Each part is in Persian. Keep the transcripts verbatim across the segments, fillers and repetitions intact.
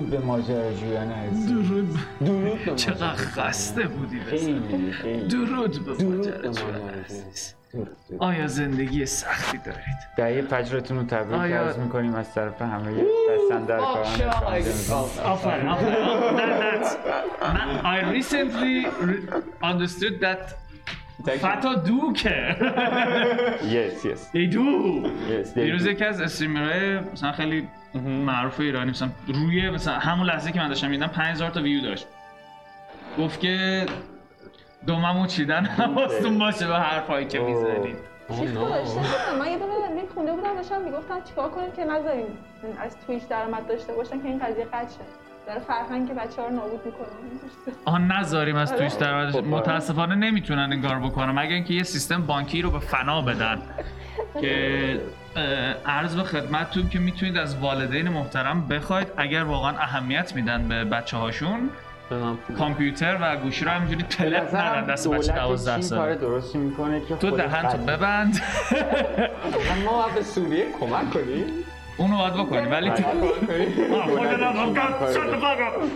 درود به ماجراجویان عزیز. درود درود به چقدر خسته بودی خیلی خیلی درود به درود به ماجراجویان عزیز. آیا زندگی سختی دارید؟ دهه فجرتون رو تبریک آیا- عرض می‌کنیم از طرف همه دستن در کاران آفرین I recently re- understood that فتا دو که Yes, yes. they do Yes, they دیروز do. یکی از استریمرهای مثلا خیلی معروف ایرانی مثلا روی مثلا همون لحظه که من داشتم میدم پنج هزار تا ویو داشت، گفت که دوممو چیدن حواستون باشه به حرفایی که میزنید. چیز داشته بودم من یه دونه لینک خونده بودم داشتم میگفتن چیکار کنیم که نذاریم از توییچ درآمد داشته باشن که این قضیه قطع شه، داره فرهنگ بچه‌ها رو نابود میکنه. آن نذاریم از تویش درآمدش. خب، متاسفانه نمیتونن این کار بکنن مگر اینکه یه سیستم بانکی رو به فنا بدن که اه، عرض به خدمتتون که میتونید از والدین محترم بخواید اگر واقعا اهمیت میدن به بچه هاشون کامپیوتر و گوشی رو همینجوری تلپ ندن دست بچه دوازده دولت چین کار ساله. درستی میکنه که تو خودش دهنتو قضیه- ببند ما باید به سوریه کمک کنیم. اونو باید بکنی ولی تو آه، خودت هم کن. شut the fuck up.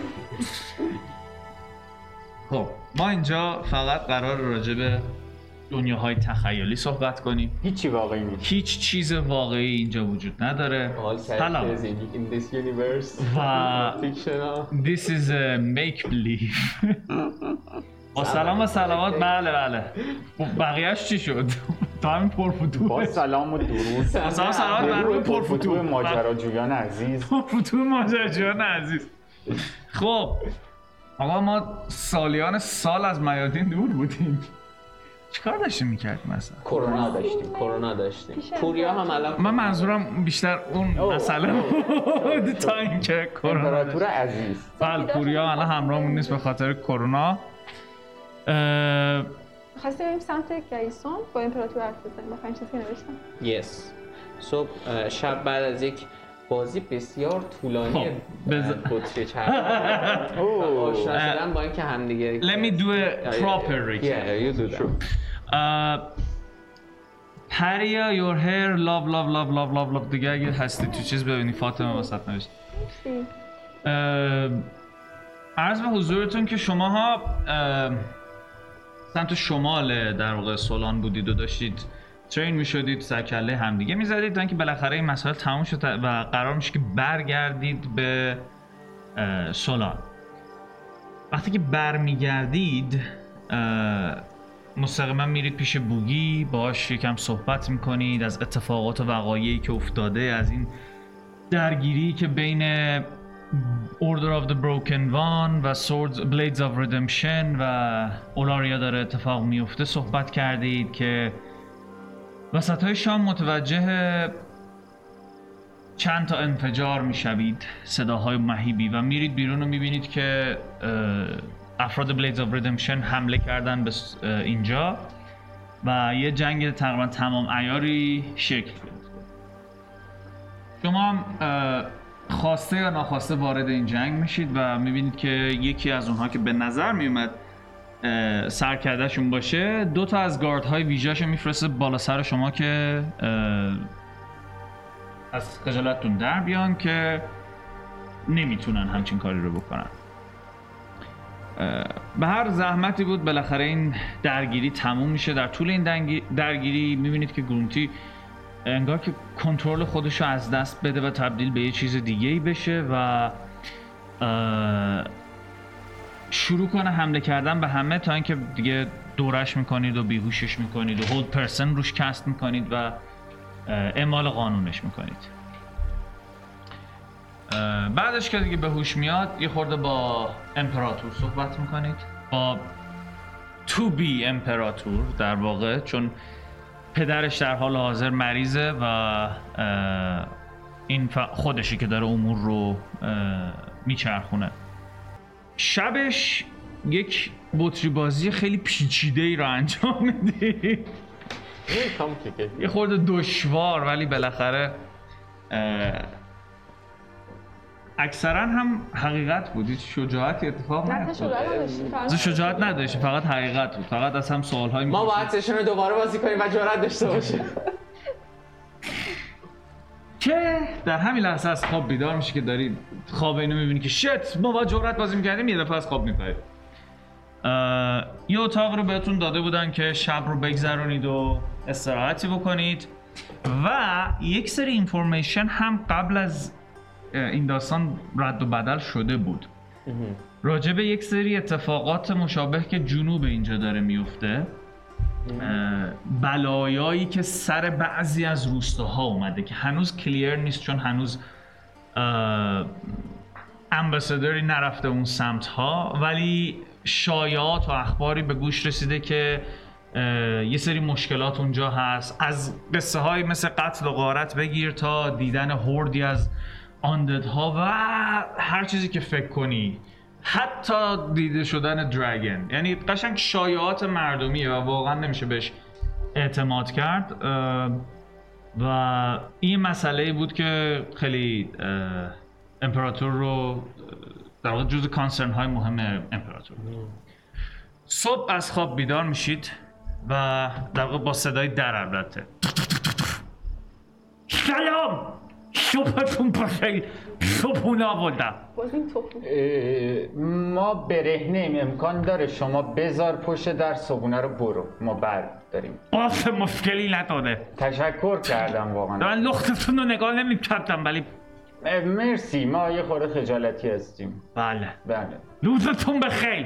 خب ما اینجا فقط قرار راجع به دنیاهای تخیلی صحبت کنیم. هیچی واقعی نیست. هیچ چیز واقعی اینجا وجود نداره. All سلام. characters in, in this universe و fictional. This is a make believe. با سلام و سلامات. بله بله. بقیهش چی شد؟ تا همین پرفتوه. با سلام و درود. با سلام و سلامات بر روی پرفتوه پرفتوه. ماجراجویان عزیز. پرفتوه ماجراجویان عزیز. خب آقا ما سالیان سال از میادین دور بودیم. چیکار داشتیم میکردیم مثلا؟ کرونا داشتیم کرونا داشتیم پوریا هم الان من منظورم بیشتر اون مسئله بود تا اینکه کرونا امپراتور داشت. عزیز. بله پوریا الان همراهمون نیست به خاطر کرونا. اه، خواستیم بریم سمت گیسون با امپراتور حرف بزنیم با پنج چیزی که نوشتم. یس صبح اه، شب بعد از یک بازی بسیار طولانی خب، بز- بطری چرخ آشنا شدن با اینکه همدیگه Let me do a proper recap. Yeah, you do that. Uh, Paria, your hair, love, love, love, love, love, love. دیگه اگه هستی تو چیز ببینی فاطمه واسط نوشت. مرسی. عرض به حضورتون که شماها اه، سمت شمال در واقع سولان بودید و داشتید ترین میشدید سرکله همدیگه میزدید تا اینکه بالاخره این مسائل تموم شد و قرار میشه که برگردید به اه، سولان. وقتی که برمیگردید مستقیما میرید پیش بوگی باهاش یکم صحبت میکنید از اتفاقات و وقایعی که افتاده، از این درگیری که بین Order of the Broken One و Swords Blades of Redemption و اولاریا داره اتفاق میفته صحبت کردید که وسطای شام متوجه چند تا انفجار میشوید، صداهای مهیبی، و میرید بیرون و میبینید که افراد Blades of Redemption حمله کردن به اینجا و یه جنگ تقریبا تمام عیاری شکل گرفت. شما هم خواسته یا ناخواسته وارد این جنگ میشید و میبینید که یکی از اونها که به نظر میومد سرکردهشون باشه دو تا از گاردهای ویژه‌شو میفرسته بالا سر شما که از خجالتتون در بیان که نمیتونن همچین کاری رو بکنن. به هر زحمتی بود بالاخره این درگیری تموم میشه. در طول این درگیری میبینید که گرونتی انگار که کنترل خودش رو از دست بده و تبدیل به یه چیز دیگه ای بشه و شروع کنه حمله کردن به همه تا اینکه دیگه دورش میکنید و بیهوشش میکنید و هولد پرسن روش کست میکنید و اعمال قانونش میکنید. بعدش که دیگه به هوش میاد یه خورده با امپراتور صحبت میکنید، با تو بی امپراتور در واقع، چون پدرش در حال حاضر مریضه و این خودشی که داره امور رو میچرخونه. شبش یک بطری بازی خیلی پیچیده ای رو انجام میدید، یه خورده دشوار، ولی بالاخره اکثرا هم حقیقت بود، هیچ شجاعتی اتفاق نیفتاد. شجاعت نداشتیم، فقط حقیقت بود، فقط از هم سوال‌های ما باید سشن رو دوباره بازی کنیم و جرأت داشته باشیم. که در همین لحظه از خواب بیدار میشه که داری خواب اینو میبینی که شت ما با جرأت بازی میکردیم، یه دفعه از خواب میپرید. یه اتاق رو بهتون داده بودن که شب رو بگذرونید و استراحتی بکنید و یک سری اینفورمیشن هم قبل از این داستان رد و بدل شده بود راجع به یک سری اتفاقات مشابه که جنوب اینجا داره میفته، بلایایی که سر بعضی از روستاها اومده که هنوز کلیر نیست چون هنوز امباسادری نرفته اون سمت ها، ولی شایعات و اخباری به گوش رسیده که یه سری مشکلات اونجا هست، از قصه های مثل قتل و غارت بگیر تا دیدن هوردی از آندد ها و هر چیزی که فکر کنی، حتی دیده شدن دراگن. یعنی قشنگ شایعات مردمیه و واقعا نمیشه بهش اعتماد کرد و این مسئله بود که خیلی امپراتور رو در واقع جزو کانسرن های مهم امپراتور. صبح از خواب بیدار میشید و در واقع با صدای در البته سلام صبحتون بخیر، صبحونه آوردم. باز این تخم ما برهنیم، امکان داره شما بذار پشت در صبحونه رو برو، ما بر داریم. باف مشکلی نداره. تشکر کردم واقعا. من لختتون رو نگاه نمی کردم ولی مرسی، ما یه خورده خجالتی هستیم. بله بله. روزتون بخیر.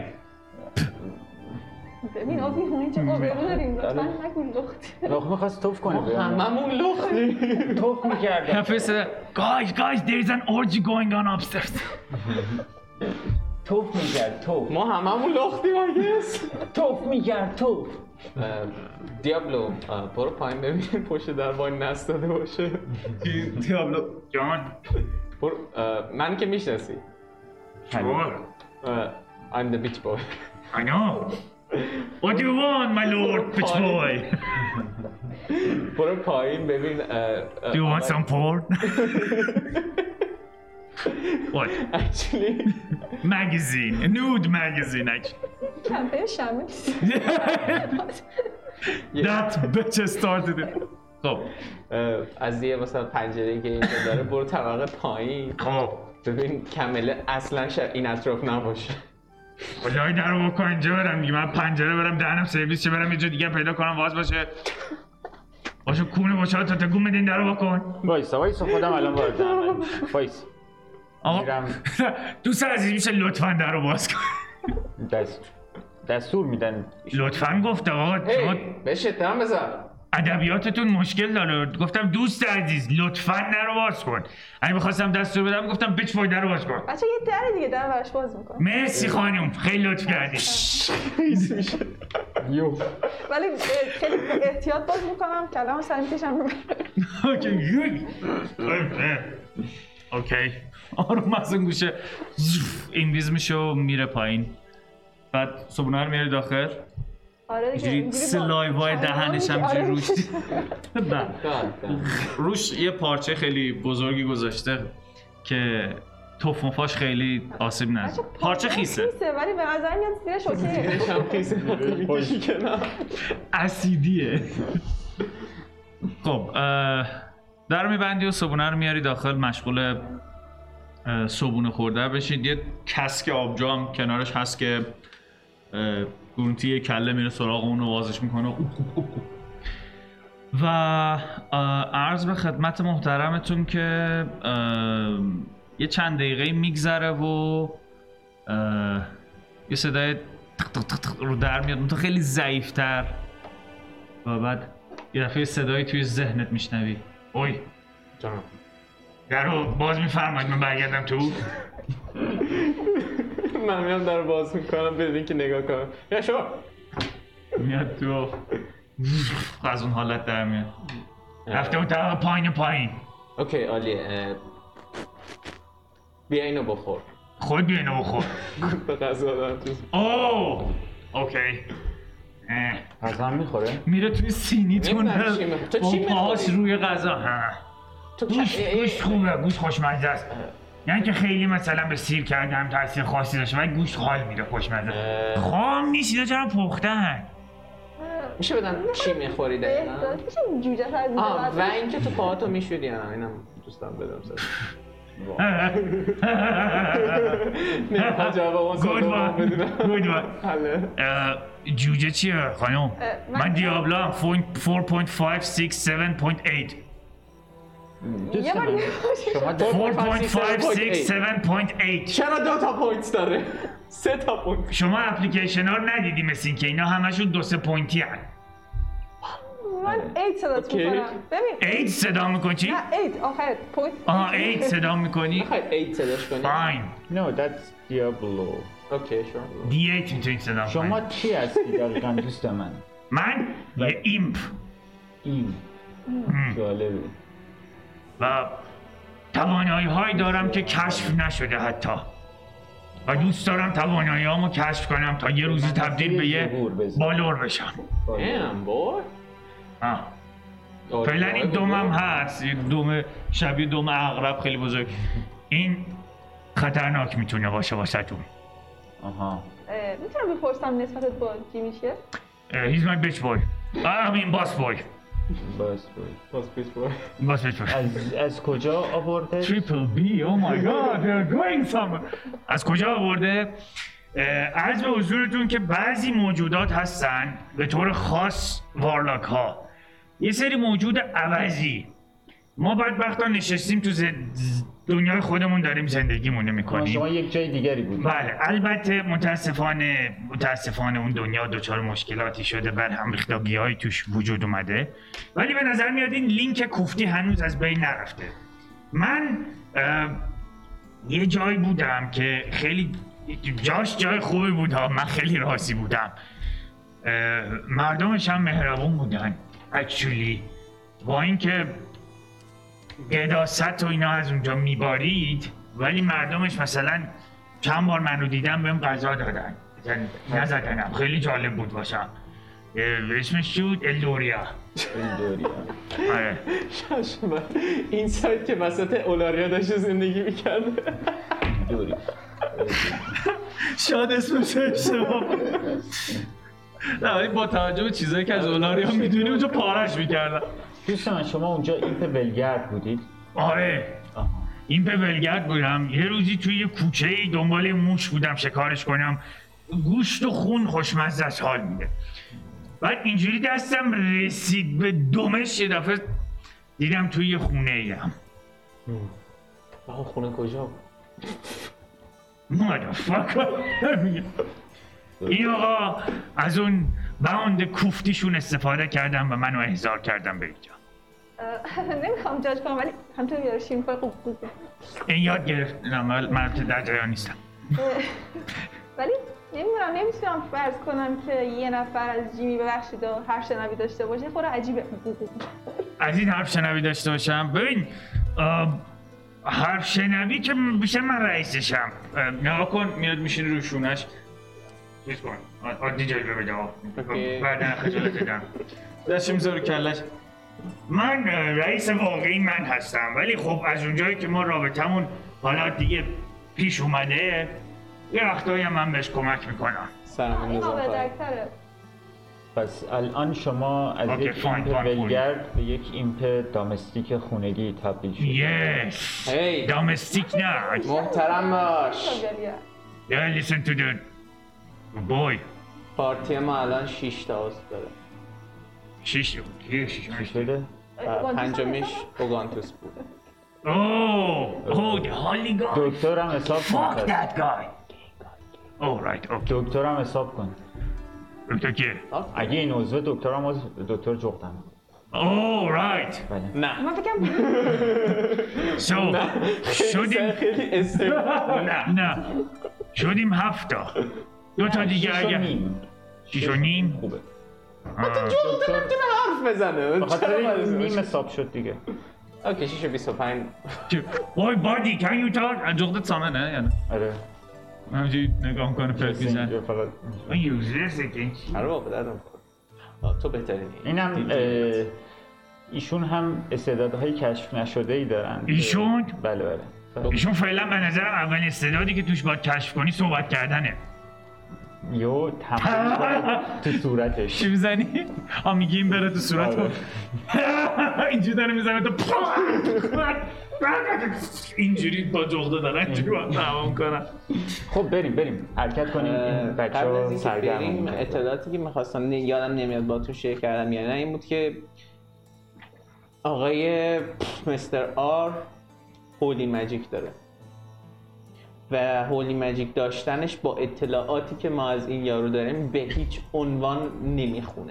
ببین آبی همین چه آبرو داریم، لطفا نگو لختی. لخت میخواست توف کنه بهم. هممون لختیم. توف میکردم. Professor, guys, guys, there is an orgy going on upstairs. توف میکرد، توف. ما هممون لختیم آگیس. توف میکرد، توف. دیابلو برو پایین ببین پشت در وای نستاده باشه. دیابلو جان برو من که میشناسی. I'm the bitch boy. I know. What do you want, my lord, bitch boy? برو پایین ببین. Do you want some porn? What? Actually magazine, a nude magazine actually. کمپین شمه That bitch started it. خب از یه مثلا پنجره که اینجا داره برو طبقه پایین. خب ببین کمله اصلا شاید این اطراف نباشه. خدای در رو بکن اینجا برم دیگه، من پنجره برم دهنم سرویس چه برم اینجا دیگه پیدا کنم واز باشه باشه کونه باشه تا تکون بدین در رو بکن. وایسا وایسا خودم الان وارد عمل میشم. وایسا میرم. دوست عزیز میشه لطفاً در رو باز کن. دست دستور میدن. لطفاً گفت آقا شما بهش احترام بذار. ادبیاتتون مشکل داره. گفتم دوست عزیز لطفاً در رو باز کن. اگه می‌خواستم دستور بدم گفتم بیچ وای در رو باز کن. بچه یه در دیگه در براش باز میکنم. مرسی خانم خیلی لطف کردید. یو ولی خیلی احتیاط باز میکنم کلام سر میکشم رو. اوکی اوکی آروم از اون گوشه اینویز میشه و میره پایین. بعد صبحونه رو میاره داخل. آره دیگه اینجوری سلایوای دهنش هم اینجوری روش روش یه پارچه خیلی بزرگی گذاشته که تفمفاش خیلی آسیب نزد. پارچه خیسه ولی به نظر میاد زیرش اوکیه. زیرش هم خیسه میکشی کنار. اسیدیه. خب در میبندی و صبحونه رو میاری داخل، مشغول صبحونه خورده بشید. یه کسک آبجو هم کنارش هست که گرونتی کله میره سراغ اون رو وازش میکنه و عرض به خدمت محترمتون که یه چند دقیقه میگذره و یه صدای تق تق تق تق رو در میاد تو خیلی ضعیفتر و بعد یه دفعه صدایی توی ذهنت میشنوی. اوی جانم در رو باز میفرمایید من برگردم تو. من میام در رو باز میکنم بدین که نگاه کنم. یا شو میاد تو از اون حالت در میاد رفته اون طبقه پایین پایین. اوکی عالیه. بیا اینو بخور. خود بیا اینو بخور. به غذا دارم تو. اوه اوکی. غذا هم میخوره؟ میره توی سینیتون با پاهاش روی غذا. گوشت گوشت خوبه، گوشت خوشمزه است. یعنی که خیلی مثلا به سیر کردم تاثیر خاصی داشته ولی گوشت حال میده خوشمزه. خام نیست اینا چرا پختن؟ میشه بدن چی میخوری دقیقا؟ بهداشت میشه جوجه رو از اینجا آه و برداری؟ اینکه تو پاهاتو میشودی یا نه اینم دوستم بدم سر نه جواب اون Good سوال one. بدونم Good one. حله اه، جوجه چیه خانم؟ من- من دیابلو هم چهار و پنج شش هفت و هشت یه بار دیگه شما دو چهار و پنج شش هفت و هشت چرا دو تا پوینت داره؟ سه تا پوینت شما اپلیکیشن ها رو ندیدی مثل این که اینا همشون دو سه پوینتی هن من ایت صدات اوکی. میکنم ببین ایت صدا میکنی چی؟ نه ایت آخر پوینت آها ایت صدا میکنی؟ میخوای ایت صداش کنی؟ فاین No, that's Diablo. اوکی شور دی ایت میتونی صدا شما کنی چی هستی دقیقا دوست من؟ من یه ایمپ این جالبه. و توانایی هایی دارم که کشف نشده حتی و دوست دارم توانایی هامو کشف کنم تا یه روزی تبدیل به یه ظهور بزن. بالور بشم ام بوی آه. فعلا این دومم هست یه دوم شبیه دوم عقرب خیلی بزرگ این خطرناک میتونه باشه واسه تون آها. میتونم بپرسم نسبتت با جیمی چیه؟ He's my bitch boy I mean boss boy باس بود. باز پیش برو boss bitch boy از از کجا آورده؟ Triple B oh my god they're going somewhere از کجا آورده؟ اه، عرض به حضورتون که بعضی موجودات هستن به طور خاص وارلاک ها یه سری موجود عوضی ما بدبختا نشستیم تو زد... دنیای خودمون داریم زندگیمونه آها، میکنیم شما یک جای دیگری بود. بله البته متاسفانه متاسفانه اون دنیا دچار مشکلاتی شده بر هم ریختگی های توش وجود اومده ولی به نظر میاد این لینک کوفتی هنوز از بین نرفته من اه، یه جایی بودم که خیلی جاش جای خوبی بود ها من خیلی راضی بودم اه، مردمش هم مهربون بودن اکچولی با اینکه قداست و اینا از اونجا میبارید ولی مردمش مثلا چند بار من رو دیدم بهم غذا دادن زن- نزدنم خیلی جالب بود باشم اسمش چی بود؟ الدوریا الدوریا. آره شما این سایت که وسط اولاریا داشته زندگی میکرده الدوریا. شاید اسمش اشتباه نه ولی با توجه به چیزایی که از اولاریا میدونی اونجا پارش میکردن دوست من شما اونجا ایپ ولگرد بودید؟ آره آها. این به ولگرد بودم یه روزی توی یه کوچه ای دنبال موش بودم شکارش کنم گوشت و خون خوشمزه از حال میده بعد اینجوری دستم رسید به دمش یه دفعه دیدم توی یه خونه ایم آه خونه کجا بود؟ مادرفاکر این آقا از اون باند کوفتیشون استفاده کردم و منو احضار کردم به اینجا نمیخوام جاج کنم ولی همطور یارو شیرین پای خوب بود این یاد گرفت نه من من در جریان نیستم ولی نمیدونم نمیتونم فرض کنم که یه نفر از جیمی ببخشید و هر شنوی داشته باشه خود عجیبه از این حرف شنوی داشته باشم ببین اه، حرف شنوی که بیشتر من رئیسشم اه، نگاه کن میاد میشینی رو شونش چیز کن عادی جلوه بده اوکی. بعدن خجالت بدم دستش میذاره کلش من اه، رئیس واقعی من هستم ولی خب از اونجایی که ما رابطمون حالا دیگه پیش اومده یه وقتایی هم من بهش کمک میکنم سرم این نظام قابل خواهد درکتره پس الان شما از اوکی، یک فاین، ایمپ فاین، ولگرد به یک ایمپ دامستیک خونگی تبدیل شد. یس هی. دامستیک نه محترم باش Yeah, listen to the boy. پارتی ما الان شش تا عضو داره شیش یه شیش چی شده؟ پنجمیش اوگانتوس بود Oh, oh, the holy god. دکترم حساب Fuck کن. that guy. Oh, right, okay. دکترم حساب کن. دکتر کیه؟ اگه این عضو دکترم عضو دکتر جغدم. Oh, right. بله. نه من فکرم So, شدیم خیلی استقلال نه نه شدیم هفتا دو تا دیگه شیش و اگه نیم. شیش و نیم خوبه. آه. دارم که حرف بزنه به خاطر چرا باید این نیم باشه؟ حساب شد دیگه. اوکی شیش و بیست و پنج Boy, buddy, can you talk? جغدت سامنه یا نه؟ آره. من همچنین نگاه میکنه پرد میزن فقط یوزلس اگه آره بابا دادم آه، تو بهترینی اینم اه، ایشون هم استعدادهای کشف نشده ای دارن. ایشون؟ بله بله. ایشون فعلا به نظر اولین استعدادی که توش باید کشف کنی صحبت کردنه یو تمام کنه تو صورتش. چی میزنی؟ آ میگی این بره تو صورت آره. اینجوری داره میزنه تو اینجوری با جغده دارن اینجوری با تمام کنن. خب بریم بریم حرکت کنیم. این قبل از بچه‌ها اینکه سرگرم بریم اطلاعاتی که میخواستم یادم نمیاد با تو شیر کردم یا نه این بود که آقای مستر آر هولی ماجیک داره و هولی ماجیک داشتنش با اطلاعاتی که ما از این یارو داریم به هیچ عنوان نمیخونه.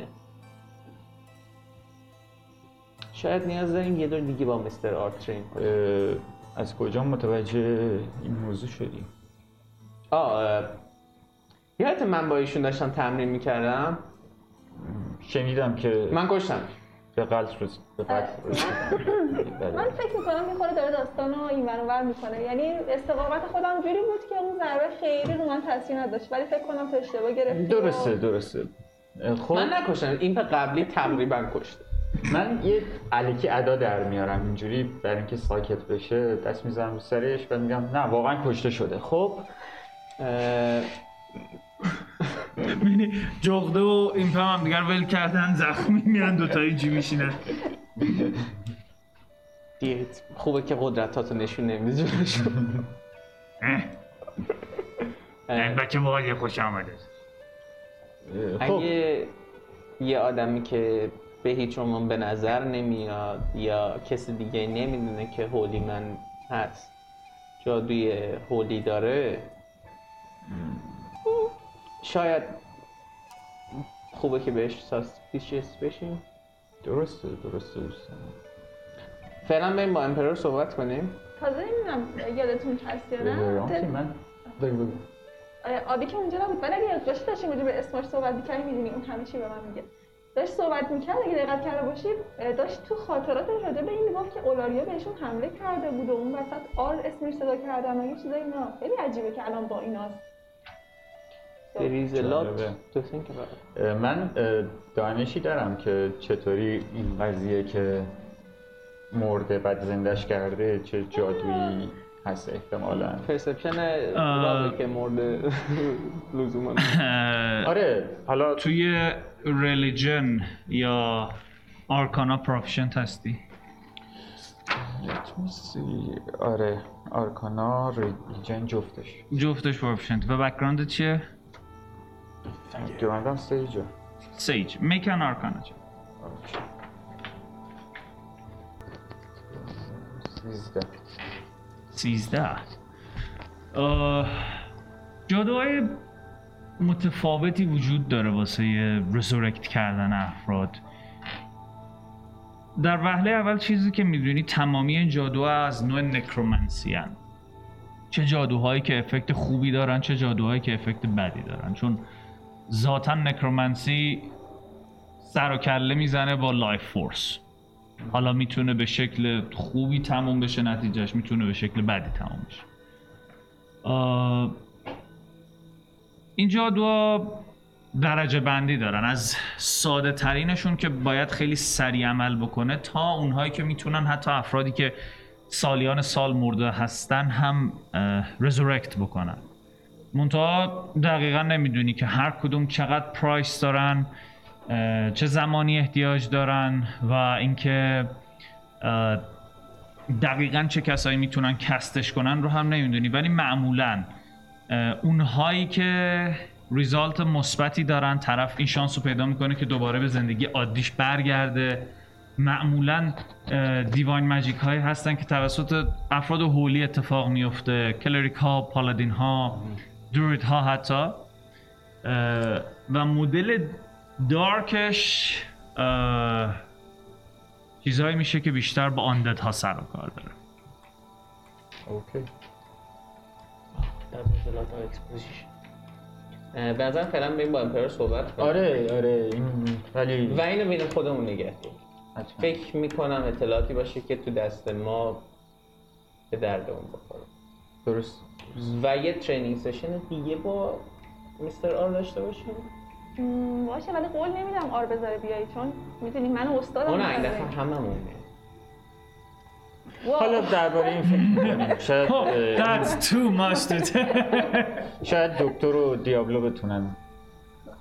شاید نیاز داریم یه دور دیگه با مستر آر ترین کنیم. از کجا متوجه این موضوع شدی؟ آه یادت من با ایشون داشتم تمرین میکردم؟ شنیدم که من کشتم به قتل رسید. به قتل رسید. من فکر میکنم یه خورده داره داستانو این ور اون ور میکنه. یعنی استقامت خودم جوری بود که اون ضربه خیلی رو من تاثیر نداشت ولی فکر کنم تو اشتباه گرفتی. درسته درسته. خب من نکشتم، این به قبلی تقریبا کشته. من یه الکی ادا در میارم اینجوری برای اینکه ساکت بشه، دست میزنم رو سرش و میگم نه واقعا کشته شده. خب ببینی جغده و این پم هم دیگر ول کردن زخمی میان دوتایی جی میشینن. دیگه خوبه که قدرتاتو نشون نمیدی جلوشون. این بچه باید خوش آمده. خب اگه یه آدمی که به هیچ عنوان به نظر نمیاد یا کسی دیگه نمیدونه که هولی من هست جادوی هولی داره شاید خوبه که بهش ساسپیشیس بشیم. درسته درسته دوستان. فعلا بریم با امپرور صحبت کنیم. تازه نمیدونم یادتون هست یا نه؟ رانتی من بگو بگو. آبی که اونجا نبود ولی اگه یادداشت داشتیم راجع به اسمش صحبت می‌کردیم می‌دونی اون همه چی به من میگه. داشت صحبت می‌کرد اگه دقت کرده باشید داشت تو خاطراتش راجع به این میگفت که اولاریا بهشون حمله کرده بود و اون وسط آر اسمش صدا کردن و یه چیزای اینا. خیلی عجیبه که الان با ایناست. There is a lot جالبه. to think about. من دانشی دارم که چطوری این قضیه که مرده بعد زندش کرده چه جادویی هست احتمالاً. پرسپشن رابه که مرده لزوما. آره حالا توی ریلیجن یا آرکانا پروفیشنت هستی؟ Let me see. آره آرکانا ریلیجن جفتش. جفتش پروفیشنت. و بک‌گراندت چیه؟ گراندم سیجا. سیج. میکن آرکانا چیه؟ سیزده. سیزده. جادوهای متفاوتی وجود داره واسه رزورکت کردن افراد. در وهله اول چیزی که میدونی تمامی این جادوها از نوع نکرومنسی هن. چه جادوهایی که افکت خوبی دارن چه جادوهایی که افکت بدی دارن، چون ذاتاً نکرومنسی سر و کله میزنه با لایف فورس. حالا میتونه به شکل خوبی تموم بشه نتیجهش، میتونه به شکل بدی تموم بشه. این جادوها درجه بندی دارن، از ساده ترینشون که باید خیلی سریع عمل بکنه تا اونهایی که میتونن حتی افرادی که سالیان سال مرده هستن هم رزورکت بکنن. منتها دقیقا نمیدونی که هر کدوم چقدر پرایس دارن، چه زمانی احتیاج دارن و اینکه دقیقاً چه کسایی میتونن کستش کنن رو هم نمیدونی. ولی معمولاً اونهایی که ریزالت مثبتی دارن طرف این شانس رو پیدا میکنه که دوباره به زندگی عادیش برگرده. معمولاً دیواین ماجیک هایی هستن که توسط افراد هولی اتفاق میفته، کلریک ها، پالادین ها، دروید ها حتی. و مدل دارکش چیزهایی میشه که بیشتر با آندد ها سر و کار داره. اوکی. به نظرم فعلا بریم با امپرور صحبت کنیم. آره آره این ولی و اینو بین خودمون نگه داریم. فکر میکنم اطلاعاتی باشه که تو دست ما به دردمون بخوره. درست. و یه ترینینگ سشن دیگه با میستر آر داشته باشیم. باشه ولی قول نمیدم آر بذاره بیایی چون میدونی من استادم. اون این دفعه هممونه. حالا درباره این فکر می‌کنیم شاید That's too much. شاید دکتر و دیابلو بتونن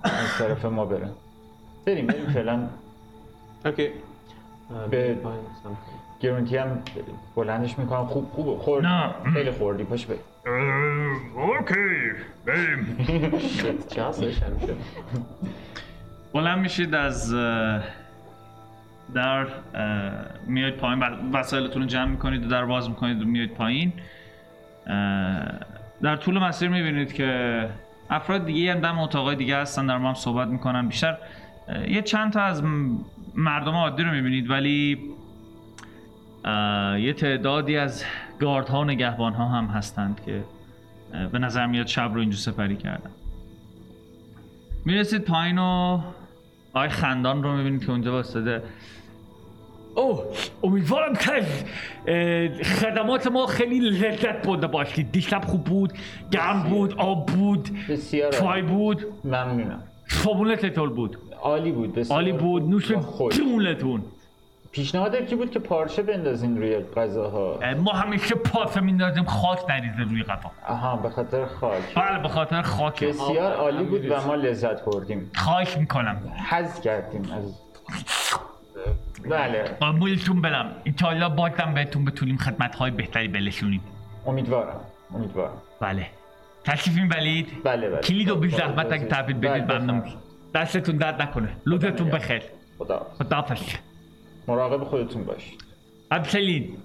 از طرف ما بره. بریم بریم فعلا. اوکی. به گرونتی هم بلندش میکنم. خوب خوب خورد. نه. خیلی خوردی، پاش بریم. اوکی بریم. چه حسش همیشه؟ بلند میشید از اه، در اه، میاید پایین، وسایلتون رو جمع میکنید و در باز میکنید و میاید پایین. اه، در طول مسیر میبینید که افراد دیگه هم دم اتاقای دیگه هستن، در ما هم صحبت میکنن. بیشتر اه، یه چند تا از م- مردم عادی رو میبینید، ولی اه، یه تعدادی از گاردها و نگهبان ها هم هستند که اه، به نظر میاد شب رو اینجا سپری کردن. میرسید پایین و آقای خندان رو میبینید که اونجا واسطه. اوه امیدوارم که اه، خدمات ما خیلی لذت برده باشید. دیشب خوب بود، گرم بود، آب بود، بسیار چای عالی. بود. ممنونم. صابونه چطور بود؟ عالی بود. بسیار عالی بود. نوش با خود. جونتون. پیشنهادت کی بود که پارچه بندازین روی غذاها؟ اه، ما همیشه پاس میندازیم خاک نریزه روی غذا. آها، به خاطر خاک. بله به خاطر خاک. بسیار عالی بود و ما لذت بردیم. خواهش میکنم. حظ کردیم از بله. قبولتون برم. ایتالا بازم بهتون بتونیم خدمت‌های بهتری بلشونیم. امیدوارم. امیدوارم. بله. تشریفین ولید. بله بله. کلید و بی زحمت اگه تحویل بدید بله، ممنون. بفرمایید. دستتون درد نکنه. روزتون بخیر. خدا. خداحافظ. مراقب خودتون باشید. همچنین.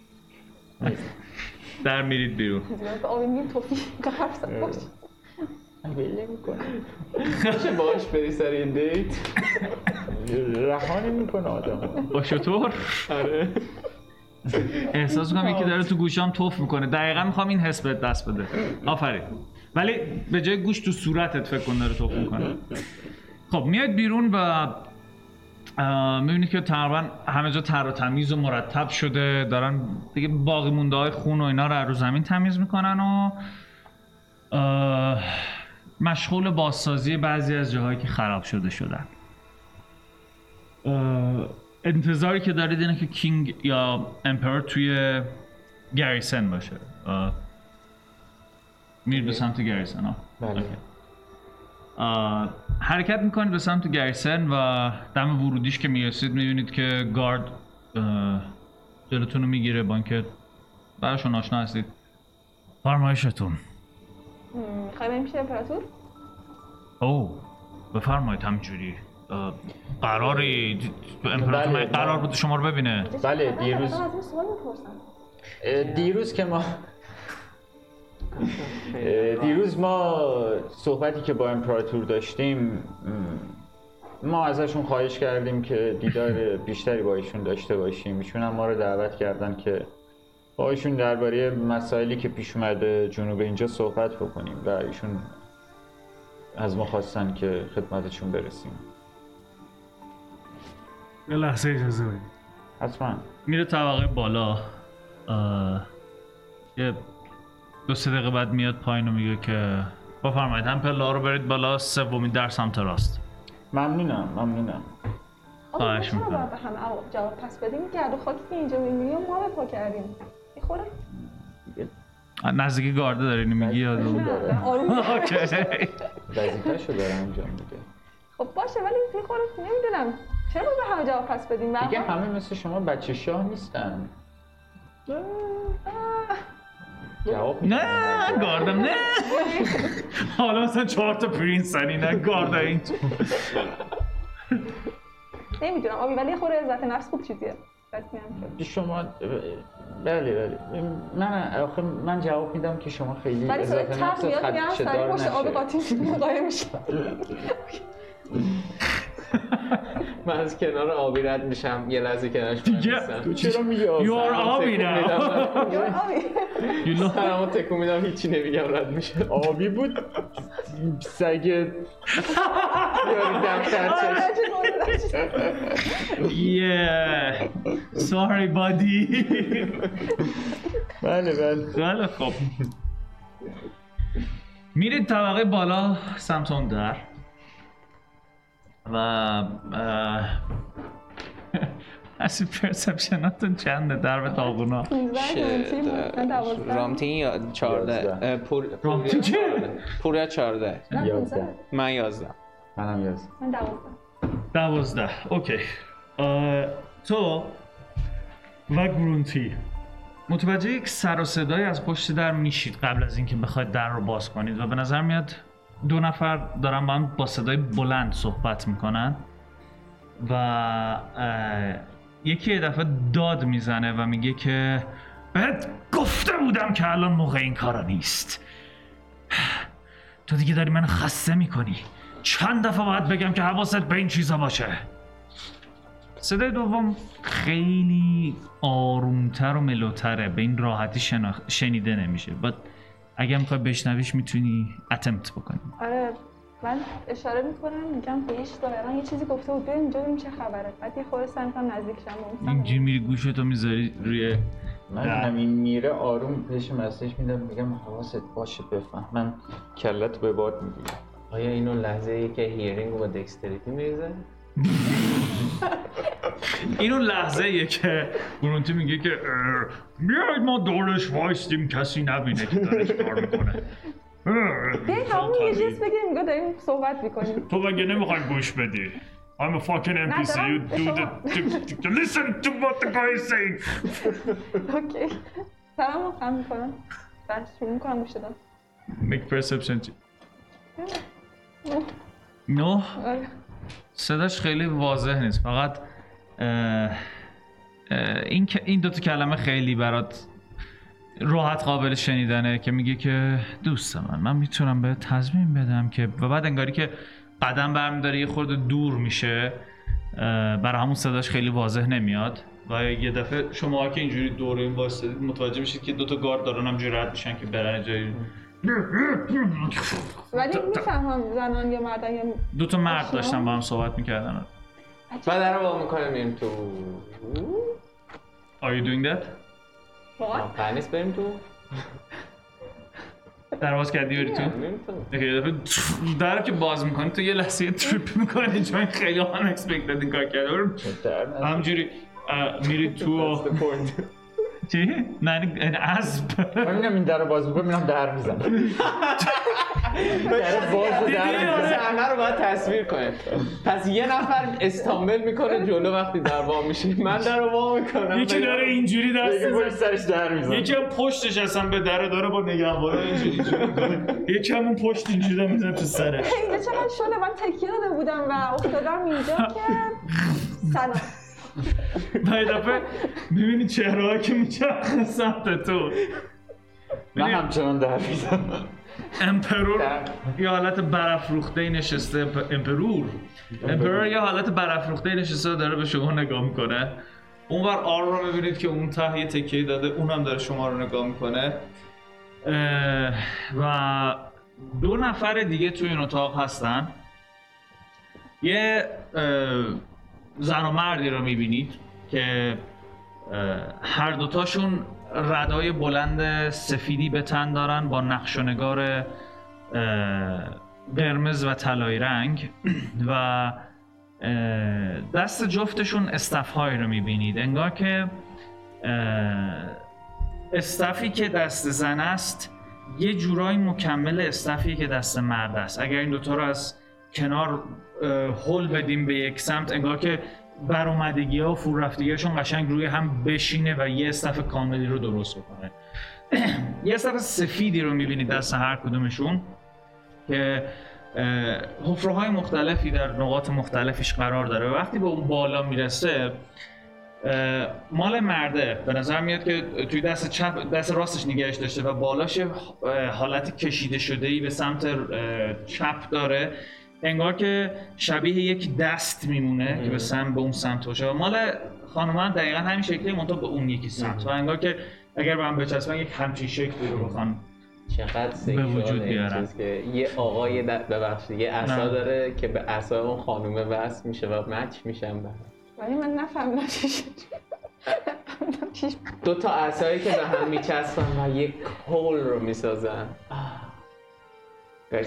در میرید بیرون. به آبی میگیم توفیق که حرف زد باش. بله میکنه. میشه باهاش بری سر یه دیت؟ رها نمیکنه آدم. با شطور؟ آره. احساس میکنم یکی داره تو گوشام توف میکنه. دقیقا میخوام این حس بهت دست بده. آفرین. ولی به جای گوش تو صورتت فکر کن داره توف میکنه. خب میاد بیرون و میبینید که تقریبا همه جا تر و تمیز و مرتب شده. دارن دیگه باقی مونده های خون و اینا رو رو زمین تمیز میکنن و اه، مشغول بازسازی بعضی از جاهایی که خراب شده شدن. اه، انتظاری که دارید اینه که کینگ یا امپرور توی گریسن باشه. اه، میرید به سمت گریسن ها. بله. اوکی. اه، حرکت میکنید به سمت گریسن و دم ورودیش که میرسید میبینید که گارد اه، جلوتون رو میگیره با اینکه براشون آشنا هستید. فرمایشتون. میخوای بریم پیش امپراتور؟ او بفرمایید همینجوری. اه، قراری امپراتور بله، قرار ما- بود شما رو ببینه. بله، من دیروز- از این سوال میپرسم. اه، دیروز که ما اه، دیروز ما صحبتی که با امپراتور داشتیم م، ما ازشون خواهش کردیم که دیدار بیشتری با ایشون داشته باشیم. ایشون هم ما رو دعوت کردن که با ایشون درباره مسائلی که پیش اومده جنوب اینجا صحبت بکنیم و ایشون از ما خواستن که خدمتشون برسیم. یه لحظه اجازه بدید. حتما. میره طبقه بالا. اه، یه دو سه دقیقه بعد میاد پایین و میگه که بفرمایید هم پله ها رو برید بالا، سومین در سمت راست. ممنونم ممنونم. آقا ما خواهش چرا می‌کنم. باید به همه عوض جواب پس بدیم؟ گرد و خاکی که اینجا می‌بینیم ما به پا کردیم. میخوره؟ نزدیکی گارده داری اینو میگی یا دو؟ داره. آروم. اوکی. وظیفه‌شو داره انجام میده. خب باشه ولی میخوره نمیدونم. چرا باید به همه جواب پس بدیم؟ دیگه همه مثل شما بچه شاه نیستن. جواب نه می‌دن. گاردم نه. حالا مثلا چهار تا پرینسنی نه گارده این تو. نمیدونم آبی ولی خود عزت نفس خوب چیزیه. رسمی هم که. شما بله بله من آخه من جواب میدم که شما خیلی ولی صدای اضافه تق نفست میاد میگم خدشه سریع دار باشه آب نشه. قاطی قایم میشه. من از کنار آبی رد میشم یه لحظه کنارش دیگه. تو چرا میگی آب؟ You are آبی نه. آبی. You know- سرمو تکون میدم هیچی نمیگم رد میشه. آبی بود سگ یاری دفتر چشم. Yeah. Sorry buddy. بله بله. خیلی خوب. میرید طبقه بالا سمت اون در و اه، اصلی پرسپشناتون چنده در به تاغونا؟ رامتین یا چارده. یازده. پور رامتین چه؟ پوریا چارده. یازده. من یازده. منم یازده. من دوازده. دوازده. اوکی. اه، تو و گرونتی متوجه یک سر و صدای از پشت در میشید قبل از اینکه بخواید در رو باز کنید و به نظر میاد دو نفر دارن با هم با صدای بلند صحبت میکنن و یکی یه دفعه داد میزنه و میگه که بهت گفته بودم که الان موقع این کارا نیست. تو دیگه داری منو خسته میکنی. چند دفعه باید بگم که حواست به این چیزا باشه. صدای دوم خیلی آرومتر و ملوتره، به این راحتی شناخ... شنیده نمیشه. بعد اگه میخوای بشنویش میتونی اتمپت بکنی. آره من اشاره میکنم میگم بهش ظاهرا یه چیزی گفته بود ببین اینجا ببین چه خبره. بعد یه خورده سعی میکنم نزدیک شم. اینجوری میری گوشتو میذاری روی من این میره آروم بهش مسیج میدم میگم حواست باشه بفهم من کلت به باد میگیرم. آیا اینو لحظه ای که هیرینگ و با دکستریتی میریزه؟ اینو لحظه ایه که گرونتی میگه که بیاید ما دورش وایستیم کسی نبینه که دارش کار میکنه. بیایید همون یه جیست بگیریم میگه داریم صحبت میکنیم. تو بگه نمیخوای گوش بدی. I'm a fucking ام پی سی. You do the, to, to listen to what the guy is saying. اوکی. سلام رو خم میکنم. بس شروع میکنم گوش دادم. Make perception. نه. صداش خیلی واضح نیست. فقط اه اه این این دو تا کلمه خیلی برات راحت قابل شنیدنه که میگه که دوست من من میتونم به تضمین بدم که و بعد انگاری که قدم برمی‌داره یه خورده دور میشه برای همون صداش خیلی واضح نمیاد و یه دفعه شما که اینجوری دور این واسطید متوجه میشید که دو تا گارد دارن همجوری رد میشن که برن جایی. ولی میفهمم زنان یا مردن یا دو تا مرد داشتن با هم صحبت میکردن. بعد در رو با میکنم میریم تو. Are you doing that? واقعا؟ پرنیس بریم تو؟ در باز کردی بری تو؟ یه دفعه در که باز میکنی تو یه لحظه تریپ میکنی چون خیلی هم اکسپکتد این کار کرده همجوری میری تو چی؟ نه این اسب من میگم این در رو باز میکنم میرم در میزنم در باز و در میزنم صحنه رو باید تصویر کنیم. پس یه نفر استامبل میکنه جلو وقتی در وا میشه من در رو وا میکنم یکی داره اینجوری دست یکی سرش در میزنم یکی هم پشتش اصلا به در داره با نگهبانه اینجوری اینجوری میکنه یکی هم اون پشت اینجوری داره میزنه تو سرش. اینجا چقدر شده من تکیه داده بودم و افتادم اینجا که سلام و یه دفعه میبینی چهره‌ها که میچرخه سمت تو. من همچنان در میزنم. امپرور یه حالت برافروخته نشسته. امپرور امپرور یه حالت برافروخته نشسته داره به شما نگاه میکنه. اونور آر رو میبینید که اون ته یه تکیه داده اونم داره شما رو نگاه میکنه و دو نفر دیگه توی این اتاق هستن. یه زن و مردی رو میبینید که هر دوتاشون ردای بلند سفیدی به تن دارن با نقش و نگار قرمز و طلایی رنگ و دست جفتشون استف‌هایی رو میبینید. انگار که استفی که دست زن است یه جورایی مکمل استفی که دست مرد است. اگر این دوتا رو از کنار هول بدیم به یک سمت انگار که برآمدگی ها و فرو رفتگیشون قشنگ روی هم بشینه و یه استف کاملی رو درست بکنه. یه استف سفیدی رو میبینید دست هر کدومشون که حفره های مختلفی در نقاط مختلفش قرار داره و وقتی به اون بالا میرسه مال مرده به نظر میاد که توی دست چپ دست راستش نگهش داشته و بالاش حالت کشیده شده ای به سمت چپ داره انگار که شبیه یک دست میمونه که به سمت به اون سمت باشه و مال خانومان دقیقا همین شکلی منتها به اون یکی سمت و انگار که اگر به هم بچسبن یک همچین شکلی رو بخوان چقدر به وجود بیارن که یه آقای ببخشید یه عصا داره که به عصا اون خانومه وصل میشه و مچ میشن به هم. ولی من نفهمیدم چی شد. دو تا عصایی که به هم میچسبن و یک هول رو میسازن.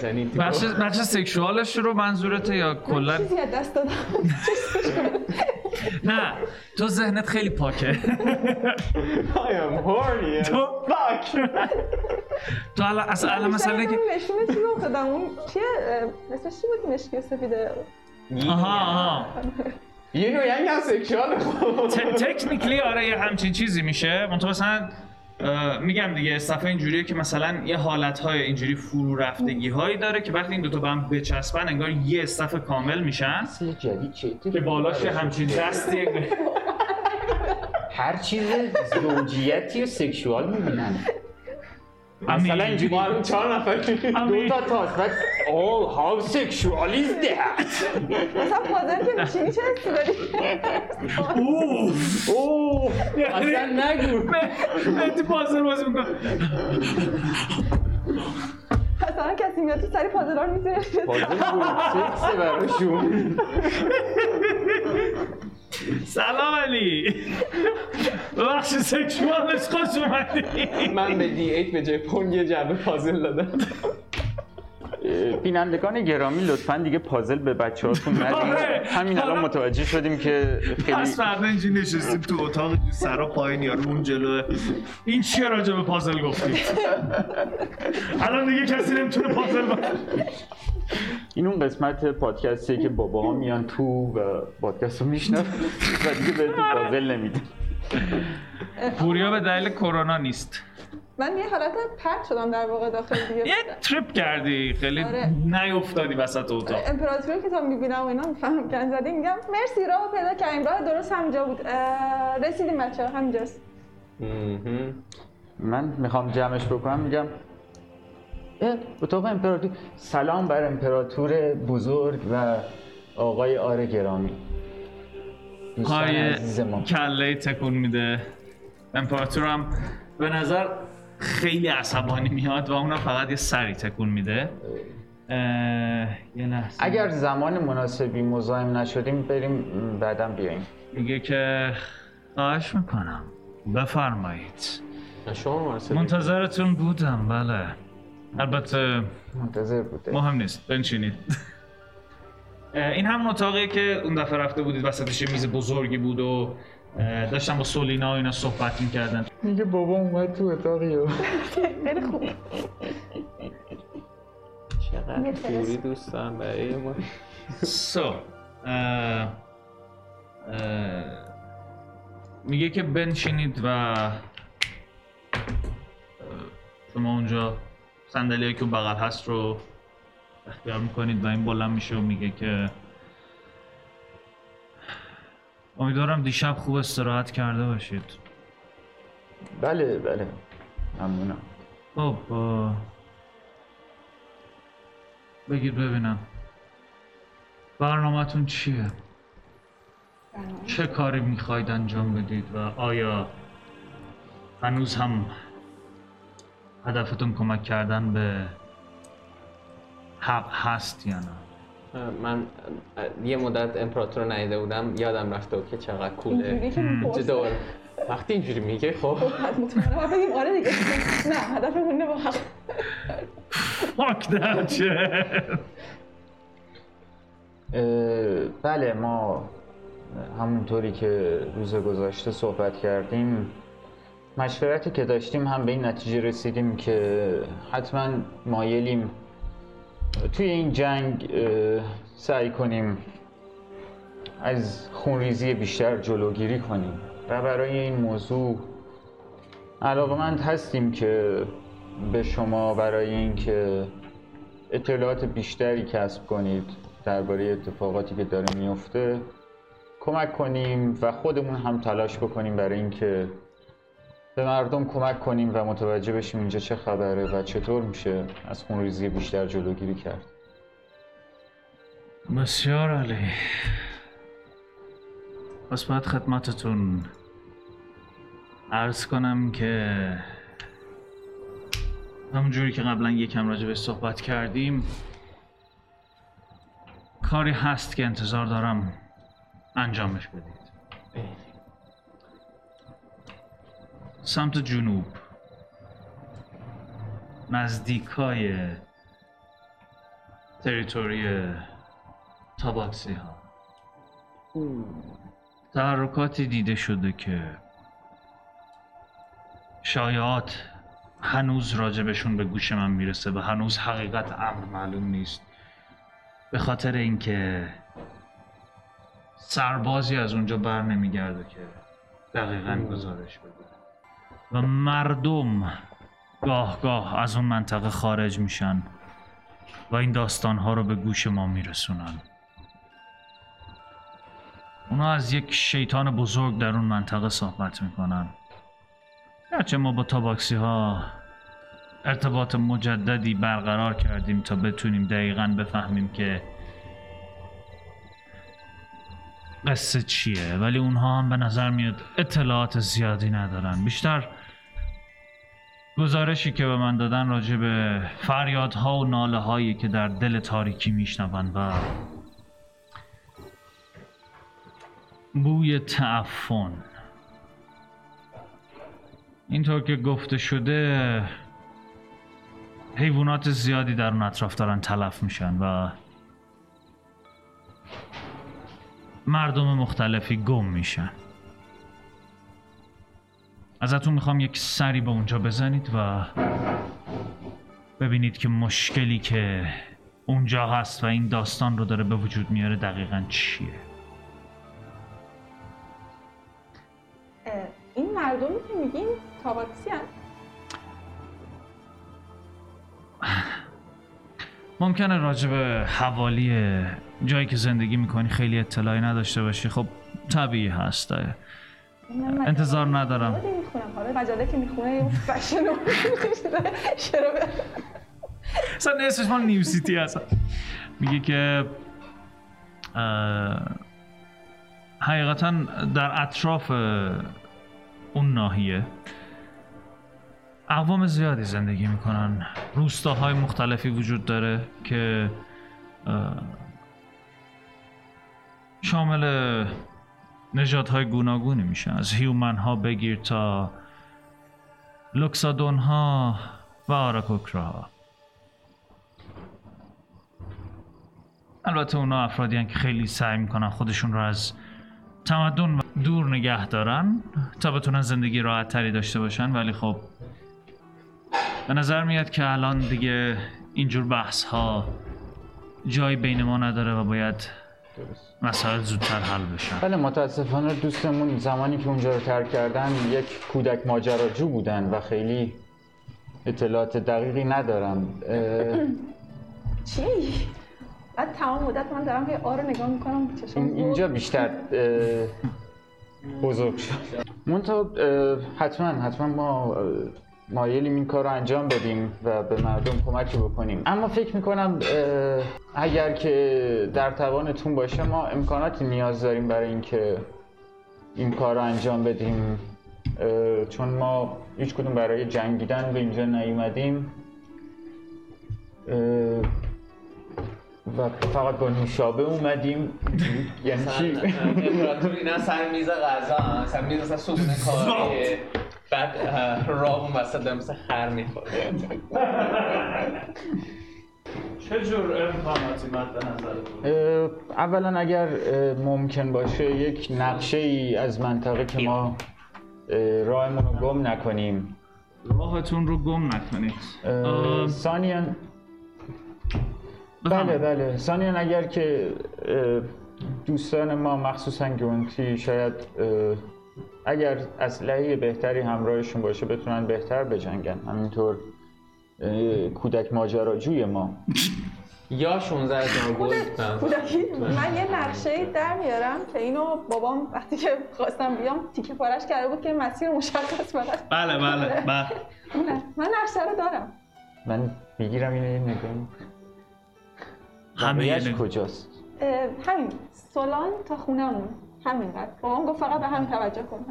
بچه بچه سکشوالش رو منظورته یا کلا چیزی از دست دادم نه تو ذهنت خیلی پاکه. I am horny as تو- fuck. تو الان اصلا الان مثلا که نشونه چی رو افتادم اون چیه اسمش چی بود مشکی و سفیده آها آها یه نوع ینگ هم سکشوال خوب. تکنیکلی آره یه همچین چیزی میشه. منتها مثلا اه، میگم دیگه استفا اینجوریه که مثلا یه حالتهای اینجوری فرو رفتگی هایی داره که وقتی این دوتا به هم بچسبن انگار یه استف کامل میشن اصل جدید چه که بالاش یه همچین دستی هر چیز زوجیتی و سکشوال میبینن. مثلا اینجوری ما الان چهار نفر دو تا تاس بعد oh how sexual is that مثلا پازل که میشینی چه حسی داری؟ اوف اوه اصلا نگو مهدی پازل بازی میکنه مثلا کسی میاد تو سری پازل ها رو میزنه پازل بود سکسه براشون. سلام علی ببخشی سکشوالش خوش اومدی. من به دی ایت به جای پونگ یه جعبه پازل دادم. بینندگان گرامی لطفاً دیگه پازل به بچه هاتون ندید. آره. همین الان متوجه شدیم که خیلی پس فردا اینجا نشستیم تو اتاق سرا پایین یارو اون جلوه این چیه راجع به پازل گفتیم الان دیگه کسی نمیتونه پازل با این اون قسمت پادکستیه که باباها میان تو و پادکست رو میشنن و دیگه بهتون پازل نمیدن. پوریا به دلیل کرونا نیست. من یه حالت پرت شدم در واقع داخل دیگه یه تریپ کردی خیلی آره. نیافتادی وسط اتاق. امپراتوری که تا میبینم و اینا میفهمم گن زدی میگم مرسی راه پیدا کردیم راه درست همینجا بود اه، رسیدیم بچه ها همینجاست. من میخوام جمعش بکنم میگم اه، اتاق امپراتور سلام بر امپراتور بزرگ و آقای آره گرامی دوستان عزیز ما. پای کله تکون میده. امپراتورم به نظر خیلی عصبانی میاد و اونم فقط یه سری تکون میده. اه، یه لحظه اگر زمان مناسبی مزاحم نشدیم بریم بعدم بیاییم. میگه که خواهش میکنم بفرمایید. شما مرسل منتظرتون بودم. بله البته منتظر بوده. مهم نیست بنشینید. اه، این همون اتاقیه که اون دفعه رفته بودید وسطش یه میز بزرگی بود و اه، داشتن با سولینا و اینا صحبت میکردن. میگه بابا اومد تو اتاقی و خیلی خوب. چقدر پوری دوستان برای ما. سو میگه که بنشینید و اه، شما اونجا صندلیایی که بغل هست رو اختیار میکنید و این بلند میشه و میگه که امیدوارم دیشب خوب استراحت کرده باشید. بله بله ممنونم. خب اه، بگید ببینم برنامه‌تون چیه؟ چه کاری میخواید انجام بدید و آیا هنوز هم هدفتون کمک کردن به حق هست یا نه؟ من یه مدت امپراتور رو ندیده بودم یادم رفته بود که چقدر کوله. اینجوری که چه میپرسه دور وقتی اینجوری میگه خب خب مطمئنم بگیم آره دیگه نه هدفمون نه با حق Fuck that shit. اه، بله ما همونطوری که روز گذشته صحبت کردیم مشورتی که داشتیم هم به این نتیجه رسیدیم که حتما مایلیم توی این جنگ اه، سعی کنیم از خونریزی بیشتر جلوگیری کنیم و برای این موضوع علاقمند هستیم که به شما برای اینکه اطلاعات بیشتری کسب کنید درباره اتفاقاتی که داره میفته کمک کنیم و خودمون هم تلاش بکنیم برای اینکه به مردم کمک کنیم و متوجه بشیم اینجا چه خبره و چطور میشه از خونریزی بیشتر جلوگیری کرد. بسیار عالی. پس باید خدمتتون عرض کنم که همونجوری که قبلا یکم راجع بهش صحبت کردیم کاری هست که انتظار دارم انجامش بدید. سمت جنوب نزدیکای تریتوری تاباکسی ها تحرکاتی دیده شده که شایعات هنوز راجبشون به گوش من میرسه و هنوز حقیقت امر معلوم نیست، به خاطر اینکه سربازی از اونجا بر نمیگرده که دقیقاً گزارش بده و مردم گاه گاه از اون منطقه خارج میشن و این داستانها رو به گوش ما میرسونن. اونا از یک شیطان بزرگ در اون منطقه صحبت میکنن. گرچه ما با تاباکسی ها ارتباط مجددی برقرار کردیم تا بتونیم دقیقاً بفهمیم که قصه چیه، ولی اونها هم به نظر میاد اطلاعات زیادی ندارن. بیشتر گزارشی که به من دادن راجع به فریادها و ناله هایی که در دل تاریکی میشنون و بوی تعفن. اینطور که گفته شده حیوانات زیادی در اون اطراف دارن تلف میشن و مردم مختلفی گم میشن. ازتون میخوام یک سری به اونجا بزنید و ببینید که مشکلی که اونجا هست و این داستان رو داره به وجود میاره دقیقاً چیه. این مردمی که میگین تاباکسی هست؟ ممکنه راجع به حوالی جایی که زندگی میکنی خیلی اطلاعی نداشته باشی. خب طبیعی هست، انتظار ندارم. مجله میخونم، حالا مجله که میخونه فشن و چرا اصلا اسمش مال نیو سیتی هست. میگه که حقیقتا در اطراف اون ناحیه اقوام زیادی زندگی میکنن. روستاهای مختلفی وجود داره که شامل نژادهای گوناگونی میشن، از هیومن ها بگیر تا لوکسادون ها و آراکوکرا ها. البته اونا افرادی هن که خیلی سعی میکنن خودشون رو از تمدن دور نگه دارن تا بتونن زندگی راحت تری داشته باشن، ولی خب به نظر میاد که الان دیگه اینجور بحث ها جای بین ما نداره و باید مسائل زودتر حل بشن. بله متاسفانه دوستمون زمانی که اونجا رو ترک کردن یک کودک ماجراجو بودن و خیلی اطلاعات دقیقی ندارم. چی؟ بعد تمام مدت من دارم که آر رو نگاه میکنم چشم اینجا بیشتر بزرگ شد. منتها حتما حتما ما مایلیم این کار رو انجام بدیم و به مردم کمکی بکنیم، اما فکر میکنم اگر که در توانتون باشه ما امکاناتی نیاز داریم برای اینکه این کار رو انجام بدیم، چون ما هیچ کدوم برای جنگیدن به اینجا نیومدیم و فقط با نوشابه اومدیم. یعنی چی؟ امپراتور اینا سر میز غذا، سر میز اصلا صبحونه کاری، بعد راه اون وسط داره مثل خر میخوره. چه جور امکاناتی مد نظرتون؟ اولا اگر ممکن باشه یک نقشه ای از منطقه که ما راهمون رو گم نکنیم. راهتون رو گم نکنید. ثانیاً بله بله ثانیاً اگر که دوستان ما مخصوصاً گرونتی شاید اگر اسلحه بهتری همراهشون باشه بتونن بهتر بجنگن، همینطور کودک ماجراجوی ما یا شانزده هزار گلد کودکی. من یه نقشه در میارم که اینو بابام وقتی که خواستم بیام تیکه پارش کرده بود که مسیر مشخص فقط. بله بله بله من نقشه رو دارم. من بگیرم اینو یه نگاه. همه یه کجاست؟ همین سولان تا خونمون همینقدر. بابام گفت فقط به همین توجه کن.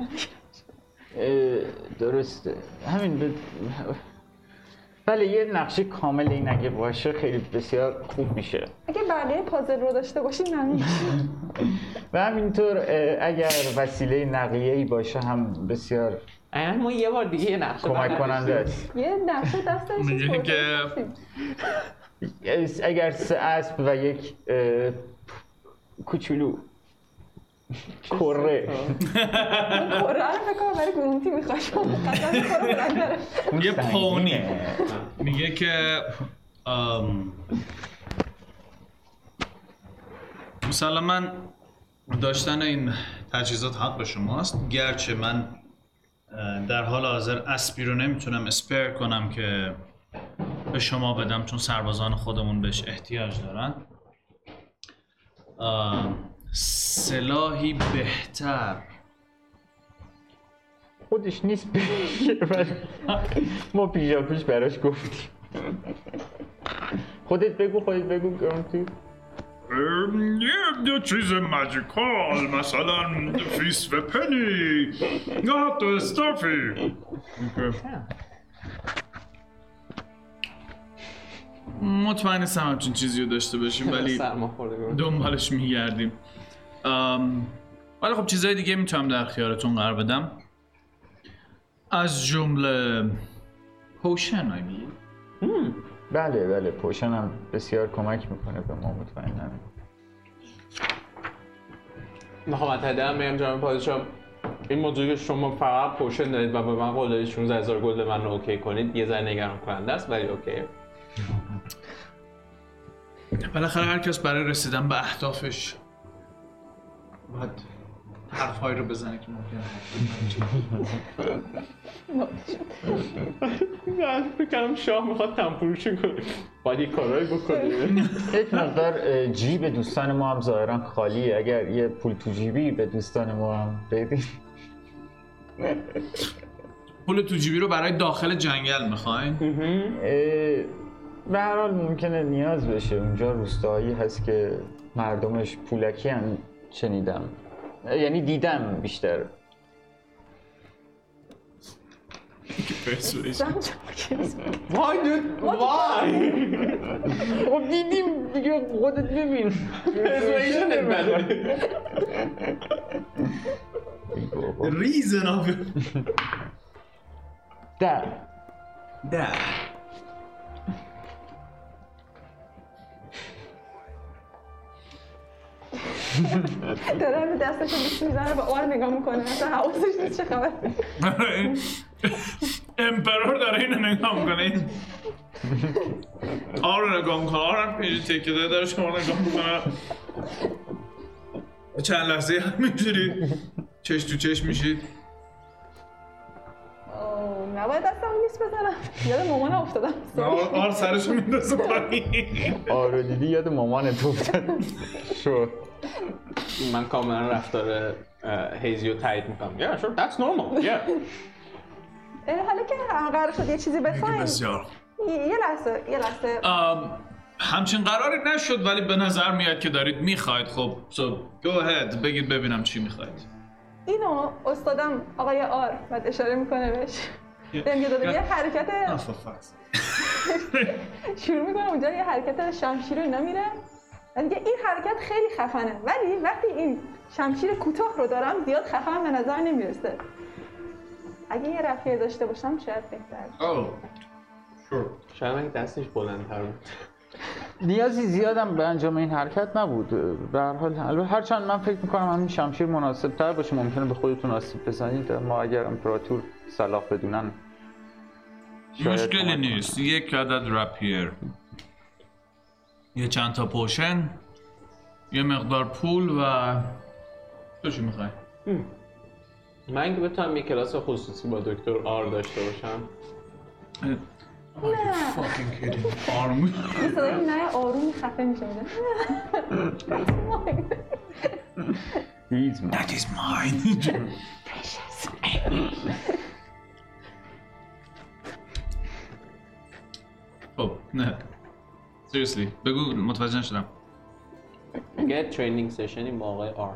درسته همین ب... بله یه نقشه کامل این اگه باشه خیلی بسیار خوب میشه. اگه بقیه پازل رو داشته باشیم ممنون. و همینطور اگر وسیله نقلیه‌ای باشه هم بسیار اینا ما یه بار دیگه یه نقشه کمک کننده است. یه نقشه دستش میگه که اگر سه اسب و یک کوچولو کره کره رو فکر کنم برای گرونتی میخواد شما قطعا کره بلندره. یه پونی میگه که ام، مسلماً داشتن این تجهیزات حق به شماست، گرچه من اه، در حال حاضر اسبی رو نمیتونم اسپیر کنم که به شما بدم چون سربازان خودمون بهش احتیاج دارن. اه، سلاحی بهتر خودش نیست بگه ولی ما پیشا پیش براش گفتیم. خودت بگو خودت بگو گرانتی. یه چیز ماجیکال مثلا فیس و پنی یا حتی استافی. مطمئن نیستم همچین چیزی رو داشته باشیم ولی سرما خورده گرونتی. دنبالش میگردیم. ولی خب چیزهای دیگه میتونم در اختیارتون قرار بدم، از جمله پوشن آی مین. بله بله پوشن هم بسیار کمک میکنه به ما مطمئنم. مخاطبه هم میگم جناب پادشاه این موضوعی که شما فقط پوشن دارید و به من قول دادید شانزده هزار گلد من رو اوکی کنید یه ذره نگران کننده است ولی اوکی. بالاخره هر کس برای رسیدن به اهدافش باید حرفهایی رو بزنه که ممکنه من فکر کنم شاه میخواد تنفروشی کنه باید یه کارهایی بکنه. یک مقدار اه، جیب دوستان ما هم ظاهرا خالیه، اگر یه پول تو جیبی به دوستان ما هم بدید. پول تو جیبی رو برای داخل جنگل میخواین؟ اه، به هر حال ممکنه نیاز بشه. اونجا روستایی هست که مردمش پولکی هم شنیدم، یعنی دیدم بیشتر. وای دود وای خب دیدیم دیگه خودت ببین. پرسویشنت بده. ریزن آف ده ده داره به دستش رو بیست میزنه به آر نگاه میکنه مثلا حواسش نیست چه خبر. امپرور داره اینو نگاه میکنه، این آر رو نگاه میکنه، آر هم پیجی تکیه داره داره شما نگاه میکنه. چند لحظه همینجوری چش تو چش میشید. اوه نباید دستم نیست بزنم، یاد مامان افتادم. آر سرشو میندازه پایین. آره دیدی یاد مامانت افتاد. شو من کاملا رفتار هیزی رو تایید میکنم. Yeah sure that's normal. Yeah. حالا که قرار شد یه چیزی بخوایم بسیار یه لحظه یه لحظه همچین قراری نشد ولی به نظر میاد که دارید میخواید. خب so go ahead بگید ببینم چی میخواید. اینو استادم آقای آر بعد اشاره میکنه بهش بهم داده یه حرکت شروع میکنه اونجا یه حرکت شمشیر و اینا میره و میگه این حرکت خیلی خفنه ولی وقتی این شمشیر کوتاه رو دارم زیاد خفن به نظر نمیرسه. اگه یه رفیق داشته باشم شاید بهتر. اوه شاید من دستش بلندتر بود. نیازی زیادم به انجام این حرکت نبود. به هر حال البته هرچند من فکر میکنم همین شمشیر مناسب تر باشه، ممکنه به خودتون آسیب بزنید. ما اگر امپراتور سلاح بدونن مشکلی نیست. یک عدد رپیر، یه چند تا پوشن، یه مقدار پول و تو چی میخوای؟ من اینکه بتونم یه کلاس خصوصی با دکتر آر داشته باشم. fucking kidding. آرمون یه صدای نه آرومی خفه میشه He's mine. That is mine. خب نه seriously بگو متوجه نشدم. Get training session با آقای آر.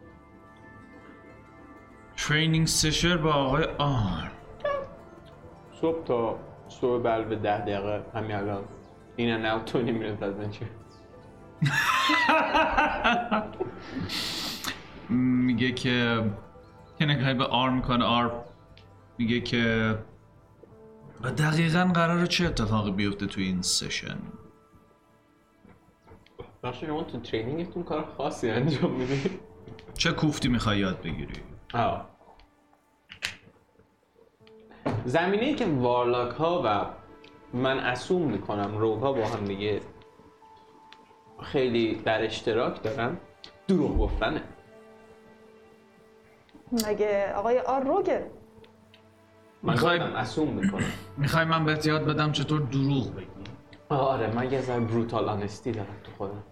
ترینینگ سشن با آقای آر. صبح تا صبح بعد به ده دقیقه همین الان این and out twenty minute adventure. میگه که که نگاهی به آر میکنه. آر میگه که و دقیقاً قراره چه اتفاقی بیفته تو این سشن؟ بخشی شما تو ترینینگتون کار خاصی انجام میدید؟ چه کوفتی میخوای یاد بگیری؟ آه. زمینه‌ای که وارلاک ها و من اسوم میکنم روها با هم دیگه خیلی در اشتراک دارن دروغ گفتنه. مگه آقای آر روگه؟ من میخوای- گفتم اسوم میکنم. میخوای من بهت یاد بدم چطور دروغ بگی؟ آره من یه ذره بروتال آنستی دارم تو خودم.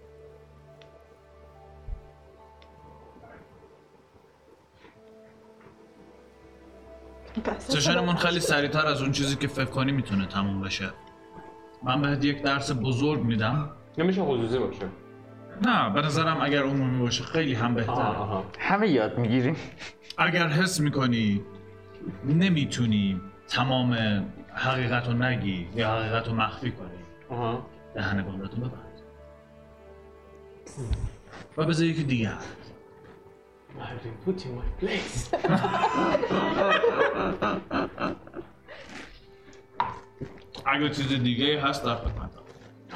سشنمون خیلی سریعتر از اون چیزی که فکر کنی میتونه تموم بشه. من بهت یک درس بزرگ میدم. نمیشه خصوصی باشه. نه به نظرم اگر عمومی باشه خیلی هم آها بهتره. آها. همه یاد میگیریم. اگر حس میکنی نمیتونی تمام حقیقت رو نگی یا حقیقت رو مخفی کنی، آها. دهن بالاتو ببند و بذار یکی دیگه حرف. I've been put in my place. اگر چیز دیگه هست در خدمتم.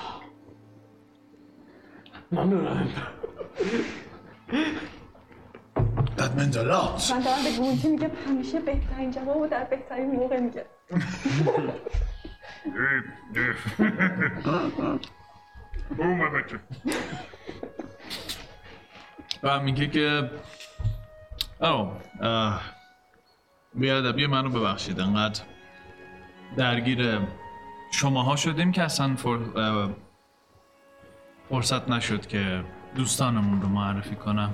ممنونم. That means a lot. من دارم به گونتی میگم همیشه بهترین جواب و در بهترین موقع میگه. اومد بچه. و میگه که او بیادبی منو ببخشید انقدر درگیر شماها شدیم که اصلا فر... اه، فرصت نشد که دوستانمون رو معرفی کنم.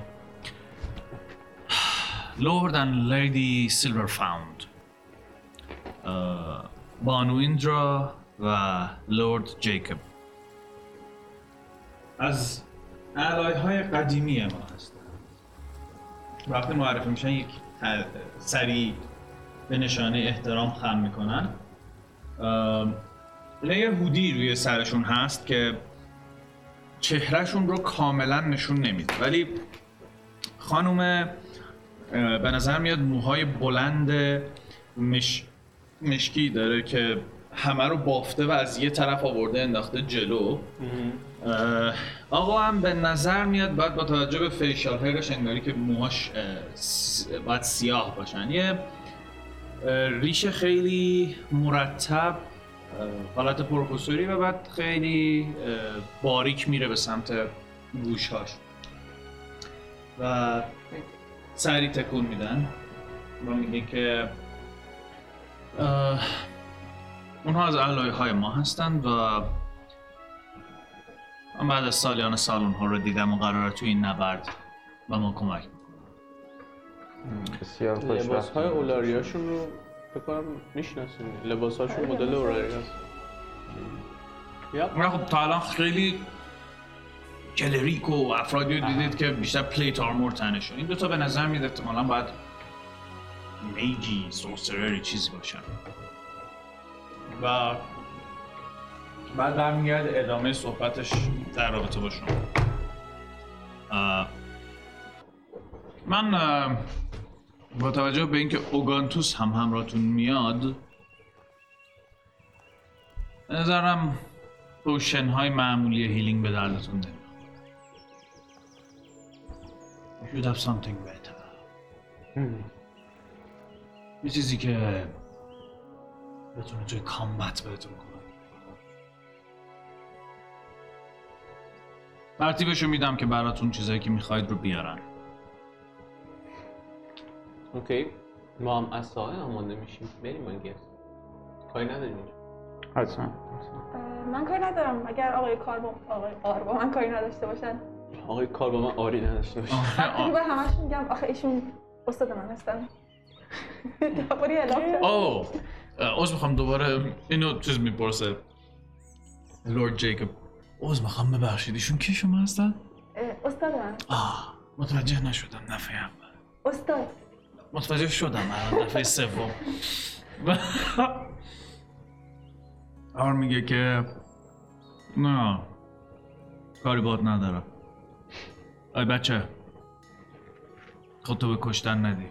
لورد اند لیدی سیلور فاوند، بانو ایندرا و لورد جیکوب از علای های قدیمی ما هستن. وقتی معرفی میشن یک ت- سریع به نشانه احترام خم میکنن. یه هودی روی سرشون هست که چهرهشون رو کاملا نشون نمیده، ولی خانوم به نظر میاد موهای بلند مش... مشکی داره که همه رو بافته و از یه طرف آورده انداخته جلو. اه، آقا هم به نظر میاد باید با توجه به فیشال هیرش انگاری که موهاش اه، س- باید سیاه باشن. یه اه، ریش خیلی مرتب، اه، حالت پروفسوری و بعد خیلی اه، باریک میره به سمت گوشهاش و سری تکون میدن و میگه که اه، اونها از علایه های ما هستند و من بعد از سالیان سال اونها رو دیدم و قراره توی این نبرد و ما کمک میکنم. بسیار لباس خوشبخت. های اولاریاشون رو بکنم میشناسیم. لباس هاشون مدل اولاریاست. یا و خب تا الان خیلی کلریک و افرادی رو دیدید که بیشتر پلیت آرمور تنشون. این دوتا به نظر میاد احتمالاً باید میجی، سورسرری چیزی باشن. و بعد برمیگرد ادامه صحبتش در رابطه با شما. اه، من اه، با توجه به اینکه اوگانتوس هم همراهتون میاد، به نظرم پوشن های معمولی هیلینگ به دردتون نمیخوره. You should have something better. یه چیزی که بتونه توی کامبت بهتون کنه. ترتیبشو میدم که براتون چیزایی که میخواید رو بیارن. اوکی. ما هم از ساحل آماده میشیم. بریم اگه کاری نداریم اینجا. حتما. اه، من کاری ندارم اگر آقای کار با آقای آر با من کاری نداشته باشن. آقای کار با من آری نداشته باشه. وقتی به همشون میگم آخه ایشون استاد من هستن. درباره اعلام کرد. اوه عوض میخوام دوباره اینو چیز میپرسه لورد جیکوب. عوض میخوام ببخشید ایشون کی شما هستن؟ اه، استاد من. آه متوجه نشدم دفعه اول. استاد. متوجه شدم الان دفعه سوم. آر میگه که نه کاری باهات ندارم. ای بچه خودتو به کشتن ندی.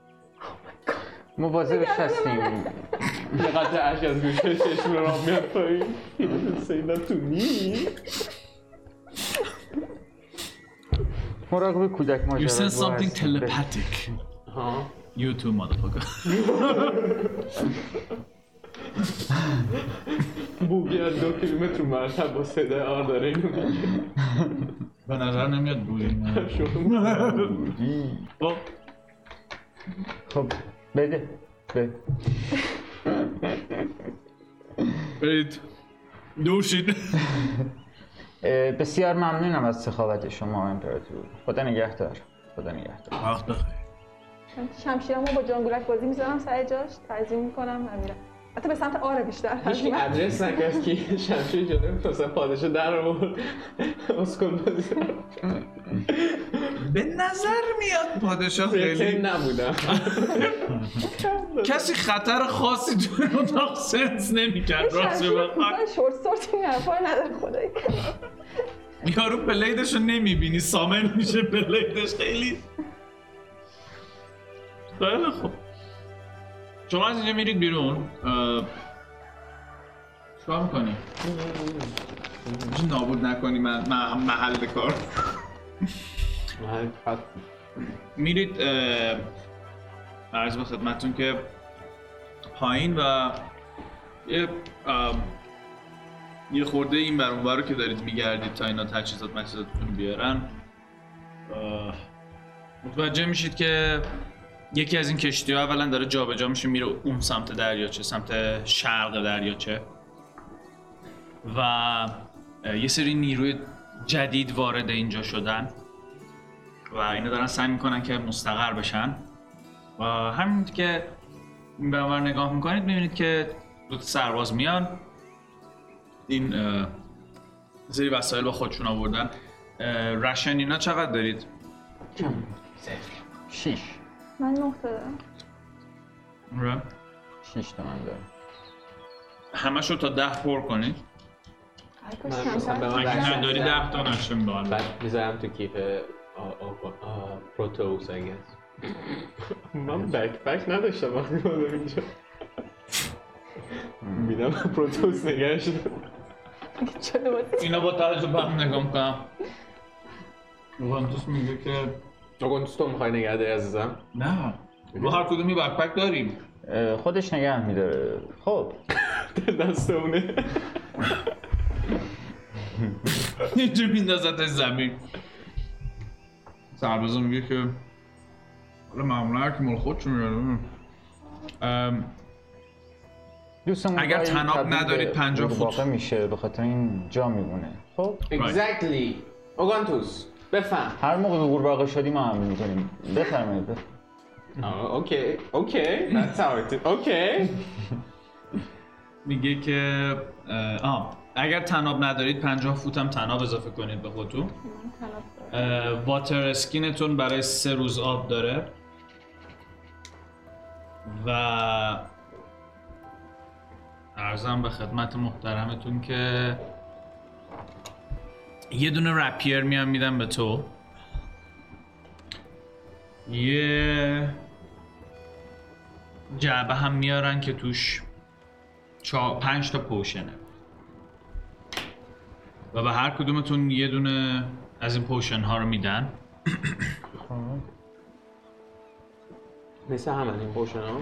مواظبش هستیم. دقیقه عشق از گوشه چشم را میاد پایین. Say that to me. مراقب کودک You ماجرا sense something telepathic. ها You too, motherfucker. بوگی از دو کیلومتر مرتب با صدای آر داره اینو میگه. به نظر نمیاد بودی. خب خب بده بده برید دوشید. اه، بسیار ممنونم از سخاوت شما امپراتور. خدا نگهدار. خدا نگهدار. وقت بخیر. شمشیرمو با جانگولک بازی میذارم سر جاش، تعظیم میکنم و میرم. حتی به سمت آره بیشتر. هیچکی ادرس نکرد که شمشیر جلوی مثلا پادشاه در آورد اسکل بازی به نظر میاد پادشاه فکر خیلی نبودم. کسی خطر خاصی تو این اتاق سنس نمیکرد. راست رو بخواه شورت سورت این حرفا رو نداره خدایی. یارو پلیدش رو نمیبینی، سامن میشه پلیدش. خیلی خیلی خوب. شما از اینجا میرید بیرون. چیکار میکنی؟ نابود نکنی من محل کار. میرید عرض به خدمتتون که پایین و یه یه خورده این بر اون رو که دارید میگردید تا اینا تجهیزات مجهزاتتون بیارن، متوجه میشید که یکی از این کشتی ها اولا داره جابجا میشه میره اون سمت دریاچه، سمت شرق دریاچه، و یه سری نیروی جدید وارد اینجا شدن و اینا دارن سعی میکنن که مستقر بشن. و همین که این به اونور نگاه میکنید میبینید که دو تا سرباز میان، این سری وسایل با خودشون آوردن. رشن اینا چقدر دارید؟ شیش. من نه تا دارم. را؟ شیش تا من دارم. همه شو تا ده پر کنید. من مثلا به من اگه رشن نداری ده تا نشون بار. بعد میذارم تو کیف پروتوس اگه من بک بک نداشتم وقتی بودم اینجا. میدم پروتوس نگه شد. اینا با تعجب به هم نگاه میکنم. اوگانتوس میگه که اوگانتوس تو میخوای نگه داری عزیزم؟ نه، ما هر کدومی بکپک داریم. خودش نگه میداره. خب دست اونه اینجا میندازتش زمین. سربازا میگه که حالا معمولا هر کی مال خودشون میاره. دوستمون اگر تناب ندارید پنجاه فوت واقع میشه، به خاطر این جا میمونه. خب exactly. اوگانتوس بفهم. هر موقع به قورباغه شدیم ما هم میکنیم. بفرمایید. اوکی اوکی that's how it is. اوکی میگه که آه اگر تناب ندارید پنجاه فوت هم تناب اضافه کنید به خودتون. واتر اسکینتون برای سه روز آب داره و عرضم به خدمت محترمتون که یه دونه رپیر میام میدم به تو، یه جعبه هم میارن که توش چا... پنج تا پوشنه و به هر کدومتون یه دونه از این پوشن ها رو میدن. مثل همین این پوشن ها؟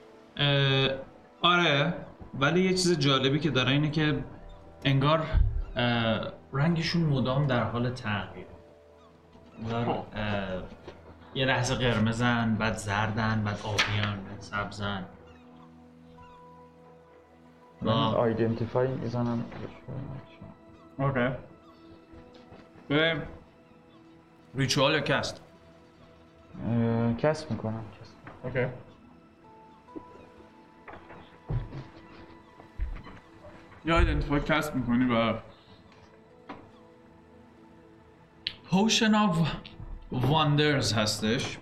آره، ولی یه چیز جالبی که داره اینه که انگار رنگشون مدام در حال تغییر. انگار یه لحظه قرمزن، بعد زردن، بعد آبیان، بعد سبزن. من آیدنتیفای میزنم. اوکی. به ریچوال یا کست؟ کست میکنم. کست. اوکی. یا آیدنتیفای کست میکنی و پوشن آف واندرز هستش.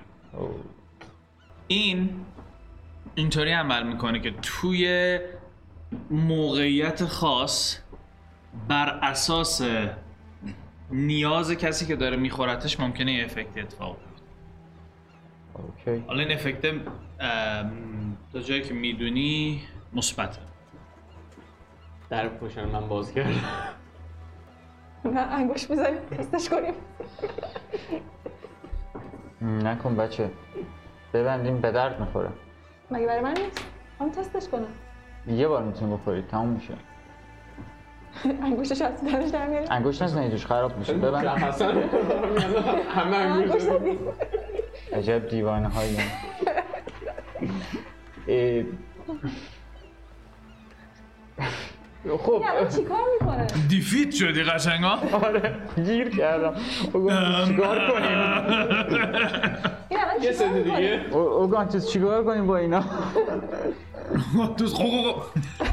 این اینطوری عمل میکنه که توی موقعیت خاص بر اساس نیاز کسی که داره میخورتش ممکنه یه افکت اتفاق بیفته. اوکی. حالا این افکت تا جایی که میدونی مثبته. در پوشن من باز کردم. نه انگوش بذاریم تستش کنیم. نکن بچه، ببندیم به درد میخوره. مگه برای من نیست؟ هم تستش کنم. یه بار میتونی بخوری تموم میشه. انگوشتش از درش در میاری؟ انگوش نزنی توش خراب میشه. ببند. حسن همه انگوش زدی. عجب دیوانه هایی. خب این الان چی کار میکنه؟ دیفیت شدی قشنگا؟ آره گیر کردم. اوگان چیکار کنیم؟ این الان یه چی کار سه میکنه؟ دیگه اوگان چیز چیکار کنیم با اینا؟ دوست خوب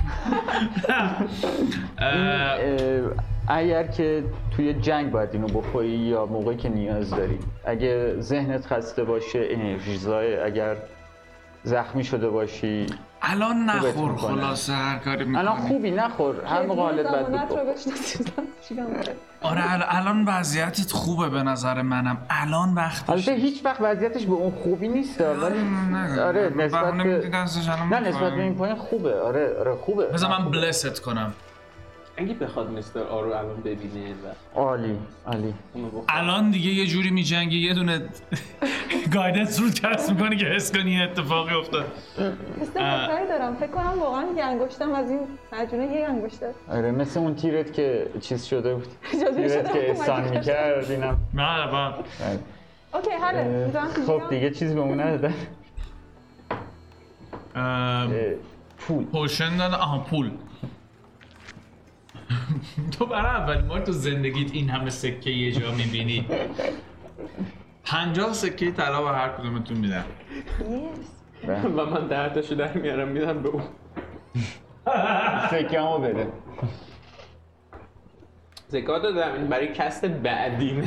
اگر که توی جنگ باید اینو بخوری یا موقعی که نیاز داری، اگه ذهنت خسته باشه انرژی زای، اگر زخمی شده باشی الان خوبت نخور میکنه. خلاصه هر کاری میکنی. الان خوبی نخور، هر موقع حالت بد زمانت بود رو بخور. بشناسیدم چیکار میکنه؟ آره ال- الان وضعیتت خوبه به نظر منم. الان وقتش البته هیچ وقت وضعیتش به اون خوبی نیست ولی نه آره نسبت به نه نه نسبت به این پایین خوبه. آره آره خوبه. بذار من بلست کنم. اگه بخواد مستر آرو الان ببینه و عالی عالی. اونو بخواد الان دیگه یه جوری میجنگی یه دونه گایدنس رو کسب میکنی که حس کنی یه اتفاقی افتاد. حس خطری دارم. فکر کنم واقعا یه انگشتم از این مجونه یه انگشته. آره مثل اون تیرت که چیز شده بود. جادویی تیرت شده که بود، احسان اومدی میکرد اینم. نه با آره. اوکی حاله میذارم تو خب جیبم. دیگه چیز به اون ندادن. اه، پول. پوشن داده. آها پول. تو برای اولین بار تو زندگیت این همه سکه یه جا میبینی. پنجاه سکه طلا به هر کدومتون میدم. Yes. و من ده تاشو در میارم میدم به اون. سکه همو بده. زکات دادم این برای کست بعدین.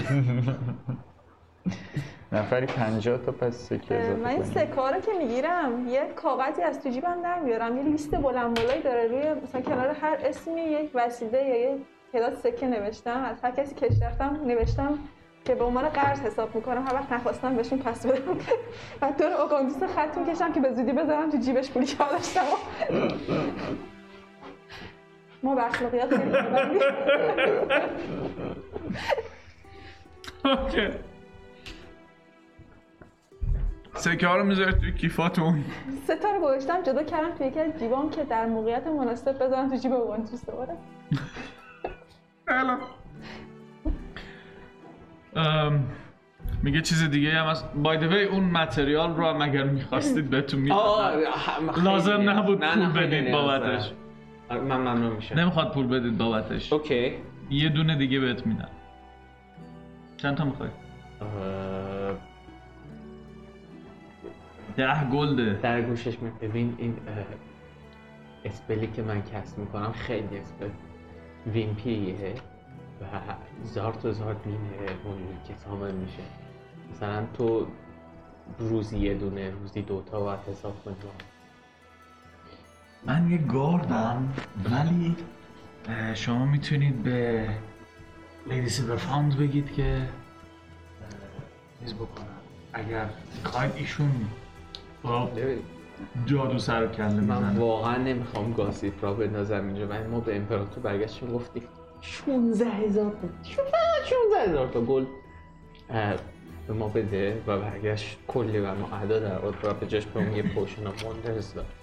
نفری پنجاه تا پس سکه من این اضافه کنیم. سکه ها رو که میگیرم یه کاغذی از تو جیبم در میارم، یه لیست بلند بالایی داره، روی مثلا کنار هر اسمی یک وسیله یا یک تعداد سکه نوشتم، از هر کسی کش رفتم نوشتم که به عنوان قرض حساب میکنم، هر وقت نخواستم بهشون پس بدم. و طور اوگاندوس خط میکشم که به زودی بذارم تو جیبش پولی که داشتم. ما به اخلاقیات خیلی ببندیم. اوکی. سکه ها رو میذاری توی کیفاتون. سه تا رو گذاشتم جدا کردم توی یکی از جیبام که در موقعیت مناسب بذارم تو جیب اوگاندوس دوباره. الان ام، میگه چیز دیگه هم هست. بای دی وی اون متریال رو هم اگر میخواستید بهتون میدادم. لازم نبود پول بدید بابتش. من ممنون میشم. نمیخواد پول بدید بابتش. اوکی. یه دونه دیگه بهت میدم. چند تا میخوای؟ اه، ده گلده. در گوشش می ببین این اه، اسپلی که من کست میکنم خیلی اسپل ویمپیه و زارت و زارت مینه موجودی که کامل میشه. مثلا تو روزی یه دونه روزی دوتا باید حساب کنی. من یه گاردم ولی اه، شما میتونید به لیدی سیلور فاوند بگید که اه، چیز بکنن. اگر میخواید ایشون با ببین جادو سر و کله من میزنه. واقعا نمیخوام گاسیپ را بندازم اینجا و ما به امپراتور برگشتیم گفتیم شونزده هزار تا شونزده هزار تا گل اه، به ما بده و برگشت کلی و ما اعدا در آورد و به جاش به اون یه پوشن آف واندرز داد.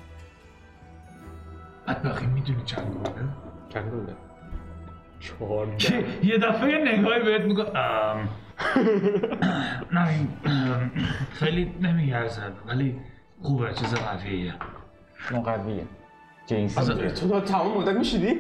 بدبخی میدونی چند گلده؟ چند گله؟ چهارده. که یه دفعه یه نگاهی بهت میگه ام، نه این ام، خیلی نمیارزد ولی خوبه چیز قویه. مقویه جنسی. تو دا تمام مدت میشیدی؟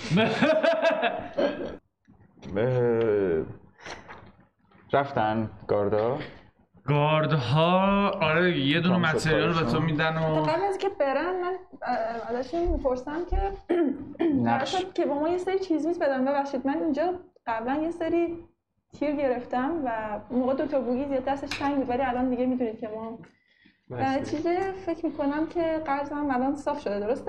رفتن گاردا. گاردها آره یه دونه تمام شد متریال به تو کارشون. میدن و قبل از که برن من اه، ازشون میپرسم که نقش. قرار شد که با ما یه سری چیز میز بدن. ببخشید من اینجا قبلا یه سری تیر گرفتم و اون موقع دو تا بوگی زیاد دستش تنگ بود، ولی الان دیگه میدونید که ما اه، چیزه فکر میکنم که قرضم الان صاف شده. درسته؟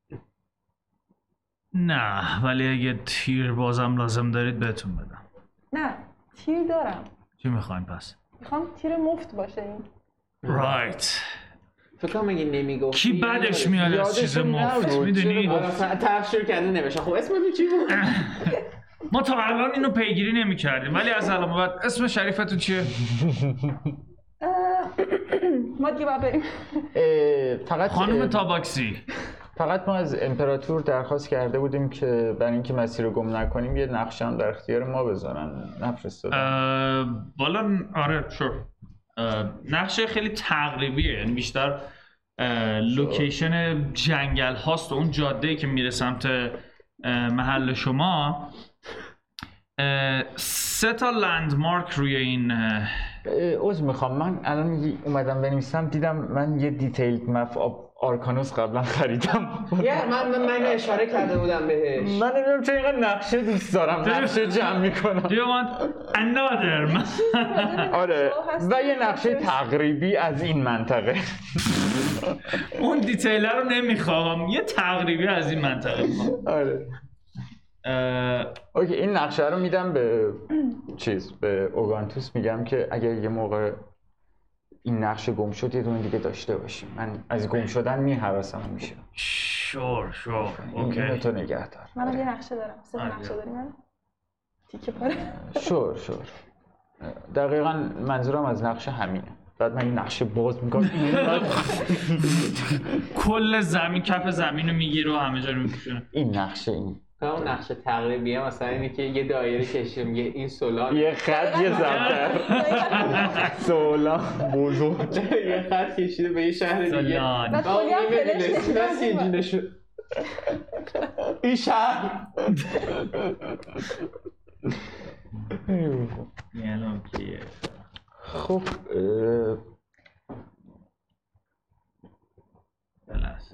نه ولی اگه تیر بازم لازم دارید بهتون بدم. نه تیر دارم، چی میخواین پس؟ میخوام تیر مفت باشه این. رایت. فکر کنم اگه نمیگفتی کی بعدش میاد از چیز یادشون مفت نبود. میدونی؟ چرا آره طرف شروع کرده نوشتن. خب اسم تو چی بود؟ ما تا الان اینو پیگیری نمی کردیم ولی از الان بعد اسم شریفتون چیه؟ ما دیگه باید بریم. فقط خانم تاباکسی فقط ما از امپراتور درخواست کرده بودیم که برای اینکه مسیر رو گم نکنیم یه نقشه هم در اختیار ما بذارن. نفرستادن. بالا آره شور. نقشه خیلی تقریبیه، یعنی بیشتر لوکیشن جنگل هاست و اون جاده‌ای که میره سمت محل شما. سه تا لندمارک روی این عذر میخوام، من الان اومدم بنویسم دیدم من یه دیتیل مپ آرکانوس قبلا خریدم. یه من من من اشاره کرده بودم بهش. من نمیدونم چه اینقدر نقشه دوست دارم، نقشه جمع میکنم. Do you want another? آره و یه نقشه تقریبی از این منطقه. اون دیتیل رو نمیخوام، یه تقریبی از این منطقه میخوام. آره اوکی، این نقشه رو میدم به چیز به اوگانتوس، میگم که اگر یه موقع این نقشه گم شد یه دونه دیگه داشته باشیم. من از گم شدن میهراسم میشه. شور شور اوکی اینو تو نگه دار. منم یه نقشه دارم. سه تا نقشه داریم من. تیکه پاره. شور شور دقیقاً منظورم از نقشه همینه. بعد من این نقشه باز میکنم کل زمین کف زمین رو میگیره و همه جا رو میکشونه. این نقشه این اون نقشه تقریبیه مثلا اینه که یه دایره کشیم، یه این سولار یه خط یه زبدر سولار بزرگ یه خط کشیده به یه شهر دیگه. بعد کلی هم فلش نشده این شهر یعنی کیه؟ خب بلحظه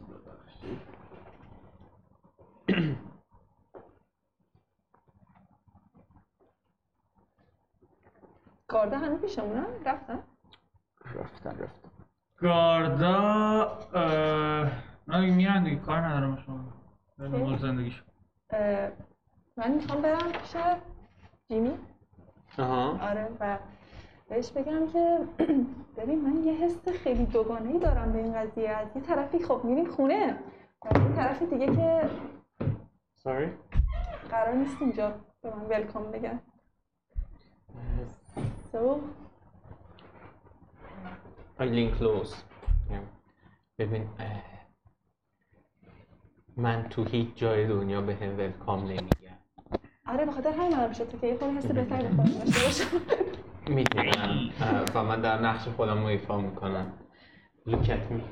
گاردا همه پیشمونن؟ رفتن؟ رفتن رفتن گاردا نه دیگه میرن دیگه، کار ندارم شما مال زندگیشون. من میخوام برم پیش جیمی. آها آره و بهش بگم که ببین من یه حس خیلی دوگانه‌ای دارم به این قضیه. از یه طرفی خب میریم خونه، از یه طرفی دیگه که سوری قرار نیست اینجا به من ویلکام بگن. So آیلین کلوز ببین من تو هیچ جای دنیا به هم ویلکام نمیگم. آره به خاطر همین من تو که یه خورده حس بهتری به خودم داشته باشم. میدونم و من در نقش خودم رو ایفا میکنم. Look at me.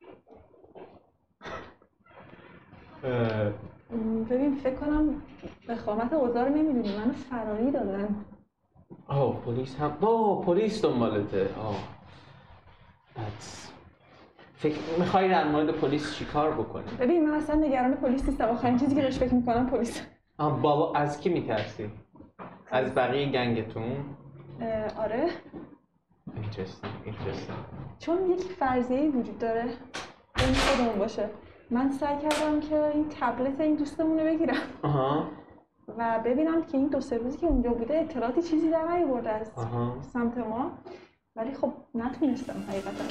ببین فکر کنم وخامت اوضاع رو نمیدونی، منو فراری دادن. آه پلیس هم آه پلیس دنبالته. آه That's... فکر میخوای در مورد پلیس چی کار بکنی؟ ببین من اصلا نگران پلیس نیستم، آخرین چیزی که بهش فکر میکنم پلیس. آه بابا از کی میترسی؟ از بقیه گنگتون؟ آره Interesting, interesting. چون یک فرضیه‌ای وجود داره این خودمون باشه. من سعی کردم که این تبلت این دوستمون رو بگیرم آها و ببینم که این دو سه روزی که اونجا بوده اطلاعاتی چیزی در نیاورده از آها. سمت ما، ولی خب نتونستم حقیقتا.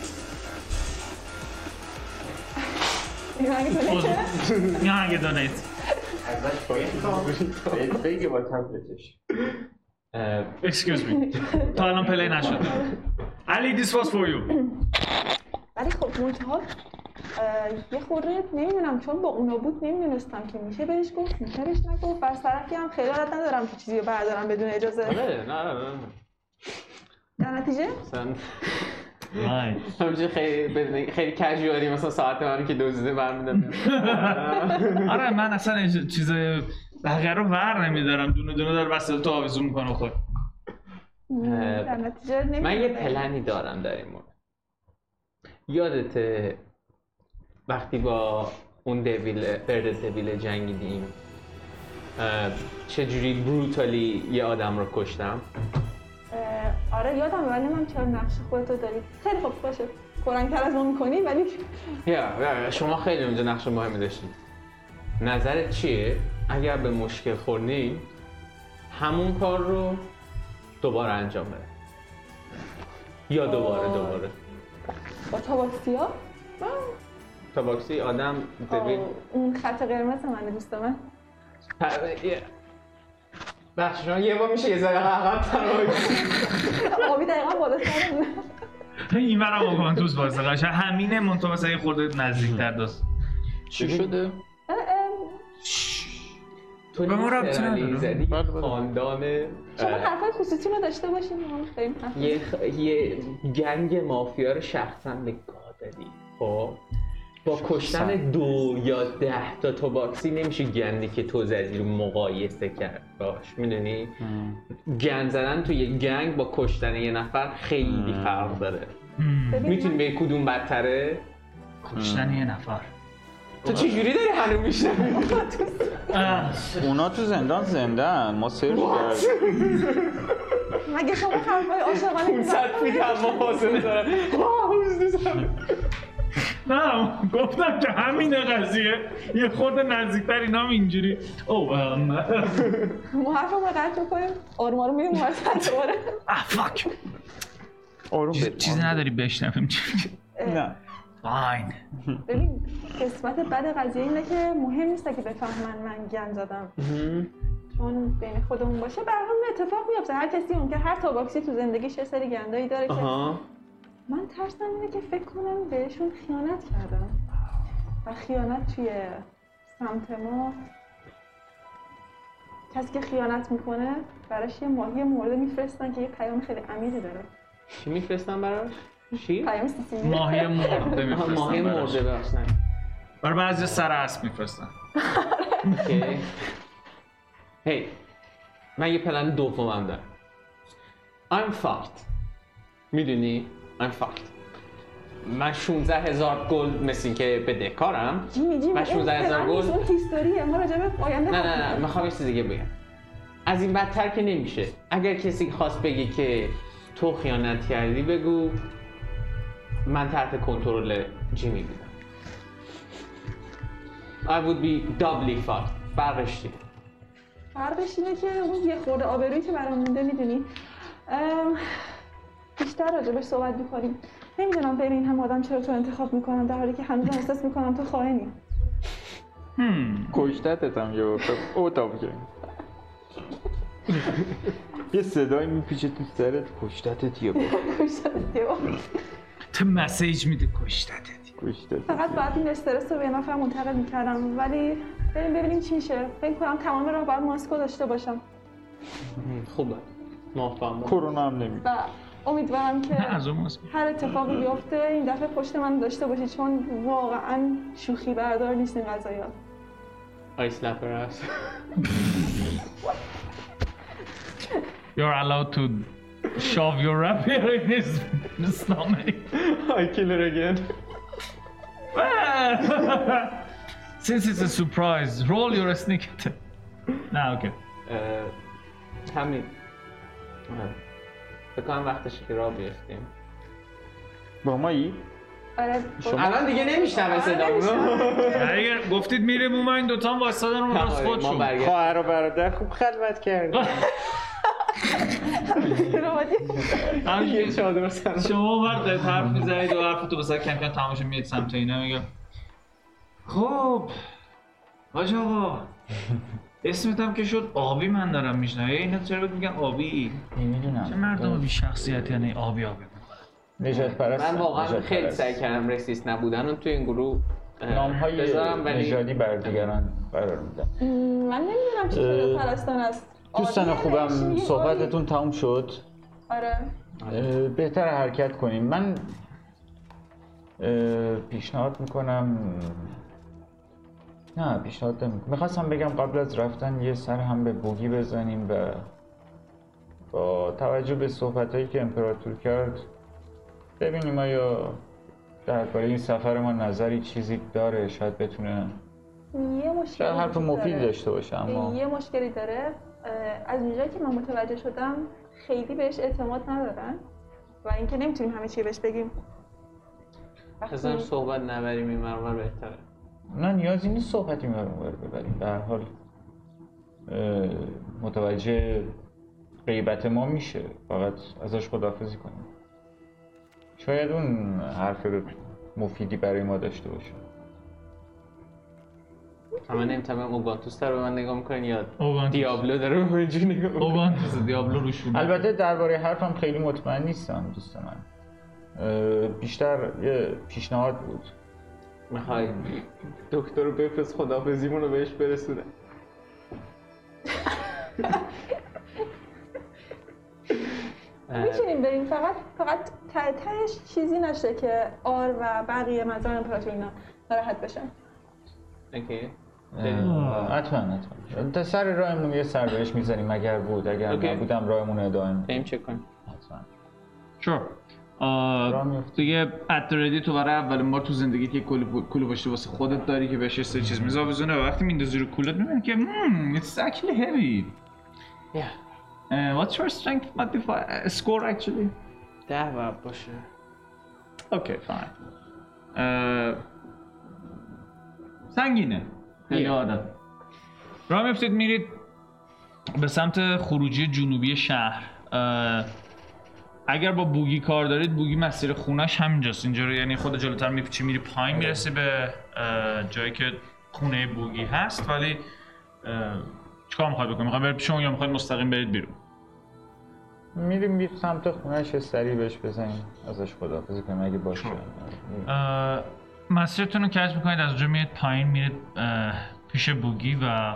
این هنگه دونیت ازش باید بگی با تبلتش. Excuse me تا الان پلی نشد. علی this was for you. ولی خب منتها یه خورده نمیدونم، چون با اونا بود نمیدونستم که میشه بهش گفت میشه بهش نگفت. از طرفی هم خیلی عادت ندارم که چیزی رو بردارم بدون اجازه. نه نه نه در نتیجه مثلا همچنین خیلی خیلی کژوالی مثلا ساعت منو که دزدیده برمیدارم. آره من اصلا چیز بقیه رو ور نمیدارم، دونه دونه داره وسط تو آویزون میکنه خود. در نتیجه نمیدونم. من یه پلنی دارم در این مورد. یادته وقتی با اون دویل برد دویل جنگیدیم چجوری بروتالی یه آدم رو کشتم؟ آره یادم، ولی من چرا نقش خودتو داری؟ خیلی خوب باشه پررنگ‌تر از ما میکنی ولی یا شما خیلی اونجا نقش مهمی داشتید. نظرت چیه اگر به مشکل خوردی همون کار رو دوباره انجام بده یا دوباره دوباره با تاباکسی ها؟ تاباکسی آدم دویل اون خط قرمز منه دوست من. بخش شما یه بار میشه یه ذره عقب تر آبی دقیقا بالا سرمونه. این برم آگانتوس واسه قشنگ همینه منطقه مثلا یه خورده نزدیک‌تر داست. چی شده؟ تو به ما ربطی نداره. زدی خاندان شما حرفای خصوصی رو داشته باشین ما بریم حرف یه خ... یه گنگ مافیا رو شخصا به گاه دادی. خب با کشتن دو یا ده تا توباکسی نمیشه گندی که تو زدی رو مقایسه کرد باش، میدونی؟ گند زدن تو یه گنگ با کشتن یه نفر خیلی فرق داره. میتونی به کدوم بدتره؟ کشتن یه نفر. تو چجوری داری هنو میشنوی؟ اونا تو زندان زندن، ما سرچ کردیم. مگه شما حرفای عاشقانه پونصد فیت هم محاصره دارن. نه گفتم که همینه قضیه یه خورده نزدیکتر اینا هم اینجوری اوه ما حرف رو قطع میکنیم آروم آروم میریم مرسل دوباره. آه فاک آروم چیزی نداری بشنویم چی؟ نه فاین. ببین قسمت بد قضیه اینه که مهم نیست که بفهمن من گند زدم، چون بین خودمون باشه به هر حال اتفاق میفته. هر کسی ممکنه هر تاباکسی تو زندگیش یه سری گندایی داره که من ترسم اینه که فکر کنم بهشون خیانت کردم و خیانت توی سمت ما کسی که خیانت میکنه براش یه ماهی مرده میفرستن که یه پیام خیلی عمیقی داره. چی میفرستن براش؟ چی؟ پیام سیسیلی. ماهی مرده میفرستن ماهی مرده براش. برای بعضی سر اسب میفرستن. اوکی. هی من یه پلن دومم دارم. I'm fucked. میدونی؟ I'm fucked. من شانزده هزار گلد مثل این که بدهکارم. جیمی جیمی من شانزده هزار گلد. اون هیستوریه ما راجع به آینده. نه نه نه میخوام یه چیز دیگه بگم. از این بدتر که نمیشه. اگر کسی خواست بگه که تو خیانت کردی بگو من تحت کنترل جیمی بودم. I would be doubly fucked. فرقش چیه؟ فرقش اینه که اون یه خورده آبرویی که برام مونده میدونی بیشتر راجبش صحبت میکنیم. نمیدونم بین این هم آدم چرا تو انتخاب میکنم در حالی که هنوز احساس میکنم تو خائنی. کشتتت هم یه وقت اوتاب کرد. یه صدایی میپیچه تو سرت کشتتت یه بار. کشتتت یه بار. تو مسیج میده کشتتت. کشتتت. فقط باید این استرس رو به نفر منتقل میکردم ولی بریم ببینیم چی میشه. فکر کنم تمام راه باید ماسکو داشته باشم. خوبه. موافقم. کرونا هم نمیده. و امیدوارم که نه از اون ماسک. هر اتفاقی بیفته این دفعه پشت من داشته باشی چون واقعا شوخی بردار نیست این قضایا. I slap her ass. You're allowed to shove your rapier in his stomach. I kill her again. Since it's a surprise, roll your sneak attack. نه اوکی. همین. بکنم وقتش که را بیفتیم. با مایی؟ آره الان دیگه نمیشنم صدامونو. اگر گفتید میریم اون این دوتا هم واسطادن رو راست خودشون. خواهر و برادر خوب خلوت کرد. یه چادر سر شما وقت حرف میزنید و حرف تو بسید کم کم تماشا میاد سمت اینا میگم خب حاج آقا اسمت هم که شد آبی من دارم میشنم اینا چرا میگن آبی؟ نمیدونم. چه مردم بی شخصیت یعنی آبی آبی نجات پرست. من واقعا خیلی سعی کردم رسیست نبودن و تو این گروه نام‌های بذارم ولی نژادی بر دیگران قرار میدم. من نمیدونم چه خیلی پرستان است. دوستان خوبم صحبتتون تموم شد. آره. بهتر حرکت کنیم. من پیشنهاد میکنم نه پیشنهاد نمیکنم. میخواستم بگم قبل از رفتن یه سر هم به بوگی بزنیم و با توجه به صحبتایی که امپراتور کرد ببینیم آیا درباره این سفر ما نظری چیزی داره. شاید بتونه یه مشکلی شاید حرف مفید داشته باشه اما یه مشکلی داره. از اونجایی که من متوجه شدم خیلی بهش اعتماد ندارن و اینکه نمیتونیم همه چی بهش بگیم. بذارم صحبت نبریم این مرمر بهتره. نه نیازی نیست صحبتی میبرم ببریم. در حال متوجه غیبت ما میشه، فقط ازش خداحافظی کنیم. شاید اون حرف مفیدی برای ما داشته باشه. من نمی‌تونم اوگانتوس داره به من نگاه میکنین یا اوگانتوس. دیابلو داره به من اینجوری نگاه میکنه. اوگانتوس دیابلو روشونه. البته درباره حرفم خیلی مطمئن نیستم دوست من. اه، بیشتر یه پیشنهاد بود. میخوای دکتر رو بفرست خداحافظیمون رو بهش برسونه. میتونیم بریم فقط فقط ته تهش چیزی نشه که آر و بقیه مزار امپراتور اینا ناراحت بشن. اوکی. اه، حتما حتما تا سر راهمون یه سر بهش میزنیم اگر بود، اگر اوکی. نبودم راهمون رو ادامه میدیم. بریم چک کنیم. حتما. شور. راه میفته. دیگه اتردی تو برای اولین بار تو زندگیت یه کلو پشتی واسه خودت داری که بهش یه سری چیز میذابزونه و وقتی میندازی رو کولت میبینی که hmm, it's actually heavy. Yeah. Uh, what's your strength modifier uh, score actually? ده باید باشه. Okay, fine. Uh, سنگینه. خیلی Yeah. عادت. راه میفتید میرید به سمت خروجی جنوبی شهر. uh, اگر با بوگی کار دارید، بوگی مسیر خونش همینجاست. اینجا رو یعنی خود جلوتر میپیچی میری پایین میرسی به uh, جایی که خونه بوگی هست. ولی uh, چیکار میخواید بکنید؟ میخواید برید پیشون یا میخواید مستقیم برید بیرون؟ میریم میریم سمت خونهش سریع بهش بزنیم ازش خداحافظی کنیم اگه باشه. اه، مسیرتون رو کج میکنید، از اونجا میرید پایین میرید اه، پیش بوگی و اه،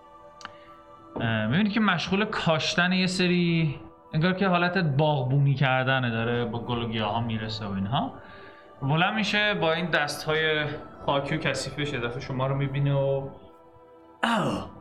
میبینید که مشغول کاشتن یه سری انگار که حالت باغبونی کردنه، داره با گل و گیاها میرسه و اینها. بلند میشه با این دستهای خاکی و کثیفش یه دفعه شما رو میبینه و اوه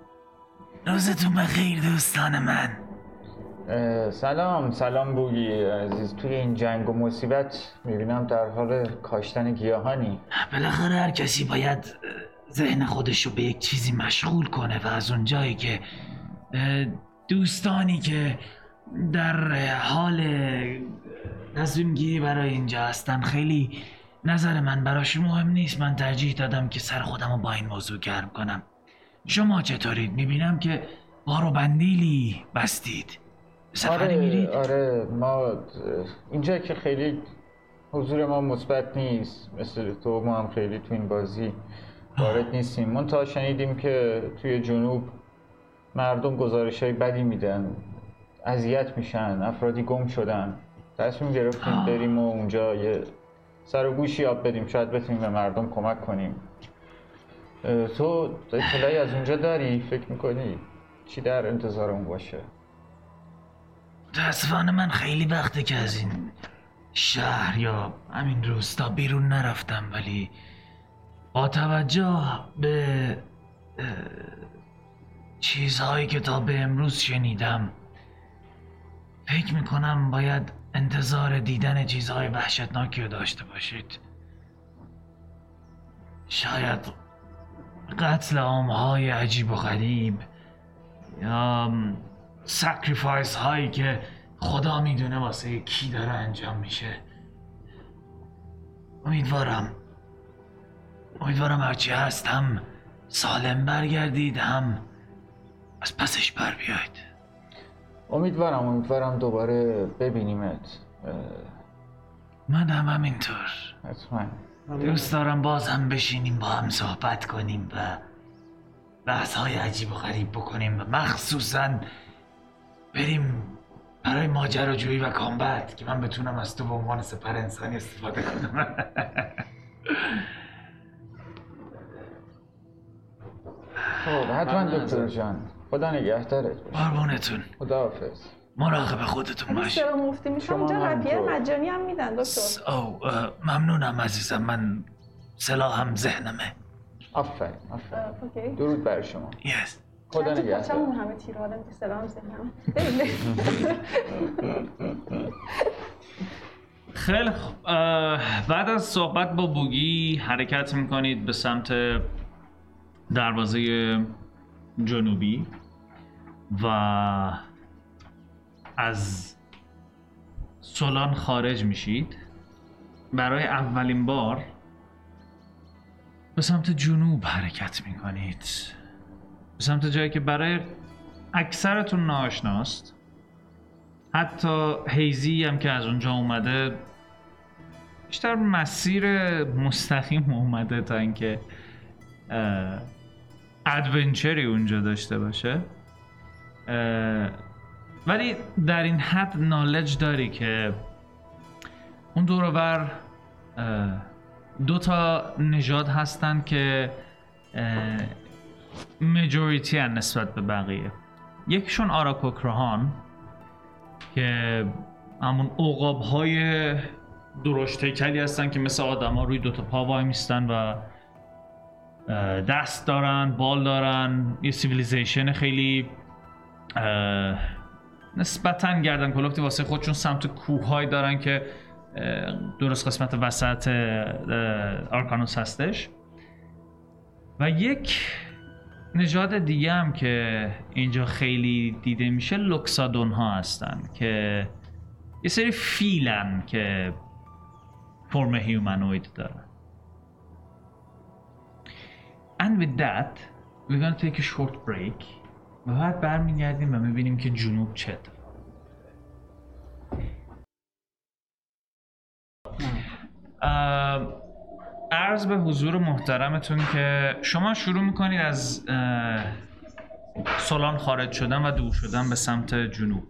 روزتون بخیر دوستان من. اه، سلام سلام بوگی عزیز، توی این جنگ و مصیبت میبینم در حال کاشتن گیاهانی. بالاخره هر کسی باید اه، ذهن خودش رو به یک چیزی مشغول کنه و از اون جایی که اه، دوستانی که در حال تصمیم گیری برای اینجا هستن، خیلی نظر من براش مهم نیست. من ترجیح دادم که سر خودم رو با این موضوع گرم کنم. شما چطورید؟ میبینم که بار و بندیلی بستید. سفری آره میرید؟ آره ما اه، اینجا که خیلی حضور ما مثبت نیست، مثل تو ما هم خیلی تو این بازی وارد نیستیم. من تا شنیدیم که توی جنوب مردم گزارش های بدی میدن، اذیت میشن، افرادی گم شدن. تصمیم گرفتیم بریم و اونجا یه سر و گوشی آب بدیم، شاید بتونیم به مردم کمک کنیم. اه، تو اطلاعی از اونجا داری؟ فکر میکنی چی در انتظارمون باشه؟ متاسفانه من خیلی وقته که از این شهر یا همین روستا بیرون نرفتم، ولی با توجه به اه، چیزهایی که تا به امروز شنیدم، فکر میکنم باید انتظار دیدن چیزهای وحشتناکی رو داشته باشید. شاید قتل عامهای عجیب و غریب یا سکریفایس هایی که خدا میدونه واسه کی داره انجام میشه. امیدوارم امیدوارم هرچی هست هم سالم برگردید، هم از پسش بر بیاید. امیدوارم امیدوارم دوباره ببینیمت. اه، من هم همینطور حتما. دوست دارم باز هم بشینیم با هم صحبت کنیم و بحث های عجیب و غریب بکنیم و مخصوصا بریم برای ماجراجویی و کامبت که من بتونم از تو به عنوان سپر انسانی استفاده کنم. خب حتما دکتر جان، خدا نگهدارت باشه. قربونتون، خداحافظ. مراقب خودتون اگه باشید. سرم مفتی میشه شما اونجا هم هپیه همینطور. مجانی هم میدن دکتر. س- او اه، ممنونم عزیزم، من سلاحم ذهنمه. آفرین آفرین. اه، اوکی. درود بر شما. یس. خدا من تو نگهدار. پاچمون همه تیر آدم که سلام ذهنم. بریم بریم. خیلی خوب. اه، بعد از صحبت با بوگی حرکت میکنید به سمت دروازه جنوبی و از سولان خارج میشید. برای اولین بار به سمت جنوب حرکت میکنید، به سمت جایی که برای اکثرتون ناآشناست. حتی هیزی هم که از اونجا اومده بیشتر مسیر مستقیم اومده تا اینکه اه، ادونچری اونجا داشته باشه، ولی در این حد نالج داری که اون دور و بر دو تا نژاد هستن که مجوریتی هن نسبت به بقیه. یکیشون آراکوکراهان که همون عقاب های درشت هیکلی هستن که مثل آدم ها روی دوتا پا وای میستن و دست دارن، بال دارن، یه سیویلیزیشن خیلی نسبتاً گردن کلفتی واسه خودشون سمت کوه‌هایی دارن که درست قسمت وسط آرکانوس هستش. و یک نژاد دیگه هم که اینجا خیلی دیده میشه لوکسادون ها هستن که یه سری فیلن که فرم هیومانوید دارن. And with that we're gonna take a short break و بعد برمیگردیم و میبینیم که جنوب چه اتفاقی. عرض به حضور محترمتون که شما شروع میکنید از سولان خارج شدن و دور شدن به سمت جنوب.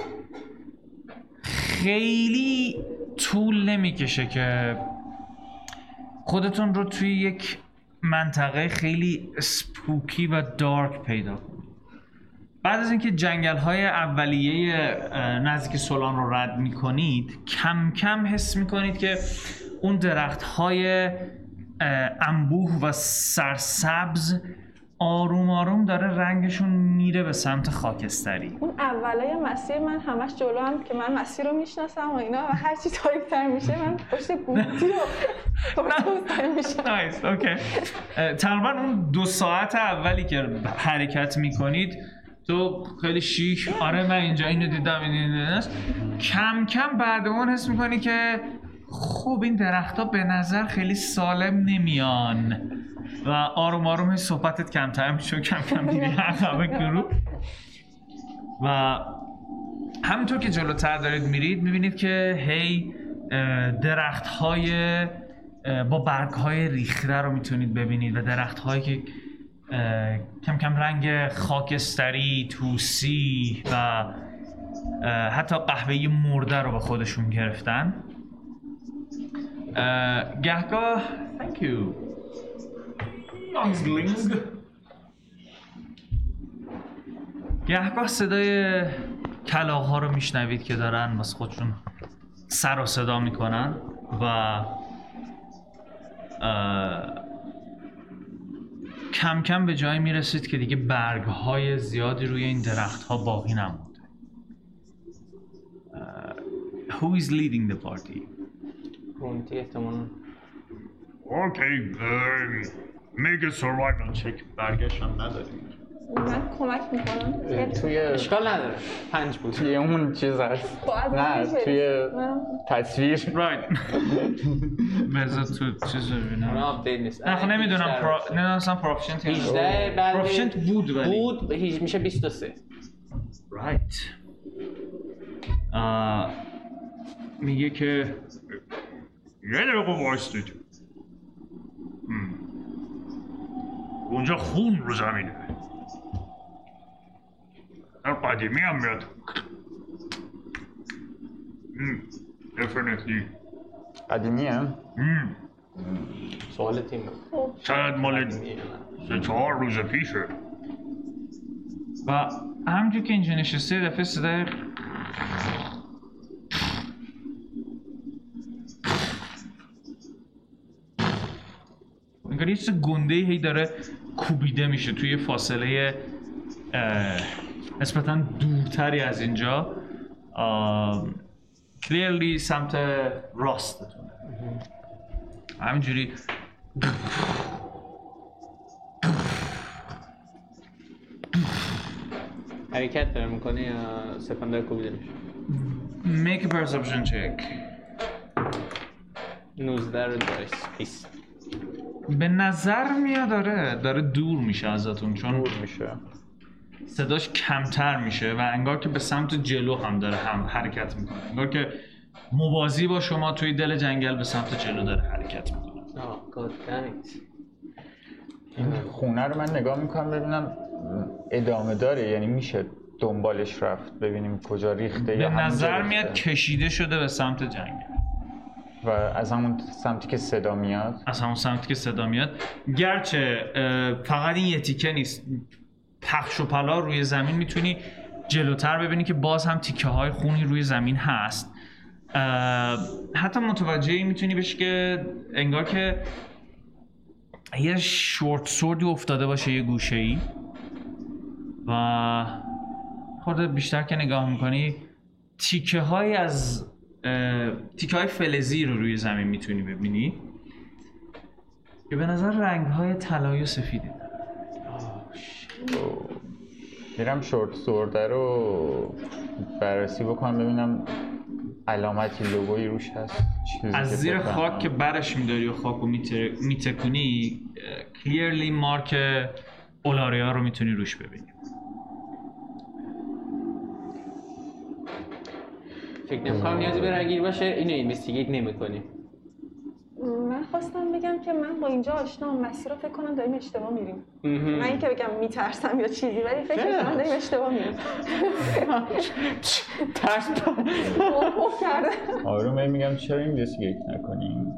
خیلی طول نمیکشه که خودتون رو توی یک منطقه خیلی سپوکی و دارک پیدا کنید. بعد از اینکه جنگل‌های اولیه نزدیک سولان رو رد می‌کنید، کم کم حس می‌کنید که اون درخت‌های انبوه و سرسبز آروم آروم داره رنگشون میره به سمت خاکستری. اون اولای مسیر من همش جلو هم که من مسیر رو میشناسم و اینا و هر چی تاریک‌تر میشه من پشت گوشتی رو پشت میشه. نایس، اوکی. تقریبا اون دو ساعت اولی که حرکت میکنید تو خیلی شیک، آره من اینجا اینو دیدم این کم کم بعد اون حس میکنی که خب این درخت‌ها به نظر خیلی سالم نمیان و آروم آروم صحبتت کمتر میشه و کم کم میری عقب گروه. و همونطور که جلوتر دارید میرید میبینید که هی درخت‌های با برگ‌های ریخته رو میتونید ببینید و درخت‌هایی که کم کم رنگ خاکستری، توسی و حتی قهوه‌ای مرده رو به خودشون گرفتن. گهگاه thank you گهگاه صدای کلاغ‌ها رو میشنوید که دارن واسه خودشون سر و صدا میکنن و کم کم به جایی میرسید که دیگه برگ‌های زیادی روی این درخت‌ها باقی نمونده. Who is leading the party? رونتی احتمالاً. اوکی، میگه survival check. برگشت هم نداریم. من کمک میکنم. توی اشکال نداره. پنج بود. توی اون چیز هست. نه توی تصویر. Right. بذار تو چیز رو ببینم. اونا آپدیت نیست. نه نمیدونم پرا... نه اصلا پروفیشنت هجده بعد پروفیشنت بود ولی بود هیچ میشه بیست و سه. Right. آه... میگه که یه دقیقه وایستید. اونجا خون رو زمینه. در قدیمی هم میاد. definitely. قدیمی هم؟ سوال تیم شاید مال سه چهار روز پیشه. و همونجور که اینجا نشسته دفعه صدای انگار یه چیز گنده‌ای هی داره کوبیده میشه توی فاصله نسبتاً دورتری از اینجا. کلیرلی سمت راستتونه. همینجوری حرکت داره میکنه یا صرفاً داره کوبیده میشه؟ Make a perception check. نوزده رو دایس پیس. به نظر میاد داره داره دور میشه ازتون چون دور میشه صداش کمتر میشه و انگار که به سمت جلو هم داره هم حرکت میکنه، انگار که موازی با شما توی دل جنگل به سمت جلو داره حرکت میکنه. آه گاد دمیت. این خونه رو من نگاه میکنم ببینم ادامه داره، یعنی میشه دنبالش رفت ببینیم کجا ریخته به یا همونجا نظر ریخته. میاد کشیده شده به سمت جنگل. و از همون سمتی که صدا میاد از همون سمتی که صدا میاد، گرچه فقط این یه تیکه نیست، پخش و پلا روی زمین میتونی جلوتر ببینی که باز هم تیکه های خونی روی زمین هست. حتی متوجه این میتونی بشی که انگار که یه شورت سوردی افتاده باشه یه گوشه ای و خورده بیشتر که نگاه میکنی تیکه های از تیکه های فلزی رو روی زمین میتونی ببینی که به نظر رنگ های طلایی و سفیدی داره. میرم شورت سورده رو بررسی بکنم ببینم علامتی لوگویی روش هست، چیزی از که زیر بفهمم. خاک که برش میداری و خاک رو میتکونی کلیرلی مارک اولاریا رو میتونی روش ببینی. فکر نمی‌کنم نیازی به رگیر باشه، اینو اینوستیگیت نمی‌کنیم. من خواستم بگم که من با اینجا آشنام، مسیر رو فکر کنم داریم اشتباه میریم. نه اینکه بگم میترسم یا چیزی، ولی فکر می‌کنم داریم اشتباه میریم. ترس اوه کرده. آروم میگم چرا اینوستیگیت نکنیم؟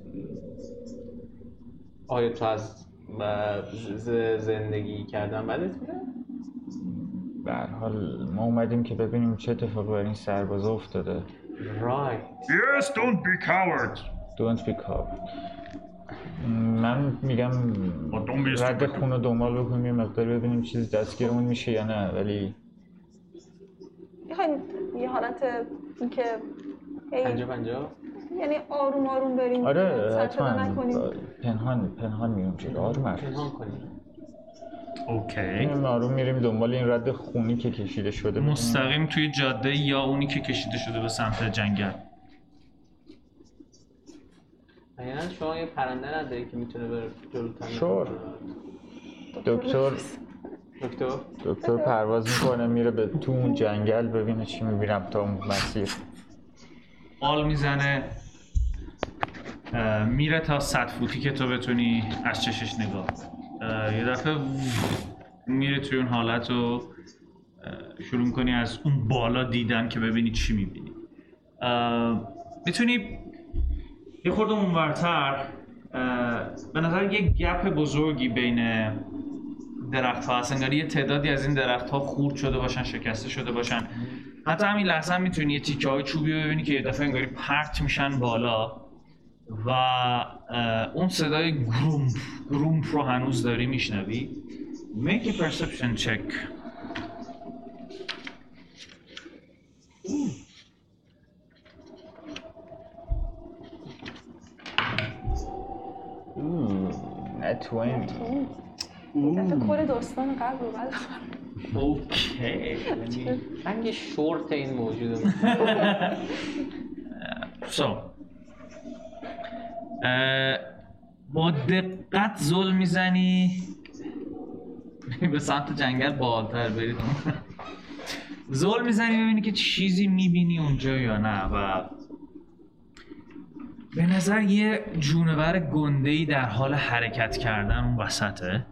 آیا تو از زندگی کردن بدت میاد؟ به هر حال ما اومدیم که ببینیم چه اتفاقی برای این سربازا افتاده. Right. Yes, don't be cowards. Don't be coward. من میگم don't be رد stupid. خون رو دنبال بکنیم یه مقدار ببینیم چیزی دستگیرمون میشه یا نه، ولی میخوایم یه حالت اینکه پنجا پنجا؟ یعنی آروم آروم بریم، آره سر صدا حتما نکنیم. پنهان پنهان میریم جلو، آروم حرف پنهان بزن. کنیم. اوکی. میریم آروم میریم دنبال این رد خونی که کشیده شده ببینیم. مستقیم توی جاده یا اونی که کشیده شده به سمت جنگل. مثلا شما یه پرنده نداری که میتونه بره جلوتر؟ شور. دکتر دکتر دکتر پرواز میکنه میره به تو اون جنگل ببینه چی میبینم تا اون مسیر. آل میزنه میره تا صد فوتی که تو بتونی از چشش نگاه کنی. یه دفعه میره توی اون حالت و شروع میکنی از اون بالا دیدن که ببینی چی میبینی. میتونی یه خورده اونورتر به نظر یه گپ بزرگی بین درخت ها هست، انگاری یه تعدادی از این درخت ها خورد شده باشن، شکسته شده باشن. حتی همین لحظه هم میتونی یه تیکه های چوبی ببینی که یه دفعه انگاری پرت میشن بالا و اون صدای گرومپ گرومپ رو هنوز داری میشنوی. Make a perception check. نتوانی دفعه کل داستان قبل رو بعد اوکی. رنگ شورت این موجوده. So با دقت زل میزنی به سمت جنگل بالاتر برید. زل میزنی ببینی که چیزی میبینی اونجا یا نه و به نظر یه جونور گنده‌ای در حال حرکت کردن اون وسطه.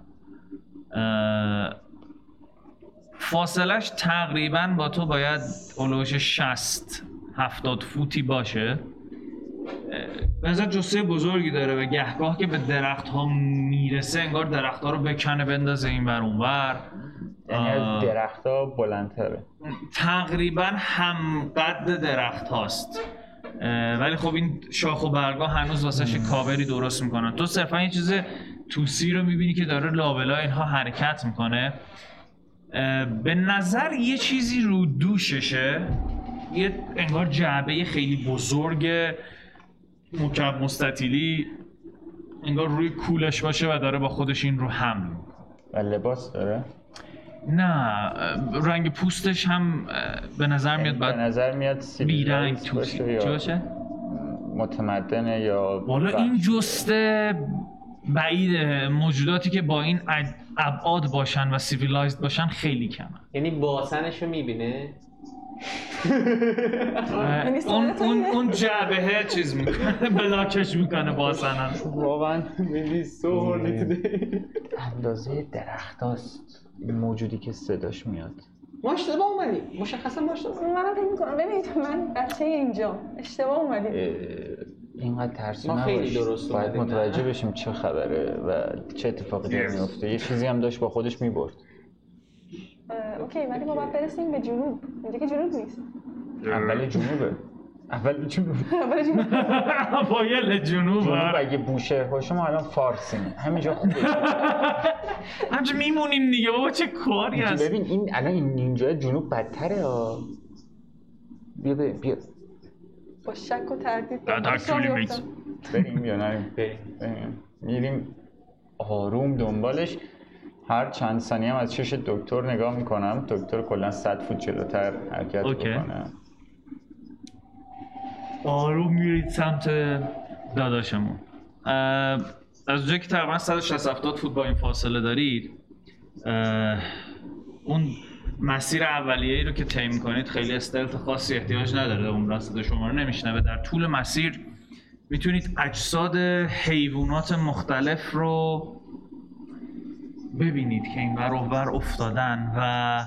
فاصلش تقریبا با تو باید اولوش شصت هفتاد فوتی باشه. به نظر جثه بزرگی داره و گهگاه که به درخت ها میرسه انگار درخت ها رو بکنه بندازه این ور اون ور. یعنی از درخت ها بلندتره. تقریبا هم قد درخت هاست، ولی خب این شاخ و برگا هنوز واسهش کاوری درست میکنن. تو صرفا یه چیز توسی رو میبینی که داره لابلا اینها حرکت میکنه. به نظر یه چیزی رو دوششه، یه انگار جعبه خیلی بزرگ مکعب مستطیلی انگار روی کولش باشه و داره با خودش این رو حمل میکنه. و لباس داره؟ نه، رنگ پوستش هم به نظر میاد به بعد نظر میاد بیرنگ سیویلایز توسی باشه چی یا باشه؟ متمدنه یا والا این وحش. جسته بعیده. موجوداتی که با این ابعاد باشن و سیویلایزد باشن خیلی کمن. یعنی باسنشو میبینه؟ اون اون اون جعبه چیز میکنه بلاکش میکنه با سنن. واقعا میبینی سوردی توده. اندازه درخت هاست این موجودی که صداش میاد. ما اشتباه اومدیم، مشخصا ما اشتباه اومدیم. منم فکر میکنم ببینید من بچه اینجا اشتباه اومدیم. اینقدر ترسی ما خیلی نباش. درست باید اومدیم، متوجه نه؟ بشیم چه خبره و چه اتفاقی داره میفته. یه چیزی هم داشت با خودش میبرد. اوکی ولی ما باید برسیم به جنوب. اینجا که جنوب نیست. اول جنوبه. اول جنوب. اول جنوب. اوایل جنوب جنوب اگه بوشهر باشه ما الان فارسیم. همینجا خوبه. همچه میمونیم دیگه بابا چه کاری هست. ببین این الان این اینجا جنوب بدتره ها. بیا بیا بیا. با شک و تردید در طول میت. بریم یا نریم؟ بریم. بریم. میریم آروم دنبالش. هر چند ثانیه هم از چش دکتر نگاه میکنم. دکتر کلا صد فوت جلوتر حرکت اوکی. بکنه. آروم میرید سمت داداشمون. از اونجایی که تقریبا صد و شصت هفتاد فوت با این فاصله دارید، اون مسیر اولیه‌ای رو که طی می‌کنید خیلی استلت خاصی احتیاج نداره. عمران صدا شما رو نمیشنوه. در طول مسیر میتونید اجساد حیوانات مختلف رو ببینید که این ور و ور افتادن و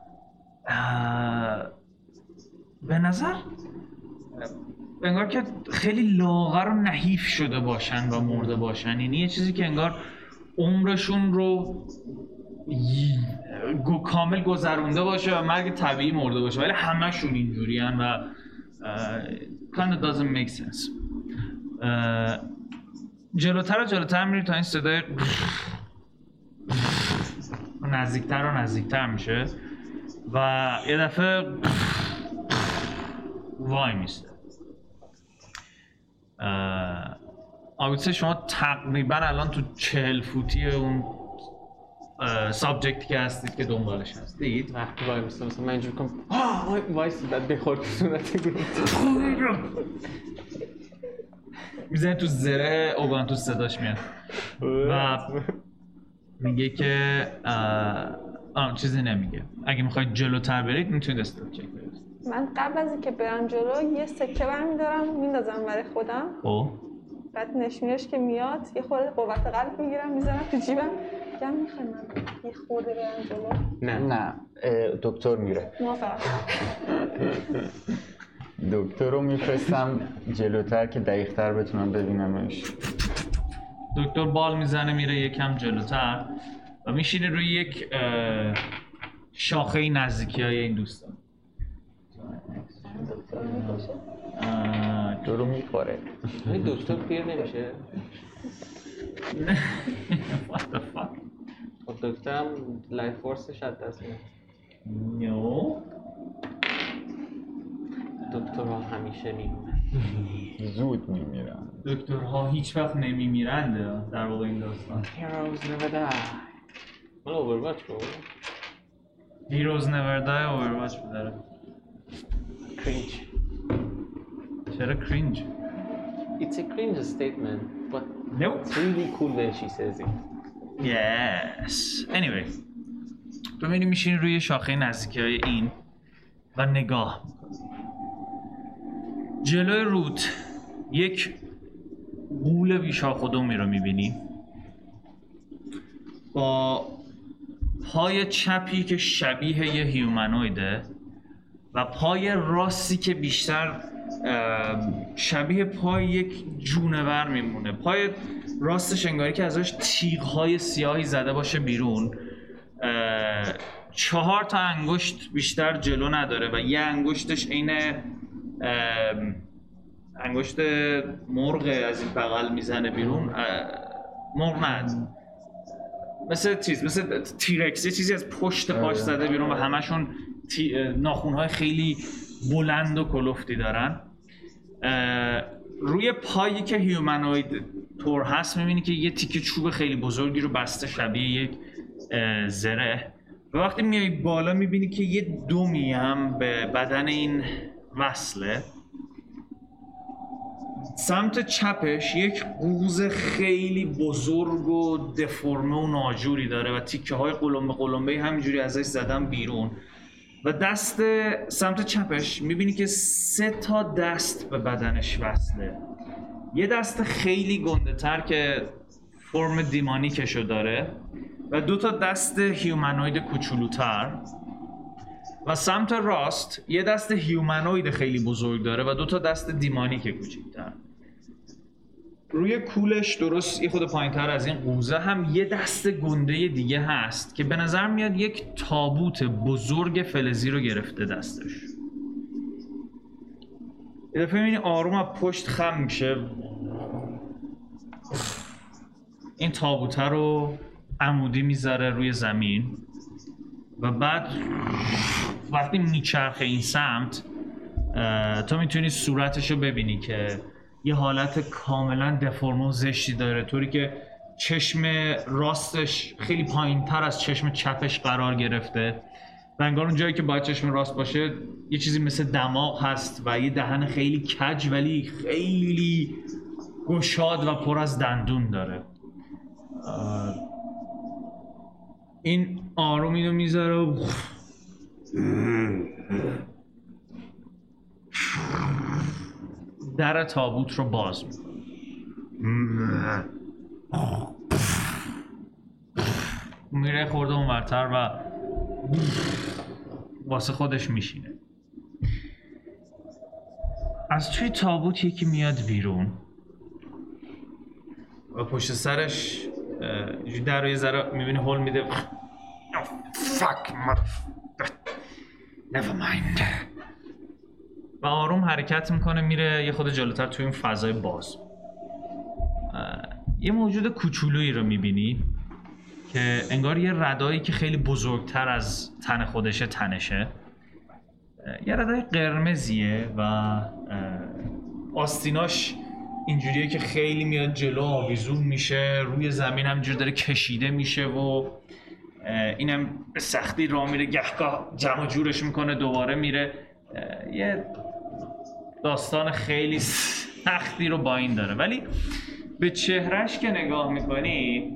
به نظر انگار که خیلی لاغر و نحیف شده باشن و مرده باشن. یعنی یه چیزی که انگار عمرشون رو گو کامل گذرونده باشه و مرگ طبیعی مرده باشه، ولی همه‌شون اینجوری هن و kind of doesn't make sense. جلوتر و جلوتر میرید تا این صدای نزدیکتر و نزدیکتر میشه و یه دفعه وای میسته. آبیتسه شما تقریبا الان تو چهل فوتی اون سابجکتی که هستید که دنبالش هستید. وقتی وای میسته مثلا من اینجور کنم آه وای وایسی بعد بخورد تو صورت گروه میزنی تو زره اوگانتوس صداش میاد و میگه که آه چیزی نمیگه. اگه میخواید جلوتر برید میتونید استاپ چک برید. من قبل از اینکه برم جلو یه سکه برمیدارم میندازم برای خودم. او بعد نشونش که میاد یه خورده قوت قلب میگیرم میذارم تو جیبم. میگم میخوایم من یه خورده برم جلو. نه نه دکتر میره. موافقم. دکتر رو میفرستم جلوتر که دقیق‌تر بتونم ببینمش. دکتر بال میزنه میره یکم جلوتر و میشینه روی یک شاخه نزدیکی های این دوستان. دکتر رو میخوره. این دکتر پیر نمیشه؟ What the fuck؟ خب دکتر هم لایف فورسش از دست میاد. نو دکترها همیشه میمونه. زود میمیرن. دکترها هیچ وقت نمیمیرند در واقع این داستان. Heroes never die. مال اوورواچ بود. Heroes never die اوورواچ بداره. Cringe. چرا cringe؟ It's a cringe statement, but No. it's really cool when she says it. Yes. Anyway. تو میری میشینی روی شاخه نزدیکی های این و نگاه میکنی. جلوی روت یک غول بیشاخ و دومی رو میبینی با پای چپی که شبیه یه هیومنویده و پای راستی که بیشتر شبیه پای یک جونور میمونه. پای راستش انگاری که ازش تیغ‌های سیاهی زده باشه بیرون. چهار تا انگشت بیشتر جلو نداره و یه انگشتش عین انگشت مرغ از این بغل میزنه بیرون. مرغ نه مثل چیز مثل تیرکس یه چیزی از پشت پاش زده بیرون و همشون ناخونهای خیلی بلند و کلفتی دارن. روی پایی که هیومنوید طور هست میبینی که یه تیکه چوب خیلی بزرگی رو بسته شبیه یک زره و وقتی میای بالا میبینی که یه دومی هم به بدن این وصله. سمت چپش یک قوز خیلی بزرگ و دفرمه و ناجوری داره و تیکه های قلمبه قلمبه همینجوری ازش زدن بیرون و دست سمت چپش میبینی که سه تا دست به بدنش وصله. یه دست خیلی گنده تر که فرم دیمانیکشو داره و دو تا دست هیومانوید کوچولوتر و سمت راست یه دست هیومانوید خیلی بزرگ داره و دو تا دست دیمانیک کوچیک‌تر. روی کولش درست یه خود پایین‌تر از این قوزه هم یه دست گنده دیگه هست که به نظر میاد یک تابوت بزرگ فلزی رو گرفته دستش. یه دفعه می‌بینی آروم از پشت خم میشه، این تابوته رو عمودی میذاره روی زمین و بعد وقتی میچرخه این سمت تو میتونی صورتش رو ببینی که یه حالت کاملا دفرمه و زشتی داره، طوری که چشم راستش خیلی پایین تر از چشم چپش قرار گرفته و انگار اون جایی که باید چشم راست باشه یه چیزی مثل دماغ هست و یه دهن خیلی کج ولی خیلی گشاد و پر از دندون داره. این آروم اینو میذاره و در تابوت رو باز میکنه، میره خورده اونورتر و واسه خودش میشینه. از توی تابوت یکی میاد بیرون و پشت سرش در روی ذره میبینی هول میده. Fuck, never mind. و آروم حرکت میکنه میره یه خود جلوتر توی این فضای باز. یه موجود کوچولویی رو میبینی که انگار یه ردایی که خیلی بزرگتر از تن خودشه تنشه. یه ردای قرمزیه و آستیناش اینجوریه که خیلی میاد جلو آویزون میشه، روی زمین همینجور داره کشیده میشه و اینم به سختی راه میره، گهگاه جمع جورش میکنه دوباره میره. یه داستان خیلی سختی رو با این داره، ولی به چهرهش که نگاه میکنی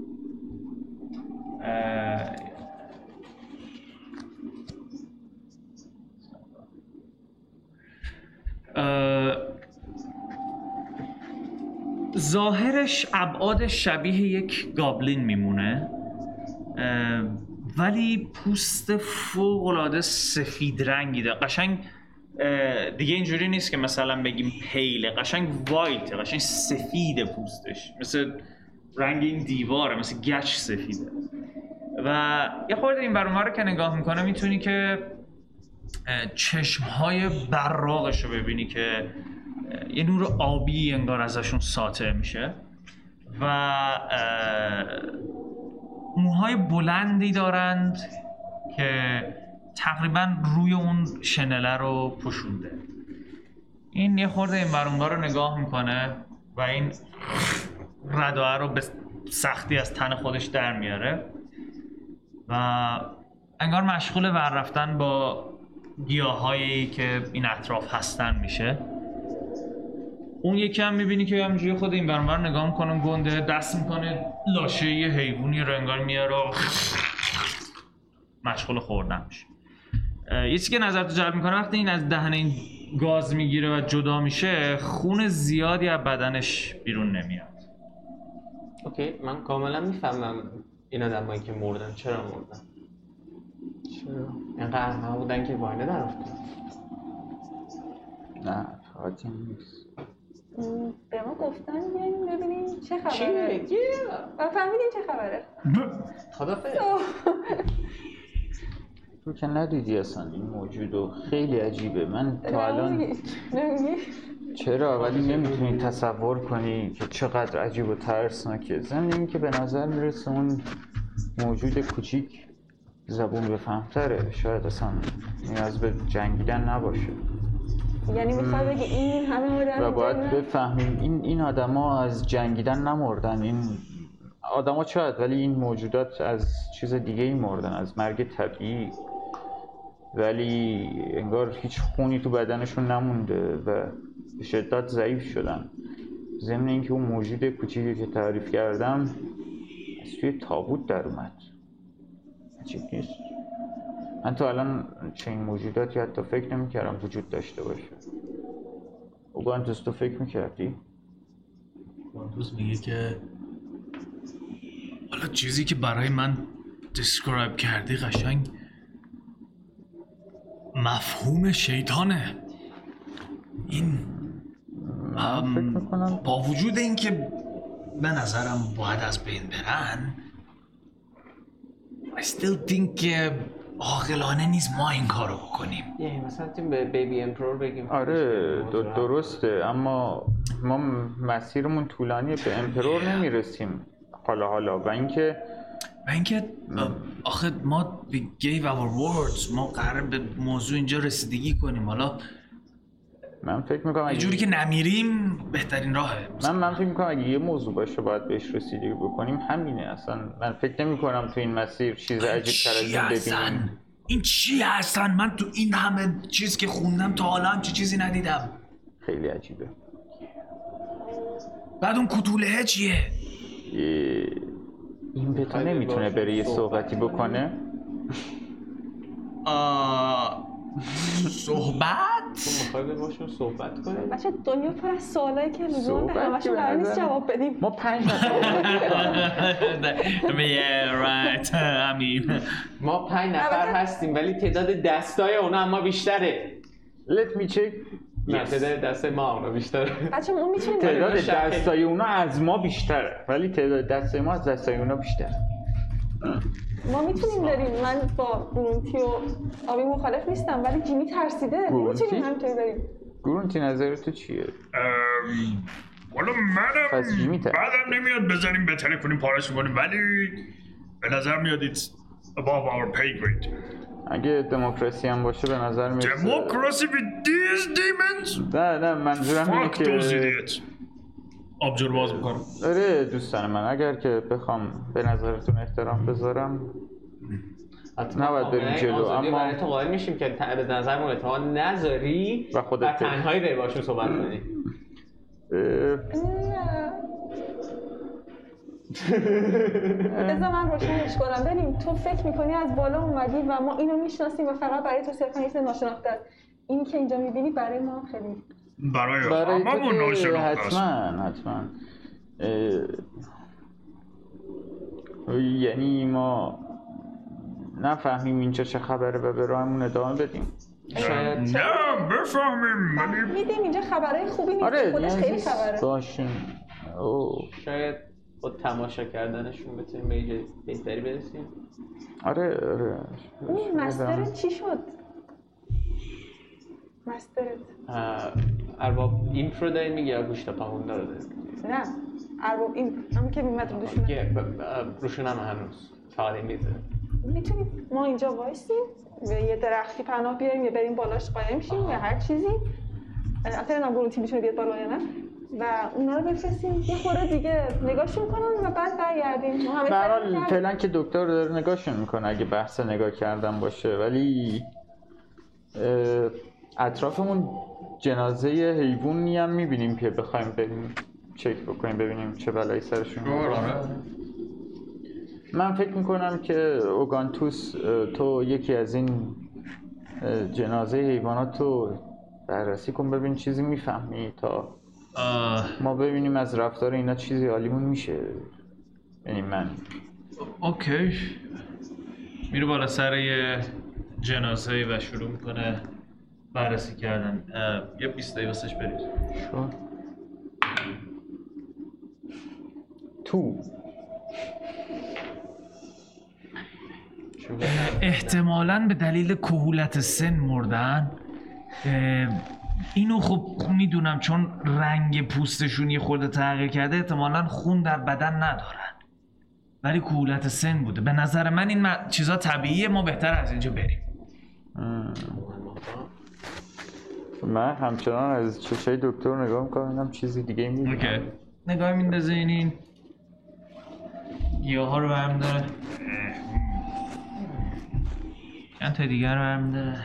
ظاهرش ابعاد شبیه یک گابلین میمونه، ولی پوست فوق‌العاده سفید رنگی داره. قشنگ دیگه اینجوری نیست که مثلا بگیم پیله، قشنگ وایت، قشنگ سفیده پوستش، مثل رنگ این دیواره، مثل گچ سفیده. و یه خورده این بر اون ور که نگاه میکنه میتونی که چشمهای براقش رو ببینی که یه نور آبی انگار ازشون ساطع میشه و موهای بلندی دارند که تقریبا روی اون شنله رو پوشونده. این یه خورده این بر اون ور رو نگاه میکنه و این رداعه رو به سختی از تن خودش در میاره و انگار مشغول ور رفتن با گیاهایی که این اطراف هستن میشه. اون یکی هم میبینی که همینجوری خود این برانور نگاه میکنه، گنده دست میکنه لاشه یه حیوانی رو انگار میاره و مشغول خوردن میشه. یه چیزی که نظرتو جلب میکنه وقتی این از دهن این گاز میگیره و جدا میشه، خون زیادی از بدنش بیرون نمیاد. اوکی، من کاملا میفهمم این آدمایی که مردن چرا مردن. چرا؟ اینقدر احمق بودن که واینه در افتاد. نه فقط این نیست. به ما گفتن بیاییم ببینیم چه خبره. چیه؟ و فهمیدیم چه خبره. خدافظ. تو که ندیدی اصلا این موجودو، خیلی عجیبه. من تا الان نمیگی؟ چرا ولی نمیتونی تصور کنی که چقدر عجیب و ترسناکه. ضمن این که به نظر میرسه اون موجود کوچیک زبون بفهمتره، شاید اصلا نیاز به جنگیدن نباشه. یعنی میخواد بگه این همه آدم و باید بفهمیم این این آدما از جنگیدن نمردن. این آدما شاید، ولی این موجودات از چیز دیگه ای مردن، از مرگ طبیعی. ولی انگار هیچ خونی تو بدنشون نمونده و به شدت ضعیف شدن. ضمن اینکه اون موجود کوچیکی که تعریف کردم از توی تابوت در اومد. عجیب نیست؟ من تا الان چنین موجوداتی حتی فکر نمی‌کردم وجود داشته باشه. اوگانتوس تو فکر می‌کردی؟ اوگانتوس میگه که حالا چیزی که برای من دیسکرایب کردی قشنگ مفهوم شیطانه. این من فکر می‌کنم با وجود اینکه به نظرم باید از بین برن I still think که عاقلانه نیست ما این کارو بکنیم. یه مثلا تیم به بیبی امپرور بگیم. آره د- درسته، اما ما مسیرمون طولانیه، به امپرور نمیرسیم حالا حالا و اینکه و اینکه آخه ما we gave our words، ما قرار به موضوع اینجا رسیدگی کنیم. حالا من فکر میکنم یه جوری که نمیریم بهترین راهه. من من فکر میکنم اگه یه موضوع باشه باید بهش رسیدگی بکنیم همینه. اصلا من فکر نمی کنم تو این مسیر چیز عجیب تر از این ببینیم. این چی هستن؟ من تو این همه چیز که خوندم تا حالا هم چی چیزی ندیدم. خیلی عجیبه. بعد اون کتوله چیه؟ این بتا نمیتونه بره یه صحبتی بکنه؟ آه... صحبت؟ تو میخوای باشون صحبت کنیم؟ بچه دنیا پر از سوالایی که لزوما به صحبت همشون که قرار نیست بنظرم- جواب بدیم. ما پنج نفر Yeah, right. همین. ما پنج نفر هستیم ولی تعداد دستای اونا اما بیشتره. Let me check. نه تعداد دستای ما اونا بیشتره. بچه ما میتونیم تعداد بریم. دستای اونا از ما بیشتره ولی تعداد دستای ما از دستای اونا بیشتره. ما میتونیم بریم. من با برونتی و آبی مخالف نیستم ولی جیمی ترسیده. برونتی؟ میتونیم همینطوری بریم. گرونتی نظر تو چیه؟ ام، والا منم پس جیمی تر. بعدم نمیاد بزنیم بهتره کنیم پارش کنیم ولی به نظر میاد it's above our pay grade. اگه دموکراسی هم باشه به نظر میرسه Democracy with these demons? نه نه منظورم اینه Fuck those که idiots. آبجور باز میکنم. آره دوستان من اگر که بخوام به نظرتون احترام بذارم نباید بریم جلو، آزادی اما- برای تو قائل میشیم که ت- به نظرمون اعتماد نذاری و خودت و تنهایی بری باشون صحبت کنی. اه، نه. بذار من روشنش کنم. ببین تو فکر میکنی از بالا اومدی و ما اینو میشناسیم و فقط برای تو صرفا یه چیز ناشناخته است. اینی که اینجا میبینی برای ما خیلی برای برای تو هممون که ناشناخته است. حتما حتما اه، یعنی ما نفهمیم اینجا چه خبره و به راهمون ادامه بدیم. شاید نه بفهمیم ولی میدیم اینجا خبرهای خوبی نیست. آره خودش خیلی نیاز خبره. باشیم. اوه. شاید با تماشا کردنشون بتونیم به یه جای بهتری برسیم. آره آره این مسترت چی شد؟ مسترت اه، ارباب اینترو داری میگی یا گوشت پامون داره داری؟ نه ارباب این همون که میمد رو دوشونه. یه ب- ب- روشون هم هنوز فقط این میزه. میتونیم ما اینجا وایسیم به یه درختی پناه بیاریم یا بریم بالاش قایم شیم یا هر چیزی. البته نمیدونم برونتی میتونه بیاد بالا یا نه و اونا رو بفرستیم یه خورده دیگه نگاهشون کنن و بعد برگردیم. ما همه به هر سعی حال می‌کردیم. فعلا که دکتر داره نگاهشون میکنه اگه بحث نگاه کردن باشه، ولی اه، اطرافمون جنازه حیوانی هم میبینیم که بخوایم بریم چک بکنیم ببینیم چه بلایی سرشون اومده. من فکر میکنم که اوگانتوس اه، تو یکی از این اه، جنازه حیوانات رو بررسی کن ببین چیزی میفهمی تا آه، ما ببینیم از رفتار اینا چیزی حالیمون میشه. یعنی من اوکی. میره بالا سر یه جنازه و شروع میکنه بررسی کردن. اه، یه بیست دقیقه واسش برید. شو تو احتمالاً به دلیل کهولت سن مردن. اه، اینو خب میدونم چون رنگ پوستشون یه خورده تغییر کرده احتمالاً خون در بدن ندارن ولی کهولت سن بوده. به نظر من این م- چیزا طبیعیه، ما بهتر از اینجا بریم. من همچنان از چشای دکتر نگاه میکنم اینم چیزی دیگه میبینم. اوکی. نگاه میندازه این این گیاه ها رو برم داره چند تا دیگر رو برم داره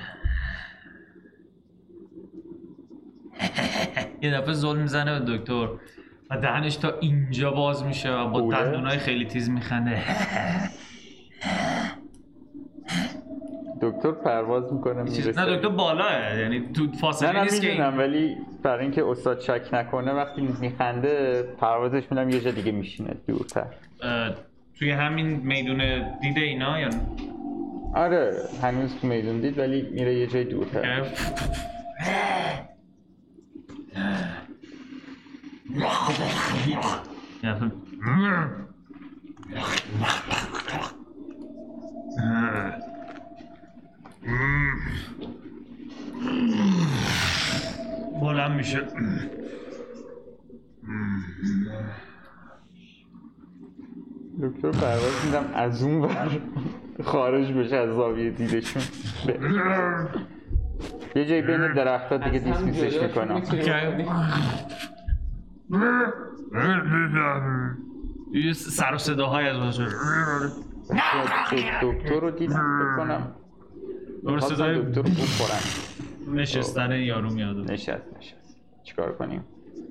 یه دفعه ظلم میزنه به دکتر و دهنش تا اینجا باز میشه و با خوله؟ دندونای خیلی تیز میخنده. دکتر دکتر پرواز میکنه میرسه. نه دکتر بالاه، یعنی تو نه فاصله نه نیست که میدونم، ولی برای اینکه استاد شک نکنه وقتی میخنده پروازش میدم یه جا دیگه میشینه دورتر. اه، توی همین میدون دیده اینا یا نه؟ آره هنوز تو میدون دید ولی میره یه جای دورتر. بلند میشه. دکتر پرواز میدم از اون ور خارج بشه از زاویه دیدشون. یه جایی بین درخت‌ها دیگه دیسمیسش میکنم. یه سر و صداهای از باشه. دکتر رو دیدم بکنم صدای دکتر رو بخورم. نشستن یارو میاد. نشست نشست چیکار کنیم؟